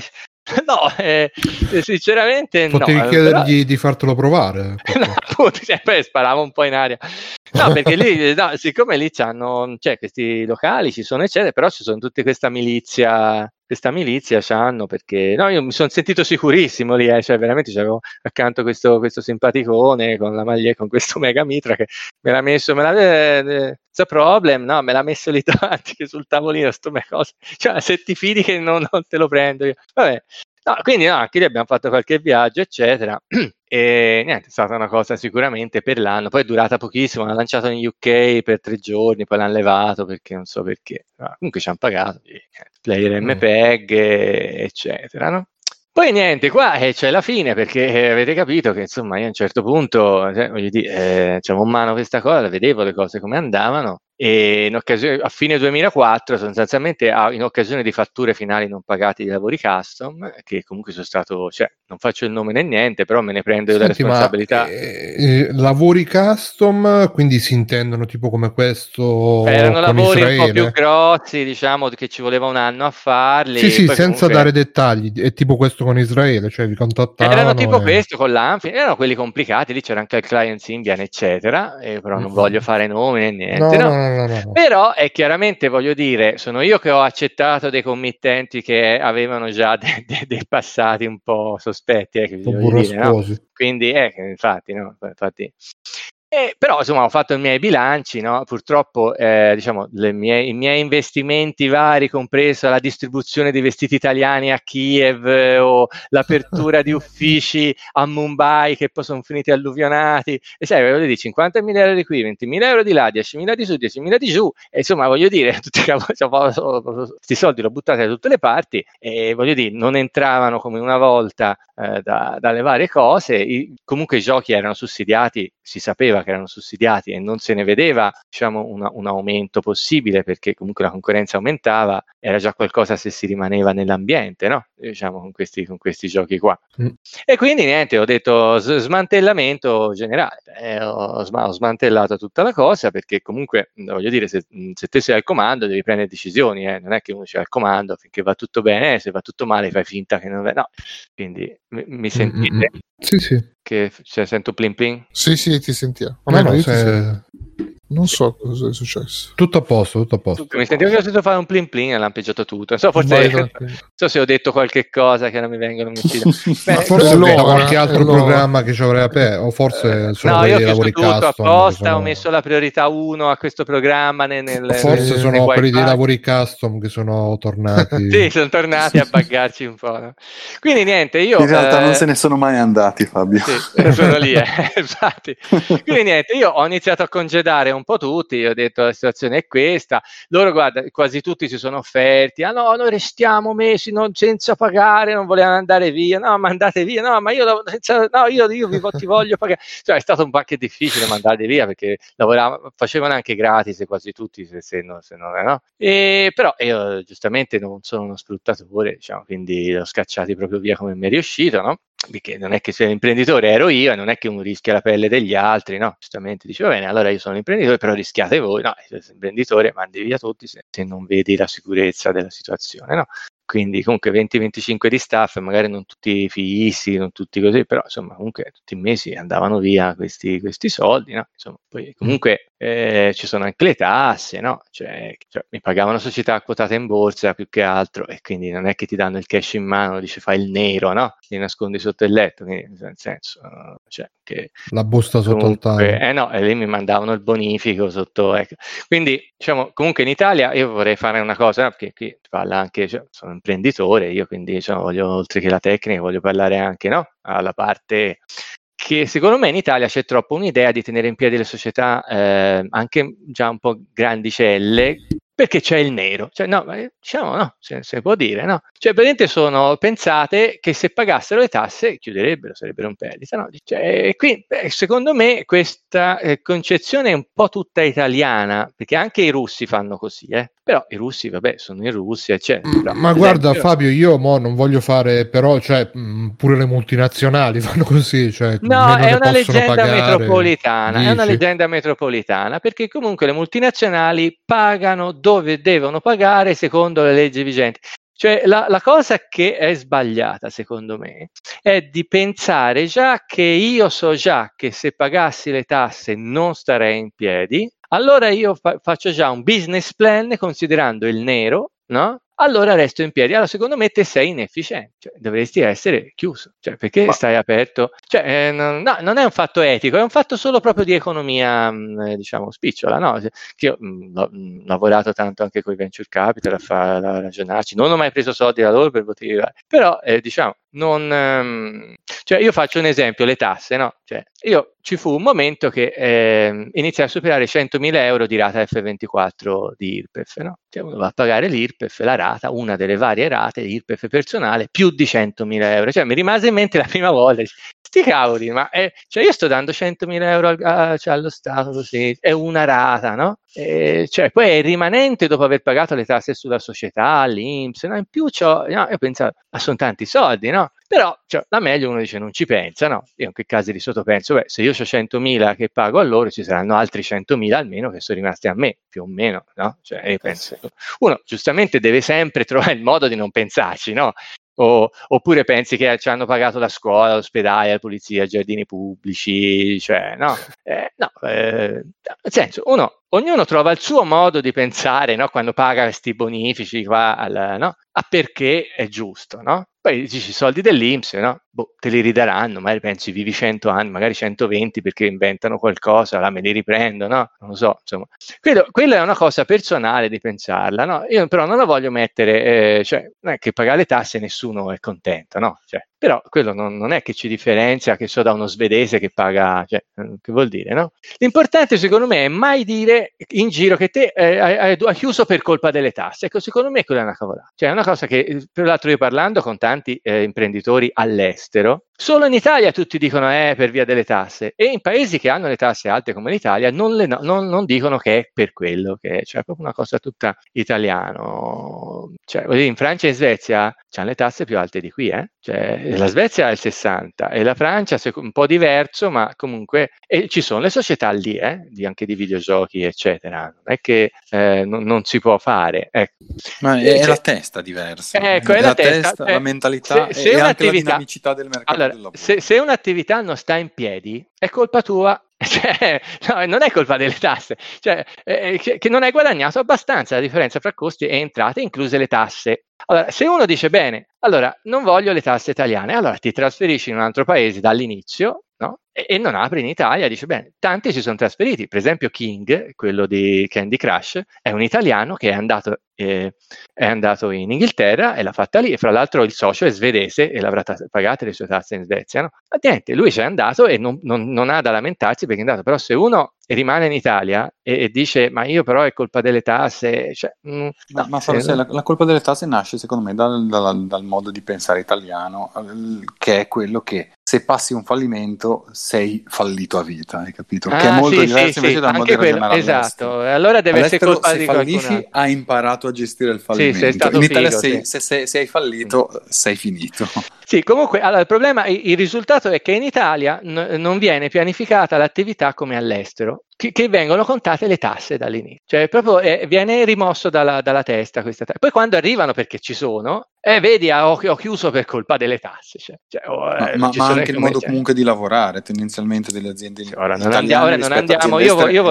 no, sinceramente potevi no. chiedergli però... di fartelo provare. No, appunto, poi sparavo un po' in aria. No, perché lì, siccome lì c'hanno, questi locali ci sono, eccetera, però ci sono tutte questa milizia c'hanno, perché no, io mi sono sentito sicurissimo lì, cioè veramente c'avevo accanto questo simpaticone con la maglia, con questo mega mitra che me l'ha messo, senza problem, no, me l'ha messo lì davanti che sul tavolino, cioè se ti fidi che non te lo prendo io. Vabbè. No, quindi anche lì abbiamo fatto qualche viaggio, eccetera, e niente, è stata una cosa sicuramente per l'anno, poi è durata pochissimo, l'hanno lanciato in UK per 3 giorni, poi l'hanno levato perché non so perché, comunque ci hanno pagato, player MPEG, eccetera, no? Poi niente, qua c'è la fine, perché avete capito che insomma io a un certo punto, voglio dire, c'avevo in mano questa cosa, vedevo le cose come andavano, e a fine 2004 sostanzialmente in occasione di fatture finali non pagate di lavori custom, che comunque sono stato, non faccio il nome né niente, però me ne prendo la responsabilità. Lavori custom, quindi si intendono tipo come questo? Erano lavori Israele? un po' più grossi, diciamo, che ci voleva un anno a farli. Sì, poi senza dare dettagli, è tipo questo con Israele, cioè vi contattavano. Erano tipo questo con l'Anfinet, erano quelli complicati, lì c'era anche il client Symbian, eccetera, però non voglio fare nomi né niente, no. Però è chiaramente, voglio dire, sono io che ho accettato dei committenti che avevano già dei passati un po' sospetti, che voglio dire, no? Quindi, infatti, Però insomma ho fatto i miei bilanci, no? Purtroppo diciamo i miei investimenti vari, compreso la distribuzione di vestiti italiani a Kiev o l'apertura di uffici a Mumbai che poi sono finiti alluvionati, e sai, voglio dire, 50.000 euro di qui, 20.000 euro di là, 10.000 di su, 10.000 di giù, e insomma voglio dire, questi soldi li ho buttati da tutte le parti e voglio dire, non entravano come una volta dalle varie cose. Comunque i giochi erano sussidiati, si sapeva che erano sussidiati e non se ne vedeva, diciamo, un aumento possibile, perché comunque la concorrenza aumentava, era già qualcosa se si rimaneva nell'ambiente, no? Diciamo, con questi giochi qua. E quindi niente, ho detto smantellamento generale, ho smantellato tutta la cosa, perché comunque voglio dire, se te sei al comando devi prendere decisioni, non è che uno sia al comando finché va tutto bene, se va tutto male fai finta che non va, no. Quindi mi sentite? Sì. Che sento plin plin? Sì, ti sentiamo. Non so cosa è successo. Tutto a posto. Mi sentivo che ho sentito fare un plin plin e l'ha lampeggiato tutto. Non so se ho detto qualche cosa che non mi vengono in mente. Ma forse ho detto qualche altro programma che ci avrei aperto, o forse sono quelli dei lavori custom. Tutto apposta, ho messo la priorità 1 a questo programma. Forse sono quelli dei lavori custom che sono tornati. Sì, sono tornati a buggarci un po'. No? Quindi niente, io... In realtà non se ne sono mai andati, Fabio. Sì, sono lì, infatti. Quindi niente, io ho iniziato a congedare un po' tutti, ho detto la situazione è questa, loro guarda, quasi tutti si sono offerti, no, noi restiamo mesi senza pagare, non volevano andare via, no, ma andate via, no, ma io ti voglio pagare, cioè è stato un po' anche difficile mandarli via, perché facevano anche gratis quasi tutti, se non no? E però io giustamente non sono uno sfruttatore, diciamo, quindi li ho scacciati proprio via come mi è riuscito, no? Perché non è che se l'imprenditore ero io e non è che uno rischia la pelle degli altri, no? Giustamente dice, va bene, allora io sono l'imprenditore, però rischiate voi, no? Se sei imprenditore mandi via tutti se non vedi la sicurezza della situazione, no? Quindi comunque 20-25 di staff, magari non tutti fighissimi, non tutti così, però insomma comunque tutti i mesi andavano via questi soldi, no? Insomma, poi comunque ci sono anche le tasse, no? Cioè mi pagavano società quotate in borsa più che altro, e quindi non è che ti danno il cash in mano, dice fai il nero, no? Li nascondi sotto il letto, quindi nel senso, cioè che la busta sotto il tavolo. No, e lì mi mandavano il bonifico sotto, ecco. Quindi diciamo comunque in Italia io vorrei fare una cosa, perché qui parla anche, cioè, sono imprenditore io, quindi diciamo, voglio, oltre che la tecnica, voglio parlare anche, no? Alla parte che secondo me in Italia c'è troppo un'idea di tenere in piedi le società anche già un po' grandicelle, perché c'è il nero, cioè no, diciamo no, se può dire, no? Cioè praticamente sono pensate che se pagassero le tasse chiuderebbero, sarebbero in perdita, no? Cioè, qui secondo me questa concezione è un po' tutta italiana, perché anche i russi fanno così, però i russi, vabbè, sono in Russia, eccetera. Ma guarda Fabio, io non voglio fare, però, cioè, pure le multinazionali fanno così, cioè, no, è una leggenda pagare, metropolitana, dici? è una leggenda metropolitana, perché comunque le multinazionali pagano dove devono pagare secondo le leggi vigenti. Cioè la cosa che è sbagliata secondo me è di pensare già che io so già che se pagassi le tasse non starei in piedi, allora io faccio già un business plan considerando il nero, no? Allora resto in piedi. Allora secondo me te sei inefficiente, cioè, dovresti essere chiuso, cioè, perché stai aperto, cioè, non è un fatto etico, è un fatto solo proprio di economia, diciamo, spicciola, no? Che io ho lavorato tanto anche con i venture capital a ragionarci, non ho mai preso soldi da loro per motivi vari, però diciamo cioè io faccio un esempio, le tasse, no? Cioè, ci fu un momento che iniziai a superare 100.000 euro di rata F24 di IRPEF, no? Cioè uno va a pagare l'IRPEF, la rata, una delle varie rate di IRPEF personale, più di 100.000 euro. Cioè mi rimase in mente la prima volta, sti cavoli, ma cioè io sto dando 100.000 euro allo Stato, così, è una rata, no? Cioè poi è il rimanente dopo aver pagato le tasse sulla società, l'INPS, no? In più io pensavo, ma sono tanti soldi, no? Però cioè, da meglio uno dice non ci pensa, no? Io in che caso di sotto penso, se io ho 100.000 che pago a loro, ci saranno altri 100.000 almeno che sono rimasti a me, più o meno, no? Cioè io penso, uno giustamente deve sempre trovare il modo di non pensarci, no? Oppure pensi che ci hanno pagato la scuola, l'ospedale, la polizia, i giardini pubblici, cioè no, no, nel senso, ognuno trova il suo modo di pensare, no? Quando paga questi bonifici qua, no? A perché è giusto, no? Poi dici i soldi dell'INPS, no? Te li ridaranno, magari pensi vivi 100 anni, magari 120 perché inventano qualcosa, me li riprendo, no? Non lo so, insomma. Quello è una cosa personale di pensarla, no? Io però non la voglio mettere, cioè, non è che pagare le tasse nessuno è contento, no? Cioè, però quello non è che ci differenzia, che so, da uno svedese che paga, cioè, che vuol dire, no? L'importante secondo me è mai dire in giro che te hai chiuso per colpa delle tasse. Ecco, secondo me quella è una cavolata. Cioè è una cosa che, per l'altro, io parlando con tanti imprenditori all'estero, solo in Italia tutti dicono per via delle tasse, e in paesi che hanno le tasse alte come l'Italia non dicono che è per quello, che è, cioè, è proprio una cosa tutta italiano. Cioè, in Francia e in Svezia hanno le tasse più alte di qui, cioè la Svezia è il 60 e la Francia un po' diverso, ma comunque ci sono le società lì, anche di videogiochi eccetera, non è che non si può fare, ecco. Ma è la testa diversa, ecco, è la testa, la mentalità e anche la dinamicità del mercato del lavoro. Se un'attività non sta in piedi è colpa tua. Cioè, no, non è colpa delle tasse, cioè, che non hai guadagnato abbastanza la differenza fra costi e entrate, incluse le tasse. Allora, se uno dice bene, allora non voglio le tasse italiane, allora ti trasferisci in un altro paese dall'inizio, no? E non apri in Italia, dice bene, tanti si sono trasferiti, per esempio King, quello di Candy Crush, è un italiano che è andato in Inghilterra e l'ha fatta lì, e fra l'altro il socio è svedese e l'avrà pagate le sue tasse in Svezia, no? Ma niente, lui c'è andato e non ha da lamentarsi perché è andato, però se uno rimane in Italia e dice ma io però è colpa delle tasse, cioè, la colpa delle tasse nasce secondo me dal modo di pensare italiano, che è quello che se passi un fallimento sei fallito a vita, hai capito? Che è molto diverso invece dal modo di ragionare all'estero. Esatto, allora deve essere colpa di qualcuno. Se fallisci hai imparato a gestire il fallimento. In Italia se hai fallito sei finito. Sì, comunque allora, il problema, il risultato è che in Italia non viene pianificata l'attività come all'estero, che vengono contate le tasse dall'inizio, cioè proprio viene rimosso dalla testa questa tassa. Poi quando arrivano, perché ci sono, vedi, ho chiuso per colpa delle tasse, ma anche il modo comunque di lavorare tendenzialmente delle aziende ora non andiamo, io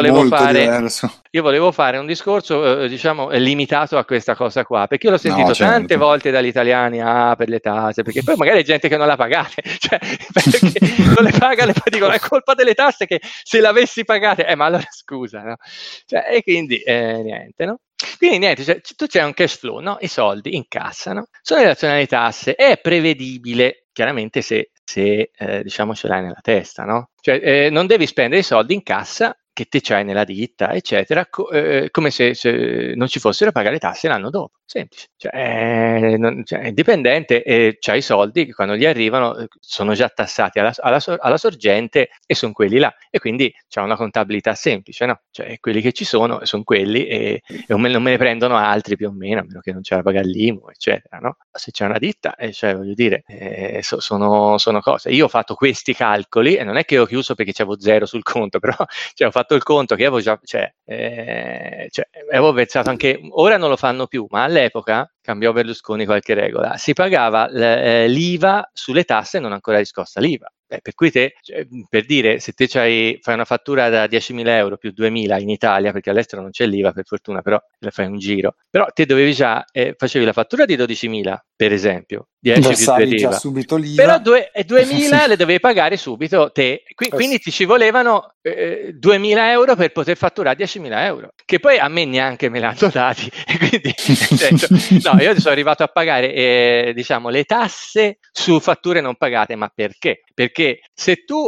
volevo fare un discorso diciamo limitato a questa cosa qua, perché io l'ho sentito tante volte dagli italiani per le tasse, perché poi magari è gente che non la pagate, cioè perché non le paga, le dicono è colpa delle tasse, che se l'avessi pagate ma allora scusa, no? Cioè, e quindi niente, no? Quindi niente, cioè, tu c'è un cash flow, no? I soldi in cassa, no? Sono in relazione alle tasse, è prevedibile chiaramente se diciamo ce l'hai nella testa, no? Cioè non devi spendere i soldi in cassa che te c'hai nella ditta, eccetera, come se non ci fossero a pagare tasse l'anno dopo. Semplice. È dipendente e c'ha i soldi che quando gli arrivano sono già tassati alla sorgente e sono quelli là. E quindi c'è una contabilità semplice, no? Cioè quelli che ci sono quelli e non me ne prendono altri più o meno, a meno che non c'è da pagare l'IMU, eccetera, no? Se c'è una ditta, cioè voglio dire, sono cose. Io ho fatto questi calcoli e non è che ho chiuso perché c'avevo zero sul conto, però ho fatto il conto che avevo già, avevo pensato anche, ora non lo fanno più, ma all'epoca cambiò Berlusconi qualche regola, si pagava l'IVA sulle tasse non ancora riscossa l'IVA. Per cui te, per dire, se te fai una fattura da 10.000 euro più 2.000 in Italia, perché all'estero non c'è l'IVA per fortuna, però le fai un giro, però te dovevi già, facevi la fattura di 12.000 per esempio, 10 più 2 già subito l'IVA, però 2.000 le dovevi pagare subito te, quindi ti ci volevano 2.000 euro per poter fatturare 10.000 euro, che poi a me neanche me l'hanno dati, e quindi no, io sono arrivato a pagare diciamo le tasse su fatture non pagate. Ma perché? Perché se tu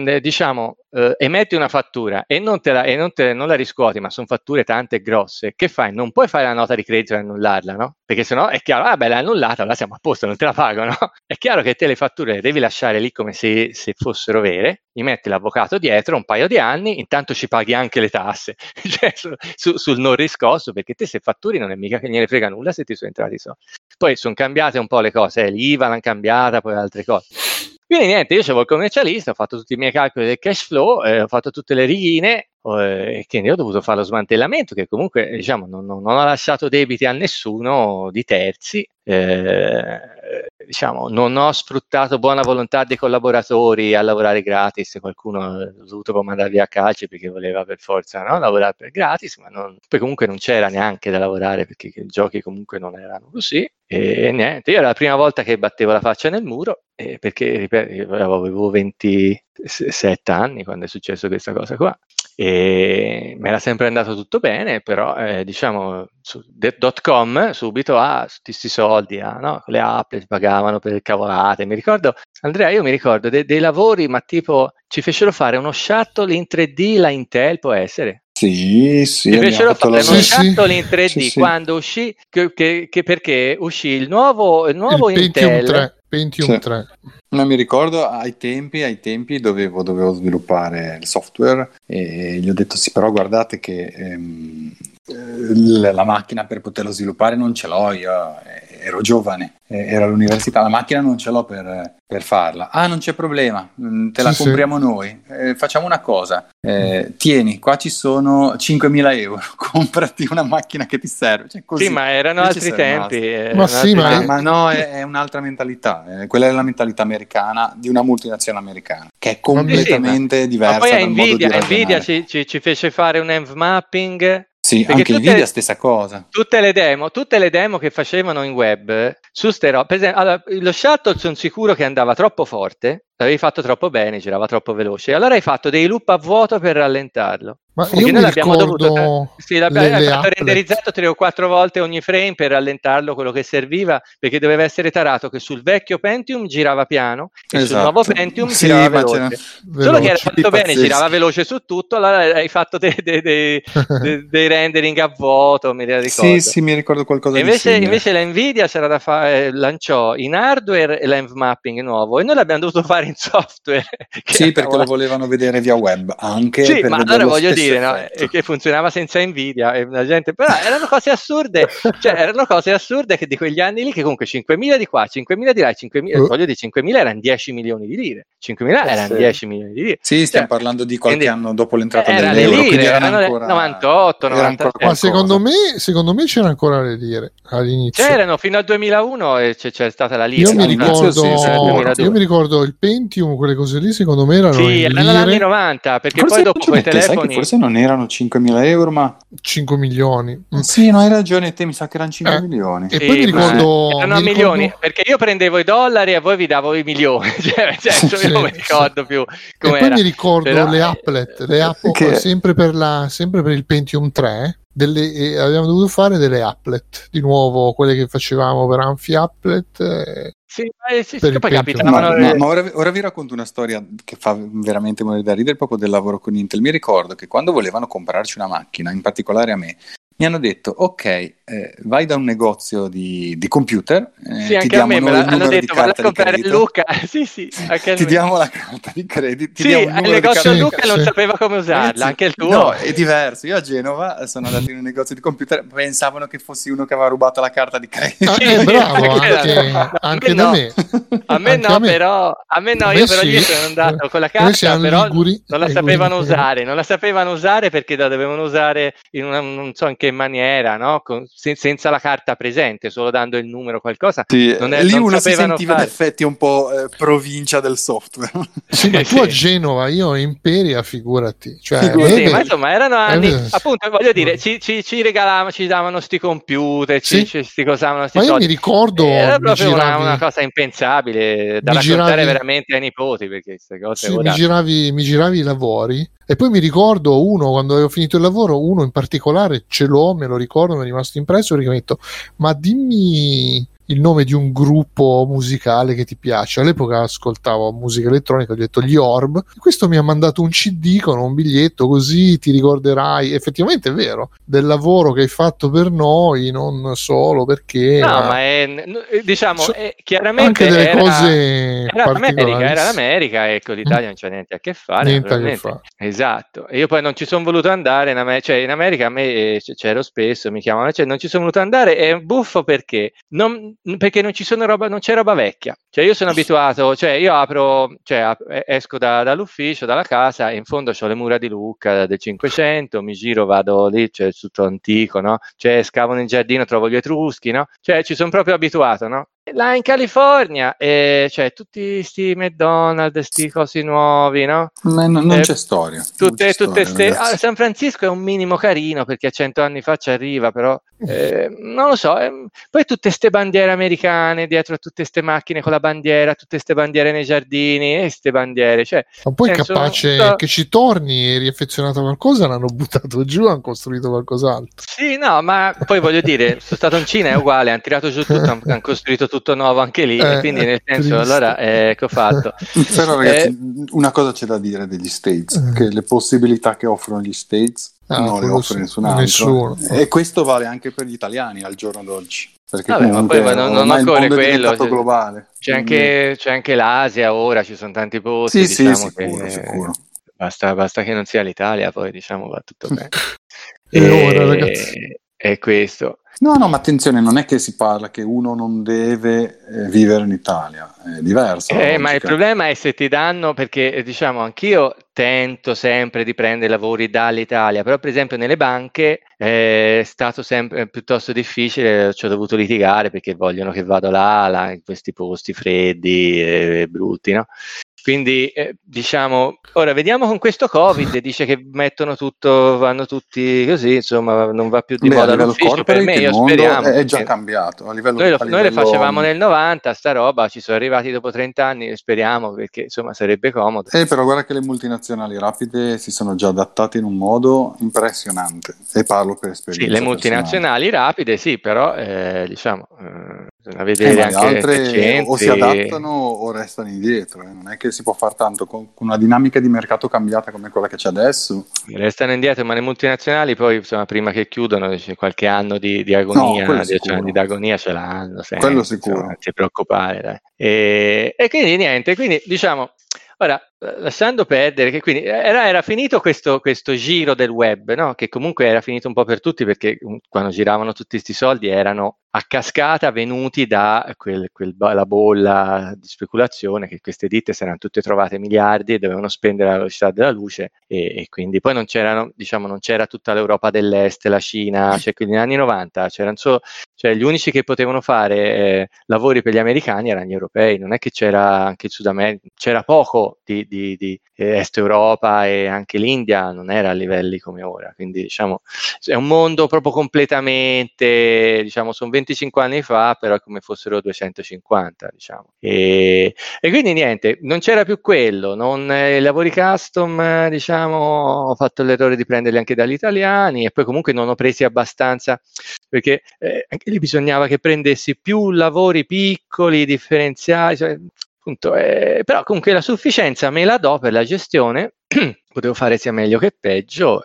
emetti una fattura e non la riscuoti, ma sono fatture tante e grosse, che fai? Non puoi fare la nota di credito e annullarla, no? Perché sennò è chiaro, l'hai annullata, allora siamo a posto, non te la pago, no? È chiaro che te le fatture le devi lasciare lì come se fossero vere, gli metti l'avvocato dietro un paio di anni, intanto ci paghi anche le tasse, cioè sul non riscosso, perché te se fatturi non è mica che gliene frega nulla se ti sono entrati i soldi. Poi sono cambiate un po' le cose, l'IVA l'hanno cambiata, poi altre cose. Quindi niente, io c'avevo il commercialista, ho fatto tutti i miei calcoli del cash flow, ho fatto tutte le righine, e quindi ho dovuto fare lo smantellamento, che comunque diciamo non ho lasciato debiti a nessuno di terzi, diciamo, non ho sfruttato buona volontà dei collaboratori a lavorare gratis, qualcuno ha dovuto comandare via a calci perché voleva per forza, no, lavorare per gratis, ma poi comunque non c'era neanche da lavorare perché i giochi comunque non erano così. E niente, io era la prima volta che battevo la faccia nel muro, perché ripeto, io avevo 27 anni quando è successo questa cosa qua, e mi era sempre andato tutto bene, però diciamo su .com subito tutti questi soldi, no? Le app pagavano per cavolate. Mi ricordo, Andrea, io mi ricordo dei lavori, ma tipo ci fecero fare uno shuttle in 3D, la Intel, può essere? Sì, Ci fecero fare uno shuttle in 3D sì. quando uscì, che perché uscì il nuovo il Intel. Pentium 3. Non mi ricordo, ai tempi dovevo sviluppare il software e gli ho detto sì, però guardate che la macchina per poterlo sviluppare non ce l'ho, io ero giovane, ero all'università, la macchina non ce l'ho per farla. Ah, non c'è problema, te la compriamo noi, facciamo una cosa, tieni, qua ci sono 5.000 euro, comprati una macchina che ti serve. Cioè, così, sì, ma erano altri tempi. Ma no, è un'altra mentalità, quella è la mentalità americana di una multinazionale americana, che è completamente diversa. Ma poi dal modo di ragionare. Nvidia ci fece fare un env mapping. Sì, perché anche Nvidia stessa cosa. Tutte le demo che facevano in web su stereo, per esempio, allora, lo shuttle sono sicuro che andava troppo forte, l'avevi fatto troppo bene, girava troppo veloce, allora hai fatto dei loop a vuoto per rallentarlo. Ma perché io noi mi ricordo l'abbiamo renderizzato 3 o 4 volte ogni frame per rallentarlo, quello che serviva, perché doveva essere tarato che sul vecchio Pentium girava piano e sul nuovo Pentium girava veloce. Solo che era fatto bene, girava veloce su tutto, allora hai fatto dei rendering a vuoto, mi ricordo. Sì, mi ricordo qualcosa Invece la Nvidia c'era da fare, lanciò in hardware l'env mapping nuovo e noi l'abbiamo dovuto fare in software. Sì, perché lo volevano vedere via web anche. Sì, per ma allora voglio dire, no, che funzionava senza Nvidia e la gente, però erano cose assurde, che di quegli anni lì, che comunque 5.000 di qua, 5.000 di là, 5.000, voglio dire, 5.000 erano 10 milioni di lire, 5.000 erano 10 milioni di lire. Sì, stiamo parlando di qualche anno dopo l'entrata dell'euro, quindi erano ancora 98, 97. Ma secondo me c'era ancora le lire all'inizio. C'erano fino al 2001 e c'è stata la lira. Io mi ricordo il Pentium, quelle cose lì, secondo me erano erano anni 90, perché forse poi dopo quei telefoni... Sai che forse non erano 5.000 euro, ma 5 milioni. Sì, no, hai ragione, te mi sa che erano 5 milioni. E poi mi ricordo erano milioni, perché io prendevo i dollari e a voi vi davo i milioni, io non mi ricordo più come. E poi mi ricordo le applet, sempre per il Pentium 3. Abbiamo dovuto fare delle applet di nuovo, quelle che facevamo per Amphi Applet. Sì, poi capitavano. Ma ora vi racconto una storia che fa veramente morire da ridere, proprio del lavoro con Intel. Mi ricordo che quando volevano comprarci una macchina, in particolare a me, mi hanno detto ok, vai da un negozio di computer, sì, anche a me hanno detto vai a comprare Luca. Sì, anche ti diamo la carta di credito, sì, il negozio Luca non sapeva come usarla, anche il tuo. No, è diverso. Io a Genova sono andato in un negozio di computer, pensavano che fossi uno che aveva rubato la carta di credito. Bravo, anche da me. A me no, però io però gli sono andato con la carta, però non la sapevano usare perché la dovevano usare in una, non so in che maniera, no? Senza la carta presente, solo dando il numero qualcosa. Sì, lì uno si sentiva in effetti un po' provincia del software. Sì, ma tu a Genova, io a Imperia, figurati. Cioè, ma insomma erano anni, appunto, voglio dire, ci regalavano, ci davano sti computer, ci cosavano sti soldi. Ma io mi ricordo era proprio una cosa impensabile da raccontare veramente ai nipoti, perché queste cose mi giravi i lavori. E poi mi ricordo quando avevo finito il lavoro, uno in particolare me lo ricordo, mi è rimasto impresso perché mi ha detto: ma dimmi il nome di un gruppo musicale che ti piace. All'epoca ascoltavo musica elettronica, ho detto gli Orb, e questo mi ha mandato un CD con un biglietto, così ti ricorderai, effettivamente è vero, del lavoro che hai fatto per noi, non solo perché ma diciamo chiaramente anche delle cose era l'America, ecco, l'Italia non c'è niente a che fare, esatto. E io poi non ci sono voluto andare in America, a me c'ero spesso, mi chiamano, non ci sono voluto andare, è buffo perché non c'è roba vecchia, io sono abituato, io apro, esco dall'ufficio, dalla casa, e in fondo c'ho le mura di Lucca del 500, mi giro, vado lì, c'è tutto antico, no? Scavo nel giardino, trovo gli etruschi, no? Ci sono proprio abituato, no? là in California, cioè tutti sti McDonald's, sti cosi nuovi, no? Non c'è storia. Tutte San Francisco è un minimo carino perché a 100 anni fa ci arriva, però non lo so. Poi tutte ste bandiere americane dietro a tutte ste macchine con la bandiera, tutte ste bandiere nei giardini e ste bandiere. Cioè, ma poi capace che ci torni e riaffezionato a qualcosa, l'hanno buttato giù, hanno costruito qualcos'altro. Sì, no, ma poi voglio dire, sono stato in Cina, è uguale, hanno tirato giù tutto, hanno costruito tutto nuovo anche lì, e quindi nel senso, Cristo. Allora, che ho fatto? Però ragazzi, una cosa c'è da dire degli States, che le possibilità che offrono gli States non le offre nessun altro. E questo vale anche per gli italiani al giorno d'oggi. Perché vabbè, ma poi non occorre quello, globale. C'è anche l'Asia ora, ci sono tanti posti, sì, diciamo, sicuro. Basta che non sia l'Italia, poi diciamo va tutto bene. Ragazzi. È questo. No, ma attenzione, non è che si parla che uno non deve vivere in Italia, è diverso. Ma il problema è se ti danno, perché diciamo anch'io tento sempre di prendere lavori dall'Italia, però per esempio nelle banche è stato sempre piuttosto difficile, ci ho dovuto litigare perché vogliono che vado là in questi posti freddi e brutti, no? Quindi diciamo, ora vediamo con questo Covid, dice che mettono tutto, vanno tutti così, insomma non va più di moda l'ufficio, per me io speriamo. È già cambiato. Noi le facevamo nel 90, sta roba, ci sono arrivati dopo 30 anni, speriamo perché insomma sarebbe comodo. Però guarda che le multinazionali rapide si sono già adattate in un modo impressionante, e parlo per esperienza. Sì, le multinazionali rapide sì, però diciamo... a vedere anche altre o si adattano o restano indietro, non è che si può fare tanto con una dinamica di mercato cambiata come quella che c'è adesso. Restano indietro, ma le multinazionali poi insomma prima che chiudono qualche anno di agonia, 10 anni di agonia ce l'hanno sempre, quello sicuro, insomma, non ti preoccupare, dai. E quindi niente, quindi diciamo ora, lasciando perdere che quindi era finito questo giro del web, no? Che comunque era finito un po' per tutti, perché quando giravano tutti questi soldi erano a cascata venuti da la bolla di speculazione, che queste ditte si erano tutte trovate miliardi e dovevano spendere la velocità della luce, e quindi poi non c'era tutta l'Europa dell'Est, la Cina, cioè quindi negli anni 90 c'erano cioè gli unici che potevano fare lavori per gli americani erano gli europei, non è che c'era anche il Sud America, c'era poco di Est Europa, e anche l'India non era a livelli come ora, quindi diciamo è un mondo proprio completamente, diciamo sono 25 anni fa, però è come fossero 250, diciamo, e quindi niente, non c'era più quello, i lavori custom, diciamo, ho fatto l'errore di prenderli anche dagli italiani, e poi comunque non ho presi abbastanza, perché anche lì bisognava che prendessi più lavori piccoli, differenziali, cioè, appunto, però comunque la sufficienza me la do per la gestione, potevo fare sia meglio che peggio,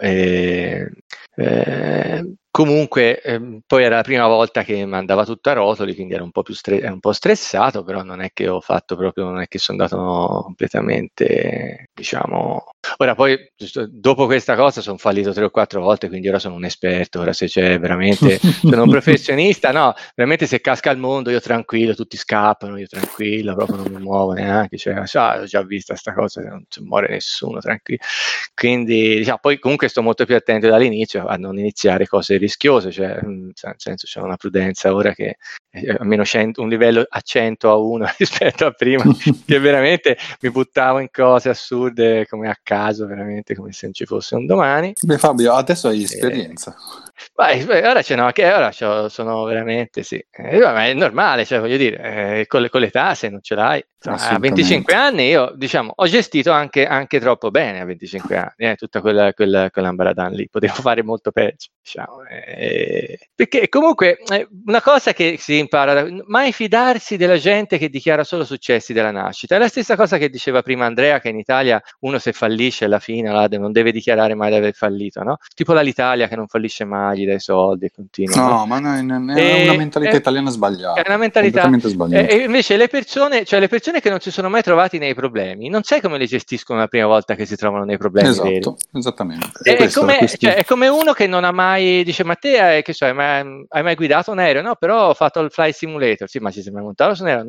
comunque poi era la prima volta che mi andava tutto a rotoli, quindi ero un po' stressato, però non è che ho fatto proprio, non è che sono andato completamente, diciamo. Ora poi dopo questa cosa sono fallito 3 o 4 volte, quindi ora sono un esperto, ora se c'è veramente, sono un professionista, no, veramente se casca il mondo io tranquillo, tutti scappano, io tranquillo, proprio non mi muovo neanche, cioè ho già visto sta cosa, non muore nessuno, tranquillo. Quindi diciamo, poi comunque sto molto più attento dall'inizio a non iniziare cose rischiose, cioè nel senso c'è una prudenza ora che almeno un livello a 100 a 1 rispetto a prima, che veramente mi buttavo in cose assurde come a caso, veramente come se non ci fosse un domani. Beh Fabio, adesso hai esperienza. Ora sono veramente sì, ma è normale, cioè voglio dire, con l'età se non ce l'hai, a 25 anni io diciamo ho gestito anche troppo bene a 25 anni, tutta quell'ambaradan lì, potevo fare molto peggio, diciamo, perché comunque una cosa che si impara, mai fidarsi della gente che dichiara solo successi della nascita, è la stessa cosa che diceva prima Andrea, che in Italia uno se fallisce alla fine non deve dichiarare mai di aver fallito, no? Tipo l'Italia che non fallisce mai, gli dai soldi e continua. No, ma è una mentalità italiana sbagliata. È una mentalità sbagliata. E invece le persone che non si sono mai trovati nei problemi, non sai come le gestiscono la prima volta che si trovano nei problemi. Esatto, veri. Esattamente. È come uno che non ha mai, dice, ma te hai mai guidato un aereo? No, però ho fatto il flight simulator. Sì, ma ci sei mai montato su un aereo? No.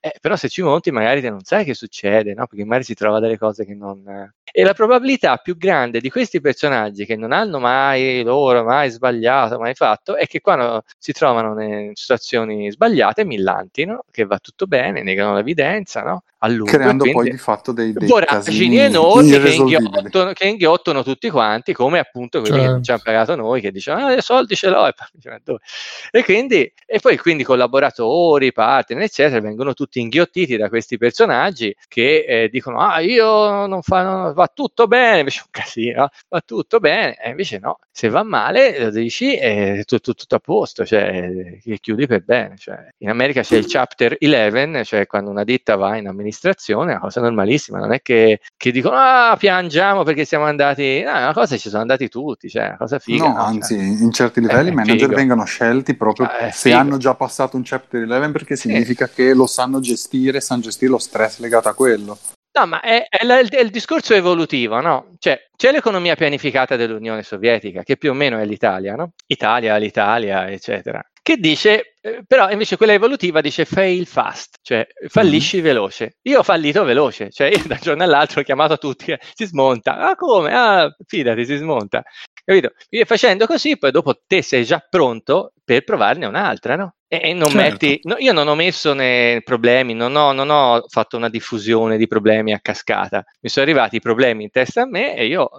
però se ci monti magari te non sai che succede, no? Perché magari si trova delle cose che non... E la probabilità più grande di questi personaggi che non hanno mai sbagliato, mai fatto, è che quando si trovano in situazioni sbagliate millantino, che va tutto bene, negano l'evidenza, no? A lungo, creando poi di fatto dei voragini enormi che inghiottono tutti quanti, come appunto quelli che non ci hanno pagato noi, che dicono i soldi ce l'ho, e poi quindi collaboratori, partner eccetera vengono tutti inghiottiti da questi personaggi che dicono io non va tutto bene, invece un casino, va tutto bene, e invece no, se va male lo dici è tutto a posto, cioè chiudi per bene, cioè, in America c'è il chapter 11, cioè quando una ditta va in amministrazione è una cosa normalissima, non è che dicono piangiamo perché siamo andati, no, è una cosa, ci sono andati tutti, cioè una cosa figa, no, anzi in certi livelli i manager vengono scelti proprio se hanno già passato un chapter 11, perché significa che lo sanno gestire lo stress legato a quello. No, ma è il discorso evolutivo, no? Cioè, c'è l'economia pianificata dell'Unione Sovietica, che più o meno è l'Italia, no? l'Italia, eccetera. Che dice, però invece quella evolutiva dice fail fast, cioè fallisci veloce. Io ho fallito veloce, cioè io da un giorno all'altro ho chiamato tutti, si smonta. Come? Fidati, si smonta. Capito? E facendo così, poi dopo te sei già pronto per provarne un'altra, no? E non metti, no, io non ho messo nei problemi, non ho fatto una diffusione di problemi a cascata. Mi sono arrivati i problemi in testa a me e io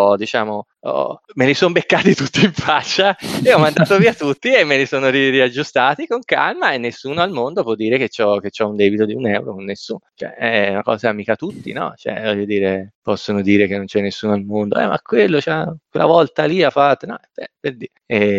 me li sono beccati tutti in faccia e ho mandato via tutti e me li sono riaggiustati con calma, e nessuno al mondo può dire che c'ho un debito di €1 con nessuno. Cioè, è una cosa mica tutti, no? Cioè, voglio dire, possono dire che non c'è nessuno al mondo, ma quello quella volta lì ha fatto, no? Per dire.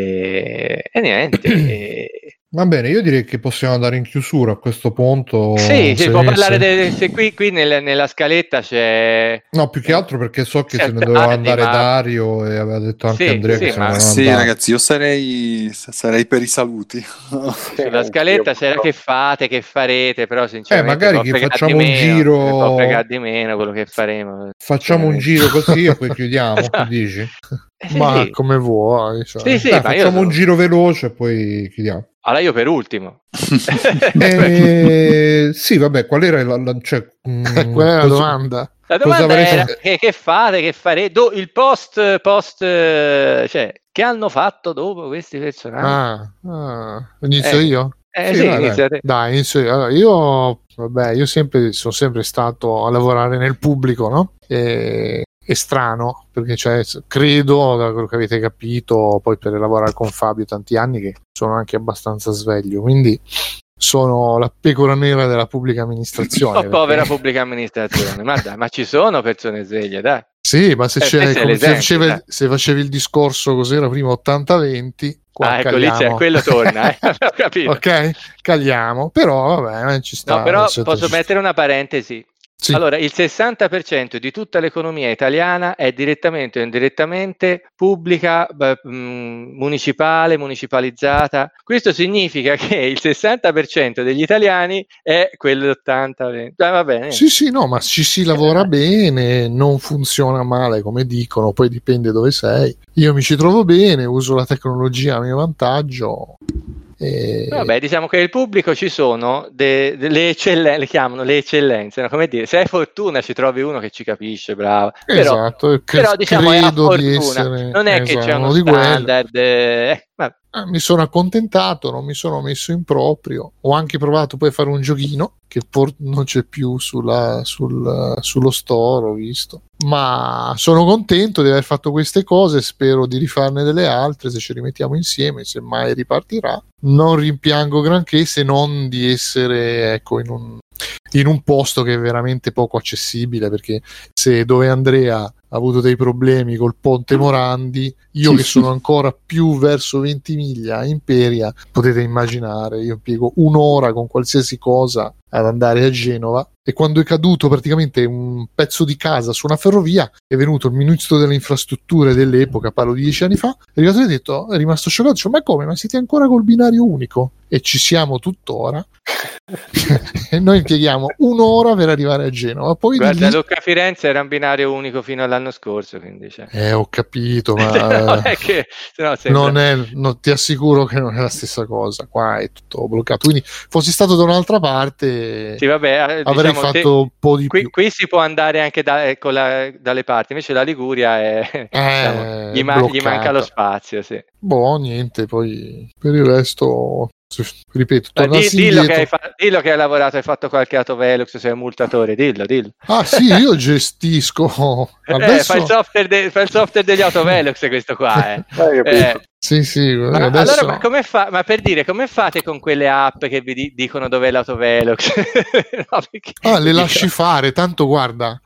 E niente. Va bene, io direi che possiamo andare in chiusura a questo punto. Sì, si può parlare se qui nella scaletta c'è... No, più che altro perché so che se ne doveva andare Dario e aveva detto anche Andrea che se ne doveva andare. Ragazzi, io sarei per i saluti. Sulla scaletta c'era che fate, che farete, però sinceramente magari che facciamo un giro, può fregare di meno quello che faremo. Facciamo un giro così e poi chiudiamo, che dici? Ma come vuoi, cioè. Facciamo un giro veloce e poi chiudiamo. Allora io per ultimo. Sì, vabbè, qual era qual è la domanda? La domanda era che fate, che farete il post cioè che hanno fatto dopo questi personaggi? Inizio io? Sì, iniziate. Dai, inizio io. Allora, io sono sempre stato a lavorare nel pubblico, no? È strano, perché credo, da quello che avete capito, poi per lavorare con Fabio tanti anni, che sono anche abbastanza sveglio, quindi sono la pecora nera della pubblica amministrazione. Povera pubblica amministrazione, ma ci sono persone sveglie, dai. Sì, ma se facevi il discorso cos'era prima 80-20, ecco, lì c'è, quello torna, ho capito. Ok, cagliamo, però vabbè, ci sta. No, però posso mettere una parentesi. Sì. Allora, il 60% di tutta l'economia italiana è direttamente o indirettamente pubblica, municipale, municipalizzata. Questo significa che il 60% degli italiani è quell'80-20. Va bene. Sì, no, ma ci si lavora bene, non funziona male come dicono, poi dipende dove sei. Io mi ci trovo bene, uso la tecnologia a mio vantaggio. Vabbè, diciamo che nel pubblico ci sono le eccellenze, le chiamano le eccellenze, no? Come dire, se hai fortuna ci trovi uno che ci capisce, bravo. Esatto, però diciamo è a fortuna, non è che c'è uno standard. Mi sono accontentato, non mi sono messo in proprio. Ho anche provato poi a fare un giochino che non c'è più sullo store, ho visto. Ma sono contento di aver fatto queste cose, spero di rifarne delle altre se ci rimettiamo insieme, se mai ripartirà. Non rimpiango granché, se non di essere in un posto che è veramente poco accessibile, perché se dove Andrea ha avuto dei problemi col ponte Morandi, io che sono ancora più verso Ventimiglia, Imperia, potete immaginare, io impiego un'ora con qualsiasi cosa ad andare a Genova, e quando è caduto praticamente un pezzo di casa su una ferrovia è venuto il ministro delle infrastrutture dell'epoca, parlo di 10 anni fa, è arrivato e ha detto, è rimasto scioccato, ma come, ma siete ancora col binario unico? e ci siamo tuttora. E noi impieghiamo un'ora per arrivare a Genova. Poi guarda, lì... Lucca-Firenze era un binario unico fino all'anno scorso, quindi ho capito, ma non è che sennò sembra... ti assicuro che non è la stessa cosa. Qua è tutto bloccato. Quindi fossi stato da un'altra parte, sì, vabbè, avrei fatto un po' di più. Qui si può andare anche dalle parti, invece la Liguria è, diciamo, gli manca lo spazio. Sì. Boh, niente, poi per il resto... Ripeto, dillo che hai lavorato, hai fatto qualche Autovelux, sei un multatore, dillo. Ah sì, io gestisco adesso... fa il software degli Autovelux questo qua. Sì, ma adesso... allora come ma per dire, come fate con quelle app che vi dicono dov'è l'Autovelux? No, le lasci fare, tanto guarda,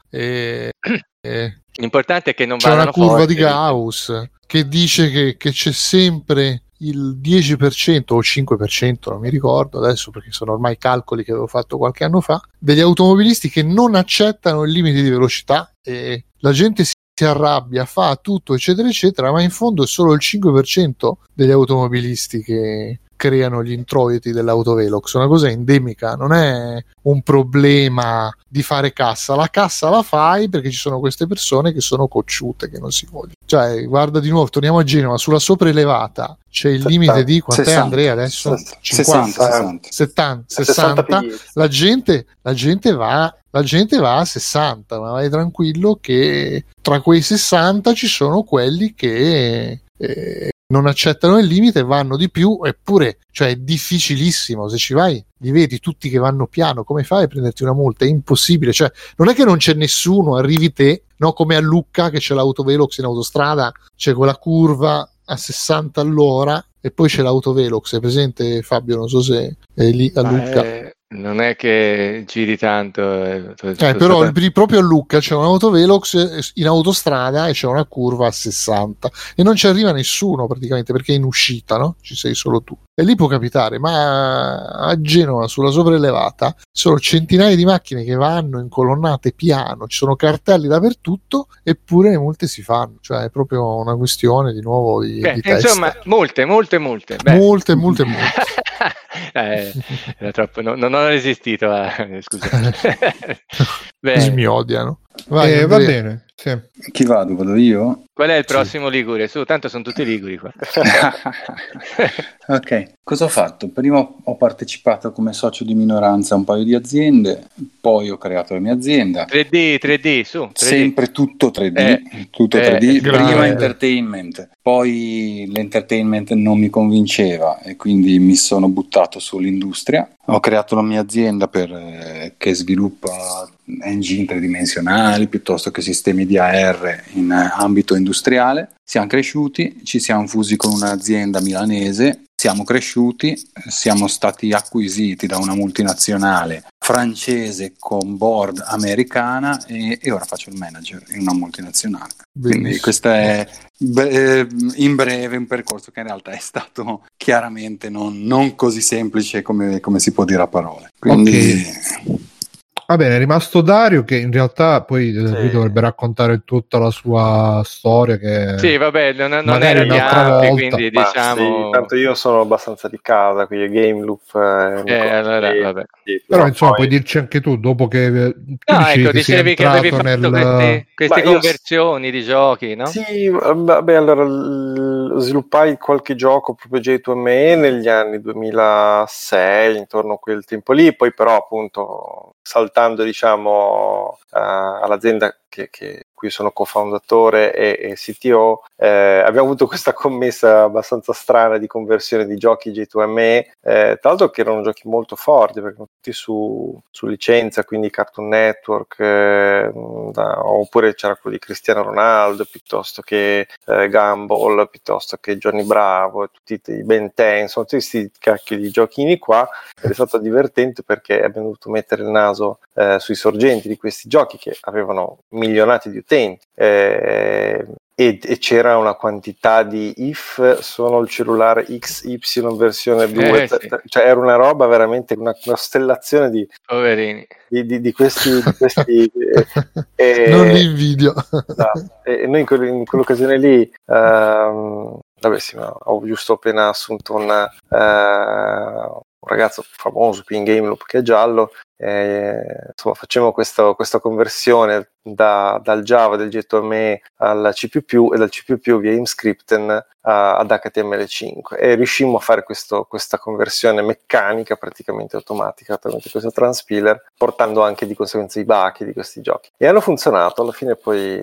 l'importante è che non c'è vadano una curva forte, di Gauss che dice che c'è sempre il 10% o 5%, non mi ricordo adesso perché sono ormai calcoli che avevo fatto qualche anno fa, degli automobilisti che non accettano il limite di velocità, e la gente si arrabbia, fa tutto eccetera eccetera, ma in fondo è solo il 5% degli automobilisti che creano gli introiti dell'Autovelox. Una cosa endemica, non è un problema di fare cassa, la cassa la fai perché ci sono queste persone che sono cocciute, che non si vogliono. Cioè, guarda, di nuovo torniamo a Genova, sulla sopraelevata c'è il limite di quant'è 60, Andrea adesso? 50, 60. La gente va a 60, ma vai tranquillo che tra quei 60 ci sono quelli che non accettano il limite e vanno di più, eppure, cioè, è difficilissimo. Se ci vai, li vedi tutti che vanno piano, come fai a prenderti una multa? È impossibile, cioè, non è che non c'è nessuno, arrivi te, no, come a Lucca che c'è l'Autovelox in autostrada, c'è quella curva a 60 all'ora e poi c'è l'Autovelox. È presente, Fabio? Non so se è lì a Lucca. Non è che giri tanto, però proprio a Lucca c'è un Autovelox in autostrada e c'è una curva a 60 e non ci arriva nessuno praticamente perché è in uscita, no? Ci sei solo tu. E lì può capitare, ma a Genova sulla sopraelevata sono centinaia di macchine che vanno in colonnate piano, ci sono cartelli dappertutto, eppure le multe si fanno. Cioè è proprio una questione di nuovo di testa. Insomma, multe. Beh. Multe. Era troppo, non ho resistito, scusa. Mi odiano. Va bene. Sì. Chi vado io? Qual è il prossimo Ligure? Su, tanto sono tutti liguri qua. Ok, cosa ho fatto? Prima ho partecipato come socio di minoranza a un paio di aziende, poi ho creato la mia azienda. 3D, su. 3D. Sempre tutto 3D, tutto 3D. Prima grande. entertainment, poi l'entertainment non mi convinceva e quindi mi sono buttato sull'industria. Ho creato la mia azienda che sviluppa engine tridimensionali piuttosto che sistemi di AR in ambito industriale. Siamo cresciuti, ci siamo fusi con un'azienda milanese, siamo cresciuti, siamo stati acquisiti da una multinazionale francese con board americana e ora faccio il manager in una multinazionale. Quindi questo è in breve un percorso che in realtà è stato chiaramente non così semplice come si può dire a parole. Quindi... Va bene, è rimasto Dario che in realtà poi lui dovrebbe raccontare tutta la sua storia che sì, vabbè, non magari era un'altra volta. quindi diciamo sì, tanto io sono abbastanza di casa, quindi Game Loop allora, vabbè. Però insomma puoi dirci anche tu dopo che dicevi che avevi fatto queste conversioni di giochi, no? Sì, vabbè, allora sviluppai qualche gioco proprio J2ME negli anni 2006, intorno a quel tempo lì, poi però appunto saltando diciamo all'azienda che cui sono cofondatore e CTO, abbiamo avuto questa commessa abbastanza strana di conversione di giochi J2ME, tra l'altro che erano giochi molto forti perché erano tutti su licenza, quindi Cartoon Network, oppure c'era quello di Cristiano Ronaldo piuttosto che Gumball, piuttosto che Johnny Bravo, tutti i Ben 10, insomma tutti questi cacchi di giochini qua. Ed è stato divertente perché abbiamo dovuto mettere il naso sui sorgenti di questi giochi che avevano milionati di utenti, e c'era una quantità di if sono il cellulare XY versione 2, sì. cioè era una roba veramente, una costellazione di poverini di questi Non li invidio. e noi in quell'occasione lì vabbè sì, no, ho giusto appena assunto un ragazzo famoso qui in Game Loop che è giallo, insomma facciamo questa conversione dal Java del JTME al C++ e dal C++ via Emscripten ad HTML5 e riuscimmo a fare questa conversione meccanica praticamente automatica tramite questo transpiler, portando anche di conseguenza i bachi di questi giochi, e hanno funzionato. Alla fine poi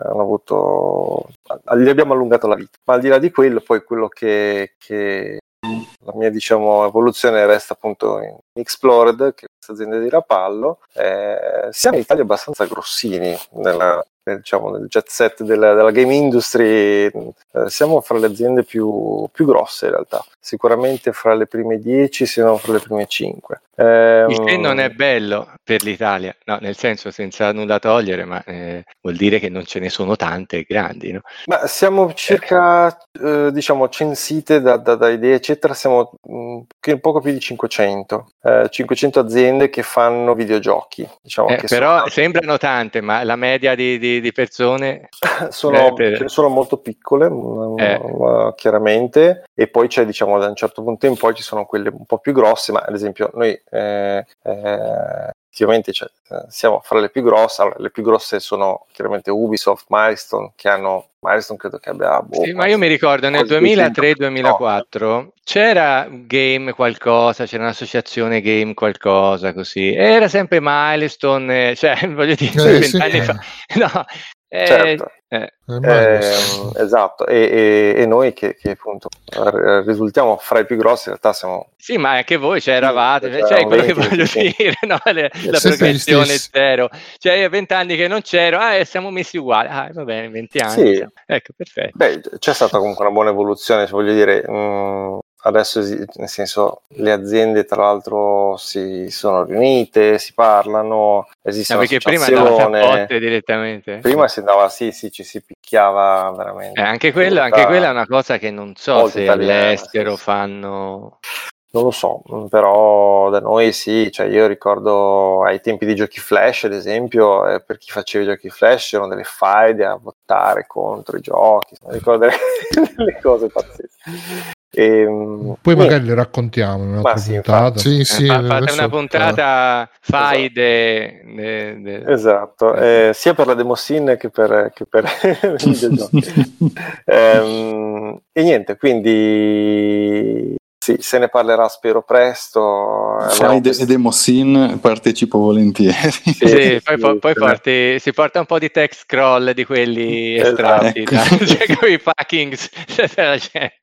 gli abbiamo allungato la vita, ma al di là di quello poi quello che la mia evoluzione resta appunto in Explored, che è questa azienda di Rapallo. Siamo in Italia abbastanza grossini nel jet set della game industry, siamo fra le aziende più grosse in realtà, sicuramente fra le prime 10 se non fra le prime 5. Il che non è bello per l'Italia, no, nel senso, senza nulla togliere, ma vuol dire che non ce ne sono tante grandi, no? Ma siamo circa, censite da idee eccetera, siamo poco più di 500 aziende che fanno videogiochi, che però sembrano tante, ma la media di persone sono molto piccole, chiaramente, e poi c'è, da un certo punto in poi ci sono quelle un po' più grosse, ma ad esempio noi effettivamente siamo fra le più grosse. Allora, le più grosse sono chiaramente Ubisoft, Milestone, credo che abbia sì, ma io mi ricordo nel 2003-2004 c'era Game qualcosa, c'era un'associazione Game qualcosa così, era sempre Milestone, voglio dire, 20 anni fa. No, certo. Esatto, e noi che appunto risultiamo fra i più grossi, in realtà siamo. Sì, ma anche voi c'eravate, quello che voglio dire, no? La progressione zero. Io 20 anni che non c'ero, siamo messi uguali. Va bene, 20 anni. Sì. Ecco, perfetto. Beh, c'è stata comunque una buona evoluzione, voglio dire. Adesso, nel senso, le aziende tra l'altro si sono riunite, si parlano, esiste perché prima andavate a botte direttamente? Prima si andava, sì, ci si picchiava veramente. Anche quella è una cosa che non so se all'estero fanno. Non lo so, però da noi sì, io ricordo ai tempi di giochi flash, ad esempio, per chi faceva i giochi flash c'erano delle faide a votare contro i giochi, ricordo delle cose pazzesche. Poi magari le raccontiamo in un'altra puntata. Sì, fate una puntata faide. Esatto, sia per la demoscene che per i videogiochi. E niente, quindi sì, se ne parlerà spero presto. Fai e demoscene, partecipo volentieri. Sì, poi si porta un po' di text scroll di quelli estratti, con i packings della gente.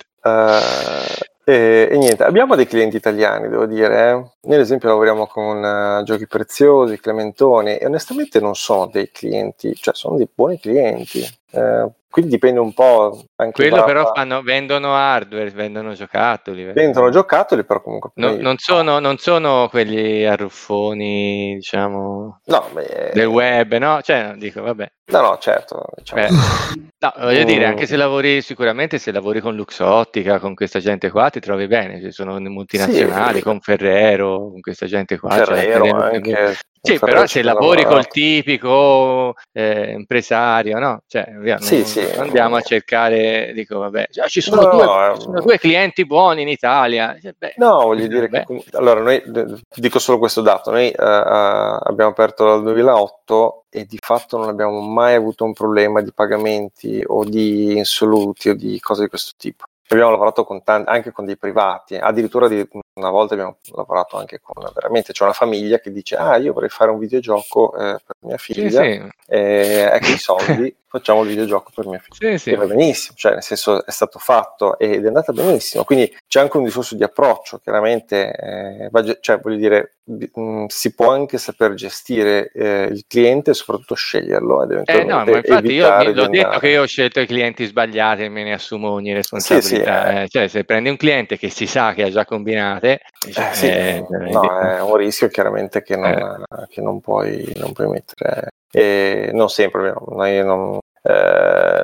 E niente, abbiamo dei clienti italiani, devo dire. Noi ad esempio lavoriamo con Giochi Preziosi, Clementoni, e onestamente non sono dei clienti, sono dei buoni clienti. Quindi dipende un po' anche quello però vendono hardware, vendono giocattoli. Vendono giocattoli, però comunque non sono quelli arruffoni, del web, no? Dico, vabbè. No, certo. No, voglio dire, anche se lavori, sicuramente se lavori con Luxottica, con questa gente qua, ti trovi bene, ci sono multinazionali, con Ferrero, con questa gente qua. Ferrero anche. Sì, però se lavori col tipico impresario, no? Andiamo a cercare, dico, vabbè, ci sono due clienti buoni in Italia. Voglio dire che allora noi, dico solo questo dato, noi abbiamo aperto dal 2008 e di fatto non abbiamo mai avuto un problema di pagamenti o di insoluti o di cose di questo tipo. Abbiamo lavorato anche con dei privati, addirittura una volta abbiamo lavorato anche con, veramente c'è una famiglia che dice io vorrei fare un videogioco per mia figlia, ecco i soldi, facciamo il videogioco per mia figlia. Sì. Va benissimo, nel senso è stato fatto ed è andata benissimo, quindi c'è anche un discorso di approccio, chiaramente, voglio dire, si può anche saper gestire il cliente e soprattutto sceglierlo ed eventualmente ma infatti io l'ho detto che io ho scelto i clienti sbagliati e me ne assumo ogni responsabilità. Se prendi un cliente che si sa che ha già combinate, è un rischio chiaramente che non puoi mettere, non sempre, noi non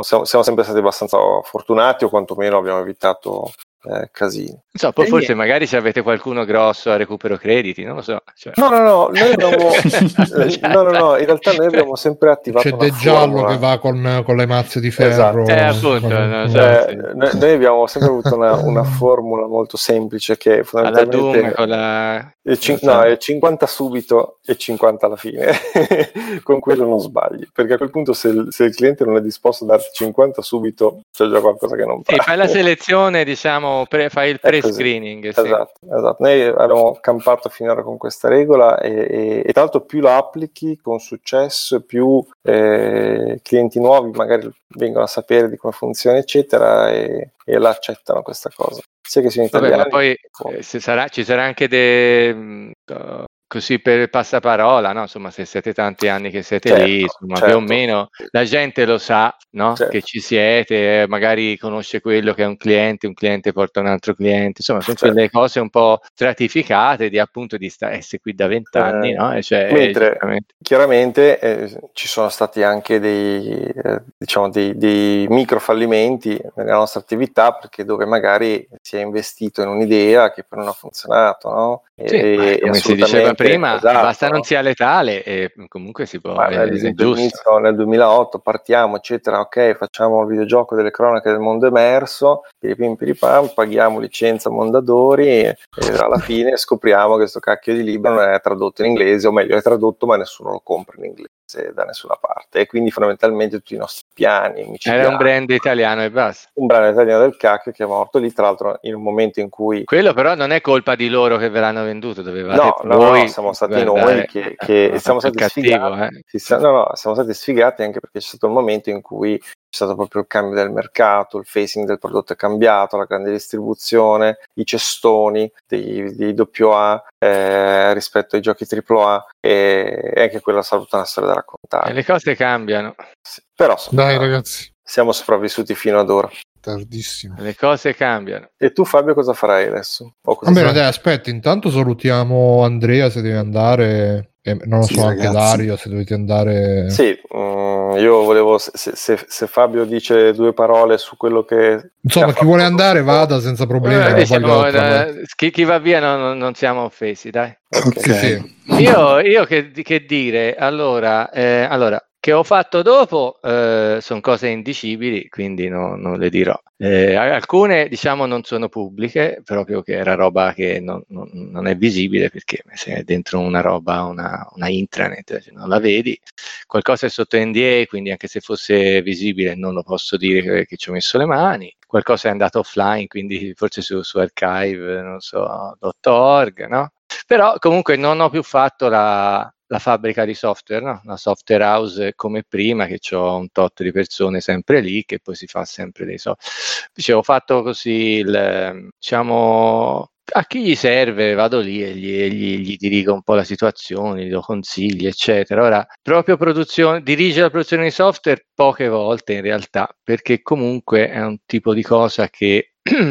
siamo sempre stati abbastanza fortunati, o quantomeno abbiamo evitato casini. So, poi forse magari se avete qualcuno grosso a recupero crediti, non lo so. Cioè. No, noi abbiamo no, in realtà noi abbiamo sempre attivato c'è una De Giallo formula che va con le mazze di ferro. Esatto. Appunto, noi abbiamo sempre avuto una formula molto semplice che fondamentalmente è 50 subito e 50 alla fine. Con quello non sbagli, perché a quel punto se il cliente non è disposto a darti 50 subito c'è già qualcosa che non va. Sì, fai la selezione, diciamo, fai il pre-screening. Sì. Esatto, noi abbiamo campato finora con questa regola e tra l'altro più la applichi con successo, più clienti nuovi magari vengono a sapere di come funziona eccetera e la accettano questa cosa, sia che siano italiani. Ma poi ci sarà anche così per passaparola, no? Insomma, se siete tanti anni che siete lì, insomma, più o meno la gente lo sa, no? Che ci siete, magari conosce quello che è un cliente porta un altro cliente, insomma, sono quelle cose un po' stratificate di appunto di essere qui da 20 anni, no? Mentre chiaramente ci sono stati anche dei micro fallimenti nella nostra attività, perché dove magari si è investito in un'idea che poi non ha funzionato, no? Come si diceva prima, basta non sia letale e comunque si può. Ad esempio all'inizio nel 2008 partiamo eccetera, ok, facciamo il videogioco delle cronache del mondo emerso, piripim, paghiamo licenza Mondadori e alla fine scopriamo che sto cacchio di libro non è tradotto in inglese, o meglio è tradotto ma nessuno lo compra in inglese da nessuna parte, e quindi fondamentalmente tutti i nostri piani era un brand italiano e basta, un brand italiano del cacchio che è morto lì, tra l'altro in un momento in cui quello però non è colpa di loro che ve l'hanno venduto, dovevate voi. No, siamo stati noi che siamo stati sfigati. Siamo stati sfigati anche perché c'è stato un momento in cui c'è stato proprio il cambio del mercato, il facing del prodotto è cambiato, la grande distribuzione, i cestoni dei AA rispetto ai giochi AAA, e anche quella sarà tutta una storia da raccontare. E le cose cambiano. Sì, però dai ragazzi, siamo sopravvissuti fino ad ora. Tardissimo. Le cose cambiano. E tu Fabio cosa farai adesso? Bene, dai, aspetta, intanto salutiamo Andrea se deve andare, non lo so, ragazzi. Anche Dario se dovete andare. Sì, io volevo, se Fabio dice due parole su quello che... Insomma, chi vuole andare vada senza problemi. Chi va via non siamo offesi, dai. Okay. Sì. Io che dire, allora, che ho fatto dopo sono cose indicibili, quindi non le dirò. Alcune diciamo non sono pubbliche, proprio che era roba che non è visibile, perché se è dentro una roba, una intranet, cioè non la vedi. Qualcosa è sotto NDA, quindi anche se fosse visibile non lo posso dire che ci ho messo le mani. Qualcosa è andato offline, quindi forse su archive, non so, .org, no? Però comunque non ho più fatto la fabbrica di software, no? La software house come prima, che ho un tot di persone sempre lì, che poi si fa sempre dei software. Ho fatto così, diciamo, a chi gli serve vado lì e gli dirigo un po' la situazione, gli do consigli, eccetera. Ora, proprio dirige la produzione di software poche volte in realtà, perché comunque è un tipo di cosa che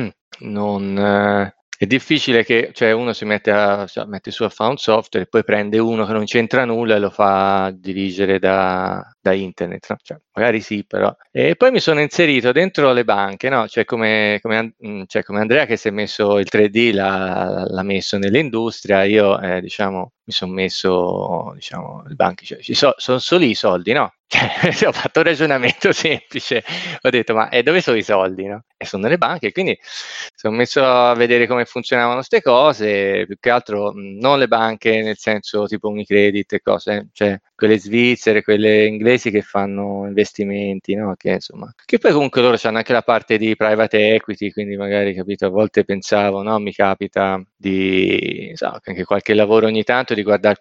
non... È difficile che uno si mette su a fare un software e poi prende uno che non c'entra nulla e lo fa dirigere da internet, no? Magari sì, però. E poi mi sono inserito dentro le banche, no? Come Andrea che si è messo il 3D, l'ha messo nell'industria, io mi sono messo le banche, sono solo i soldi, no? Ho fatto un ragionamento semplice, ho detto ma dove sono i soldi, no? E sono nelle banche, quindi sono messo a vedere come funzionavano ste cose, più che altro non le banche nel senso tipo Unicredit e cose, cioè quelle svizzere, quelle inglesi che fanno investimenti, no? Che poi comunque loro hanno anche la parte di private equity, quindi magari, capito, a volte pensavo, no, mi capita di anche qualche lavoro ogni tanto, di guardare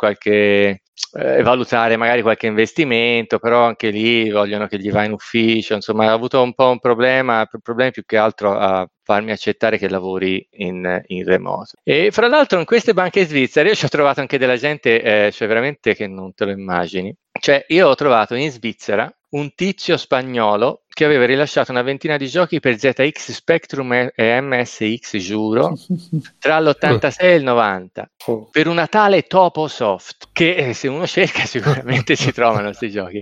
valutare magari qualche investimento, però anche lì vogliono che gli vai in ufficio, insomma ho avuto un po' un problemi più che altro a farmi accettare che lavori in remoto. E fra l'altro in queste banche svizzere io ci ho trovato anche della gente, veramente che non te lo immagini. Io ho trovato in Svizzera un tizio spagnolo che aveva rilasciato una ventina di giochi per ZX Spectrum e MSX, giuro, tra l'86 e il 90, per una tale Toposoft, che se uno cerca sicuramente si trovano questi giochi.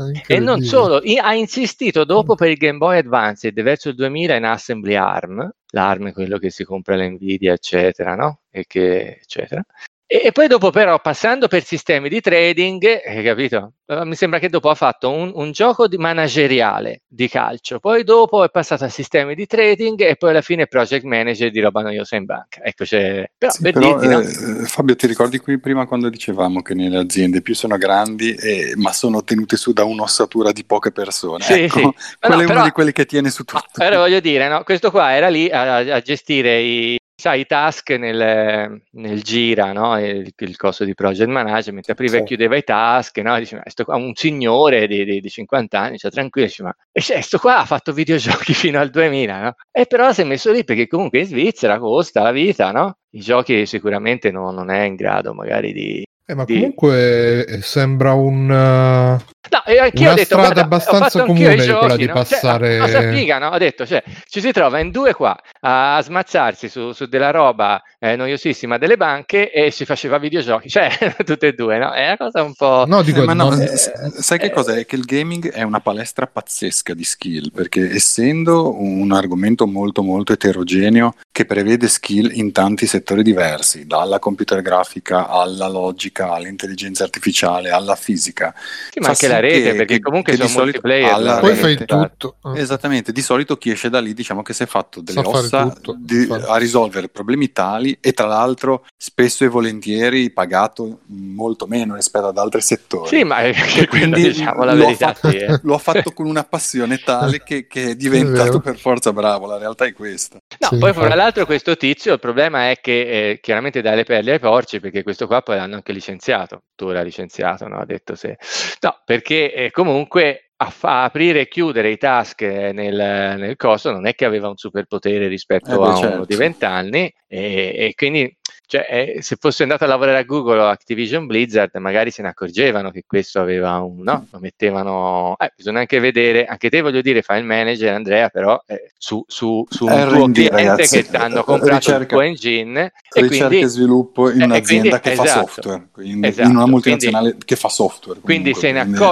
E non solo, ha insistito dopo per il Game Boy Advance verso il 2000 in Assembly ARM, l'ARM è quello che si compra la Nvidia, eccetera, no? Eccetera. E poi dopo però, passando per sistemi di trading, capito? Mi sembra che dopo ha fatto un gioco manageriale di calcio, poi dopo è passato a sistemi di trading e poi alla fine project manager di roba noiosa in banca. Ecco, però, sì, però dirti, no? Fabio, ti ricordi qui prima quando dicevamo che nelle aziende più sono grandi ma sono tenute su da un'ossatura di poche persone? Sì, ecco, sì. quello è uno di quelli che tiene su tutto. Però voglio dire, no? Questo qua era lì a gestire i task nel gira, no? Il costo di project management, apriva e chiudeva i task, no? Dice, sto qua, un signore di 50 anni, cioè tranquillo, dice, ma sto qua ha fatto videogiochi fino al 2000, no? E però si è messo lì perché comunque in Svizzera costa la vita, no? I giochi sicuramente non è in grado magari di... Ma comunque sembra una strada abbastanza comune giochi, quella di passare. Cosa figa, no? Ho detto, ci si trova in due qua a smazzarsi su della roba noiosissima delle banche e si faceva videogiochi, tutte e due, no? È una cosa un po'. No, dico, sai che cos'è? Che il gaming è una palestra pazzesca di skill, perché essendo un argomento molto molto eterogeneo che prevede skill in tanti settori diversi, dalla computer grafica alla logica, all'intelligenza artificiale, alla fisica. Sì, ma anche la rete, perché comunque sono multiplayer. Poi fai tutto. Esattamente, di solito chi esce da lì diciamo che si è fatto delle ossa a risolvere problemi tali e tra l'altro spesso e volentieri pagato molto meno rispetto ad altri settori. Sì, ma quindi diciamo la verità. Lo ha fatto con una passione tale che è diventato per forza bravo, la realtà è questa. No, poi fra l'altro questo tizio, il problema è che chiaramente dà le perle ai porci, perché questo qua poi l'hanno anche licenziato, tu l'hai licenziato, no? Ha detto no, perché comunque a aprire e chiudere i task nel coso non è che aveva un superpotere rispetto a uno di 20 anni e quindi se fosse andato a lavorare a Google o Activision Blizzard magari se ne accorgevano che questo aveva lo mettevano, bisogna anche vedere, anche te voglio dire fai il manager Andrea, però su un tuo cliente, ragazzi, che ti hanno comprato il tuo engine ricerca e sviluppo in un'azienda che fa software, quindi in una multinazionale che fa software comunque, quindi se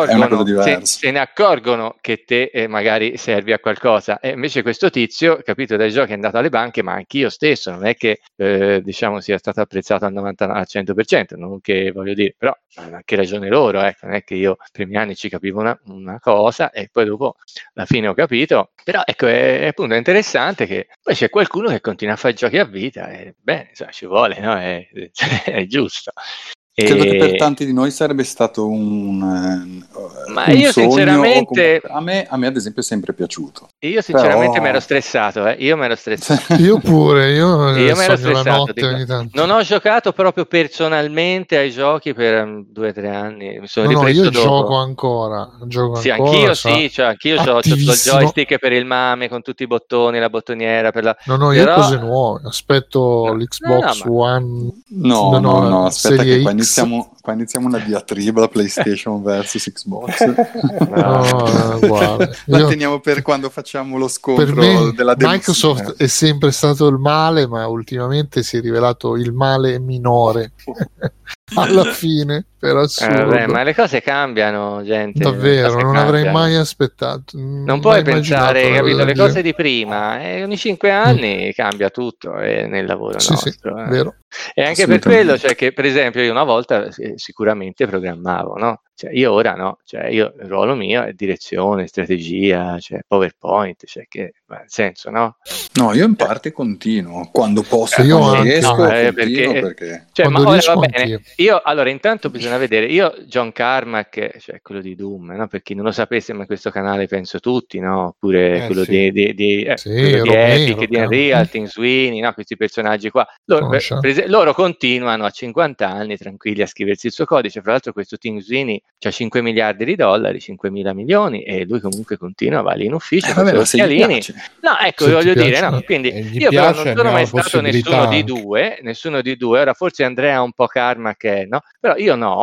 ne accorgono che te magari servi a qualcosa e invece questo tizio, capito, dai giochi è andato alle banche, ma anch'io stesso non è che diciamo sia stato apprezzato al 100%, non che voglio dire, però hanno anche ragione loro, non è che io i primi anni ci capivo una cosa e poi dopo alla fine ho capito, però ecco è appunto interessante che poi c'è qualcuno che continua a fare giochi a vita e bene, ci vuole, no? È giusto. Credo che per tanti di noi sarebbe stato un io sogno, sinceramente a me ad esempio è sempre piaciuto. Io sinceramente mi ero stressato, io mi ero stressato. Io pure, io mi ero stressato, la notte ogni tanto. Non ho giocato proprio personalmente ai giochi per 2 o 3 anni, mi sono ripreso io dopo. gioco ancora. Sì, anch'io anch'io ho il joystick per il MAME con tutti i bottoni, la bottoniera per la... io cose nuove, aspetto l'Xbox One. No, aspetta Serie che qua iniziamo una diatriba PlayStation versus Xbox. Guarda, la teniamo per quando facciamo lo scontro per me, della delusione. Microsoft è sempre stato il male, ma ultimamente si è rivelato il male minore alla fine, per assurdo. Ma le cose cambiano, gente. Davvero, non avrei mai aspettato. Non puoi pensare, capito, le cose di prima, ogni 5 anni cambia tutto nel lavoro nostro. Sì, vero. E anche per quello, che per esempio io una volta sicuramente programmavo, no? Io ora no, io il ruolo mio è direzione, strategia, PowerPoint, che nel senso, no? No, io in parte continuo, quando posso, io quando riesco, perché ma ora va bene. Io allora intanto bisogna vedere, io John Carmack, quello di Doom, no? Per chi non lo sapesse, ma questo canale penso tutti, no? Oppure quello di Epic, di Unreal, Tim Sweeney, no? Questi personaggi qua. Loro continuano a 50 anni tranquilli a scriversi il suo codice. Fra l'altro questo Tim Sweeney c'ha 5 miliardi di dollari, 5.000 milioni e lui comunque continua, va lì in ufficio, fa gli occhialini. No, ecco, voglio dire, no? Quindi io però non sono mai stato nessuno di due, ora forse Andrea un po' Karma che no, però io no,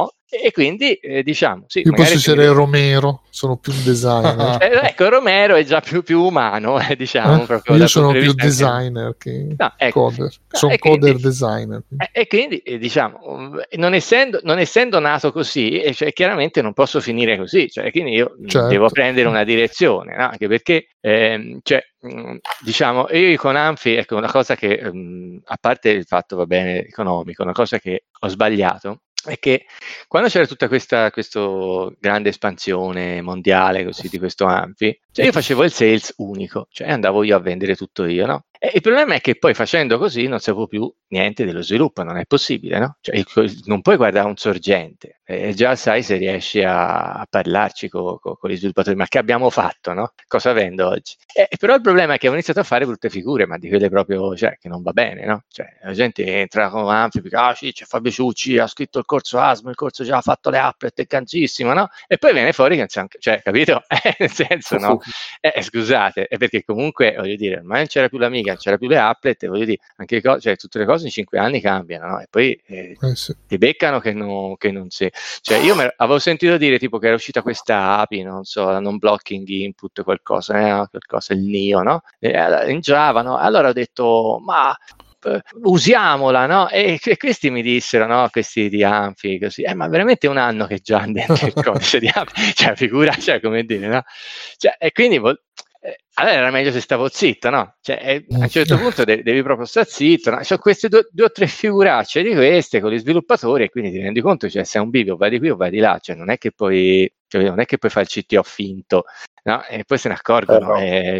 no, e quindi diciamo sì, io posso essere Romero, sono più un designer. Ecco, Romero è già più umano, diciamo, proprio io sono più designer che coder, sono coder designer, e quindi diciamo, non essendo nato così, cioè, chiaramente non posso finire così, cioè, quindi io devo prendere una direzione, no? Anche perché cioè, diciamo, io con Amphi, ecco, una cosa che a parte il fatto, va bene, economico, una cosa che ho sbagliato è che quando c'era tutta questa grande espansione mondiale così di questo Amphi, cioè io facevo il sales unico, cioè andavo io a vendere tutto io, no? E il problema è che poi facendo così non sapevo più niente dello sviluppo, non è possibile, no? Cioè, non puoi guardare un sorgente, già sai se riesci a parlarci con gli sviluppatori, ma che abbiamo fatto, no? Cosa vendo oggi? Però il problema è che ho iniziato a fare brutte figure, ma di quelle proprio, cioè, che non va bene, no? Cioè, la gente entra con Amphi, sì, c'è Fabio Ciucci, ha scritto il corso ASM, il corso già ha fatto le applet, è cancissimo, no? E poi viene fuori che c'è, cioè, capito? Nel senso, no? Scusate, è perché comunque, voglio dire, ormai non c'era più l'amica, non c'era più le applet, voglio dire, anche cioè, tutte le cose in 5 anni cambiano, no? E poi sì. ti beccano che non si... Cioè, io avevo sentito dire tipo che era uscita questa API, non so, la non blocking input, qualcosa, il NIO, no? In Java, no? Allora ho detto, ma usiamola, no? E questi mi dissero, no? Questi di Amphi, così, ma veramente un anno che già hanno dentro il codice di Amphi, cioè figura, cioè come dire, no? Cioè, e quindi allora era meglio se stavo zitto, no? Cioè, a un certo punto devi proprio stare zitto, no? C'ho queste due o tre figuracce di queste con gli sviluppatori e quindi ti rendi conto, cioè, se è un bivio vai di qui o vai di là, cioè non è che puoi fare il CTO finto, no? E poi se ne accorgono,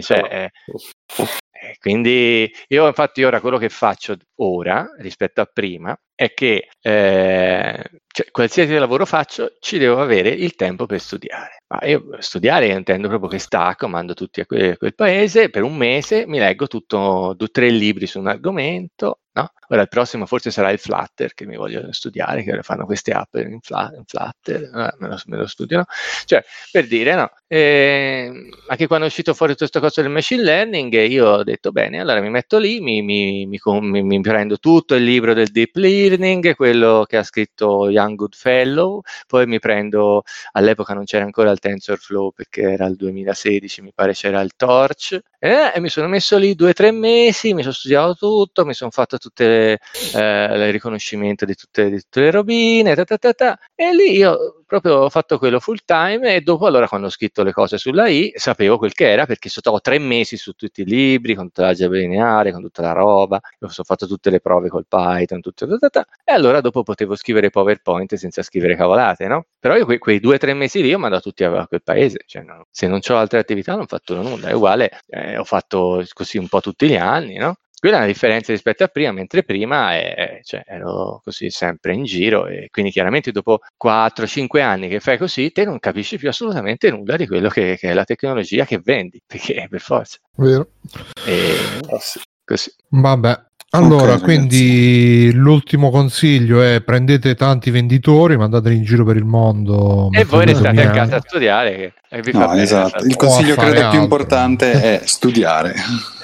quindi io infatti ora quello che faccio ora rispetto a prima è che cioè, qualsiasi lavoro faccio ci devo avere il tempo per studiare. Ma io studiare intendo proprio che stacco, mando tutti a quel paese per un mese, mi leggo 2-3 libri su un argomento, no? Ora il prossimo forse sarà il Flutter che mi voglio studiare, che ora fanno queste app in Flutter, me lo studiano, cioè per dire, no? Anche quando è uscito fuori tutto questo coso del machine learning, io ho detto bene, allora mi metto lì, mi prendo tutto il libro del deep learning, quello che ha scritto Young Goodfellow, poi mi prendo, all'epoca non c'era ancora il TensorFlow perché era il 2016, mi pare c'era il Torch, e mi sono messo lì 2-3 mesi, mi sono studiato tutto, mi sono fatto tutte il riconoscimento di tutte le robine, e lì io proprio ho fatto quello full time e dopo allora quando ho scritto le cose sulla I sapevo quel che era perché sono stato 3 mesi su tutti i libri, con tutta l'algebra lineare, con tutta la roba, ho fatto tutte le prove col Python, e allora dopo potevo scrivere PowerPoint senza scrivere cavolate, no? Però io quei 2-3 mesi lì ho mandato tutti a quel paese, cioè, no, se non ho altre attività non ho fatto nulla, è uguale, ho fatto così un po' tutti gli anni, no? Quella è una differenza rispetto a prima, mentre prima cioè, ero così sempre in giro e quindi chiaramente dopo 4-5 anni che fai così te non capisci più assolutamente nulla di quello che è la tecnologia che vendi, perché per forza. Vero. Così. Vabbè. Allora, quindi l'ultimo consiglio è prendete tanti venditori, mandateli in giro per il mondo e voi restate a casa a studiare. Esatto. Il consiglio credo più importante è studiare.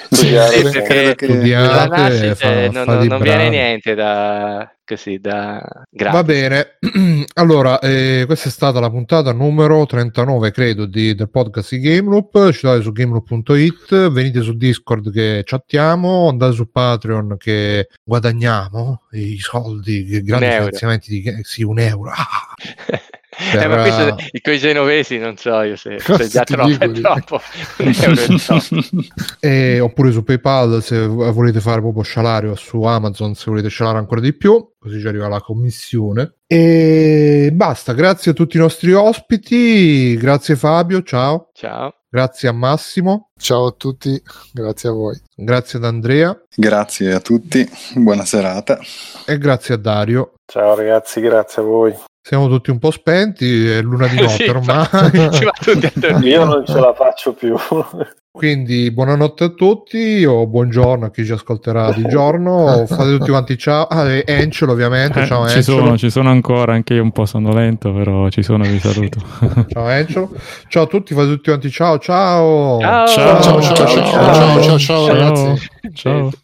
Non viene niente da gratis. Va bene, allora questa è stata la puntata numero 39 credo del podcast di GameLoop. Ci trovate su gameloop.it, venite su Discord che chattiamo, andate su Patreon che guadagniamo i soldi, grandi finanziamenti di €1. Ma qui con i genovesi non so io se già troppo è troppo. Oppure su PayPal se volete fare proprio scialario, su Amazon se volete scialare ancora di più, così ci arriva la commissione. E basta, grazie a tutti i nostri ospiti, grazie Fabio, ciao. Grazie a Massimo. Ciao a tutti, grazie a voi. Grazie ad Andrea. Grazie a tutti, buona serata. E grazie a Dario. Ciao ragazzi, grazie a voi. Siamo tutti un po' spenti, è l'una di notte ormai. Io non ce la faccio più. Quindi buonanotte a tutti o buongiorno a chi ci ascolterà di giorno. Fate tutti quanti ciao. Encelo ovviamente, ciao Encelo. Ci sono ancora, anche io un po' sonolento, però ci sono, vi saluto. Ciao Encelo. Ciao a tutti, fate tutti quanti ciao ragazzi. Ciao.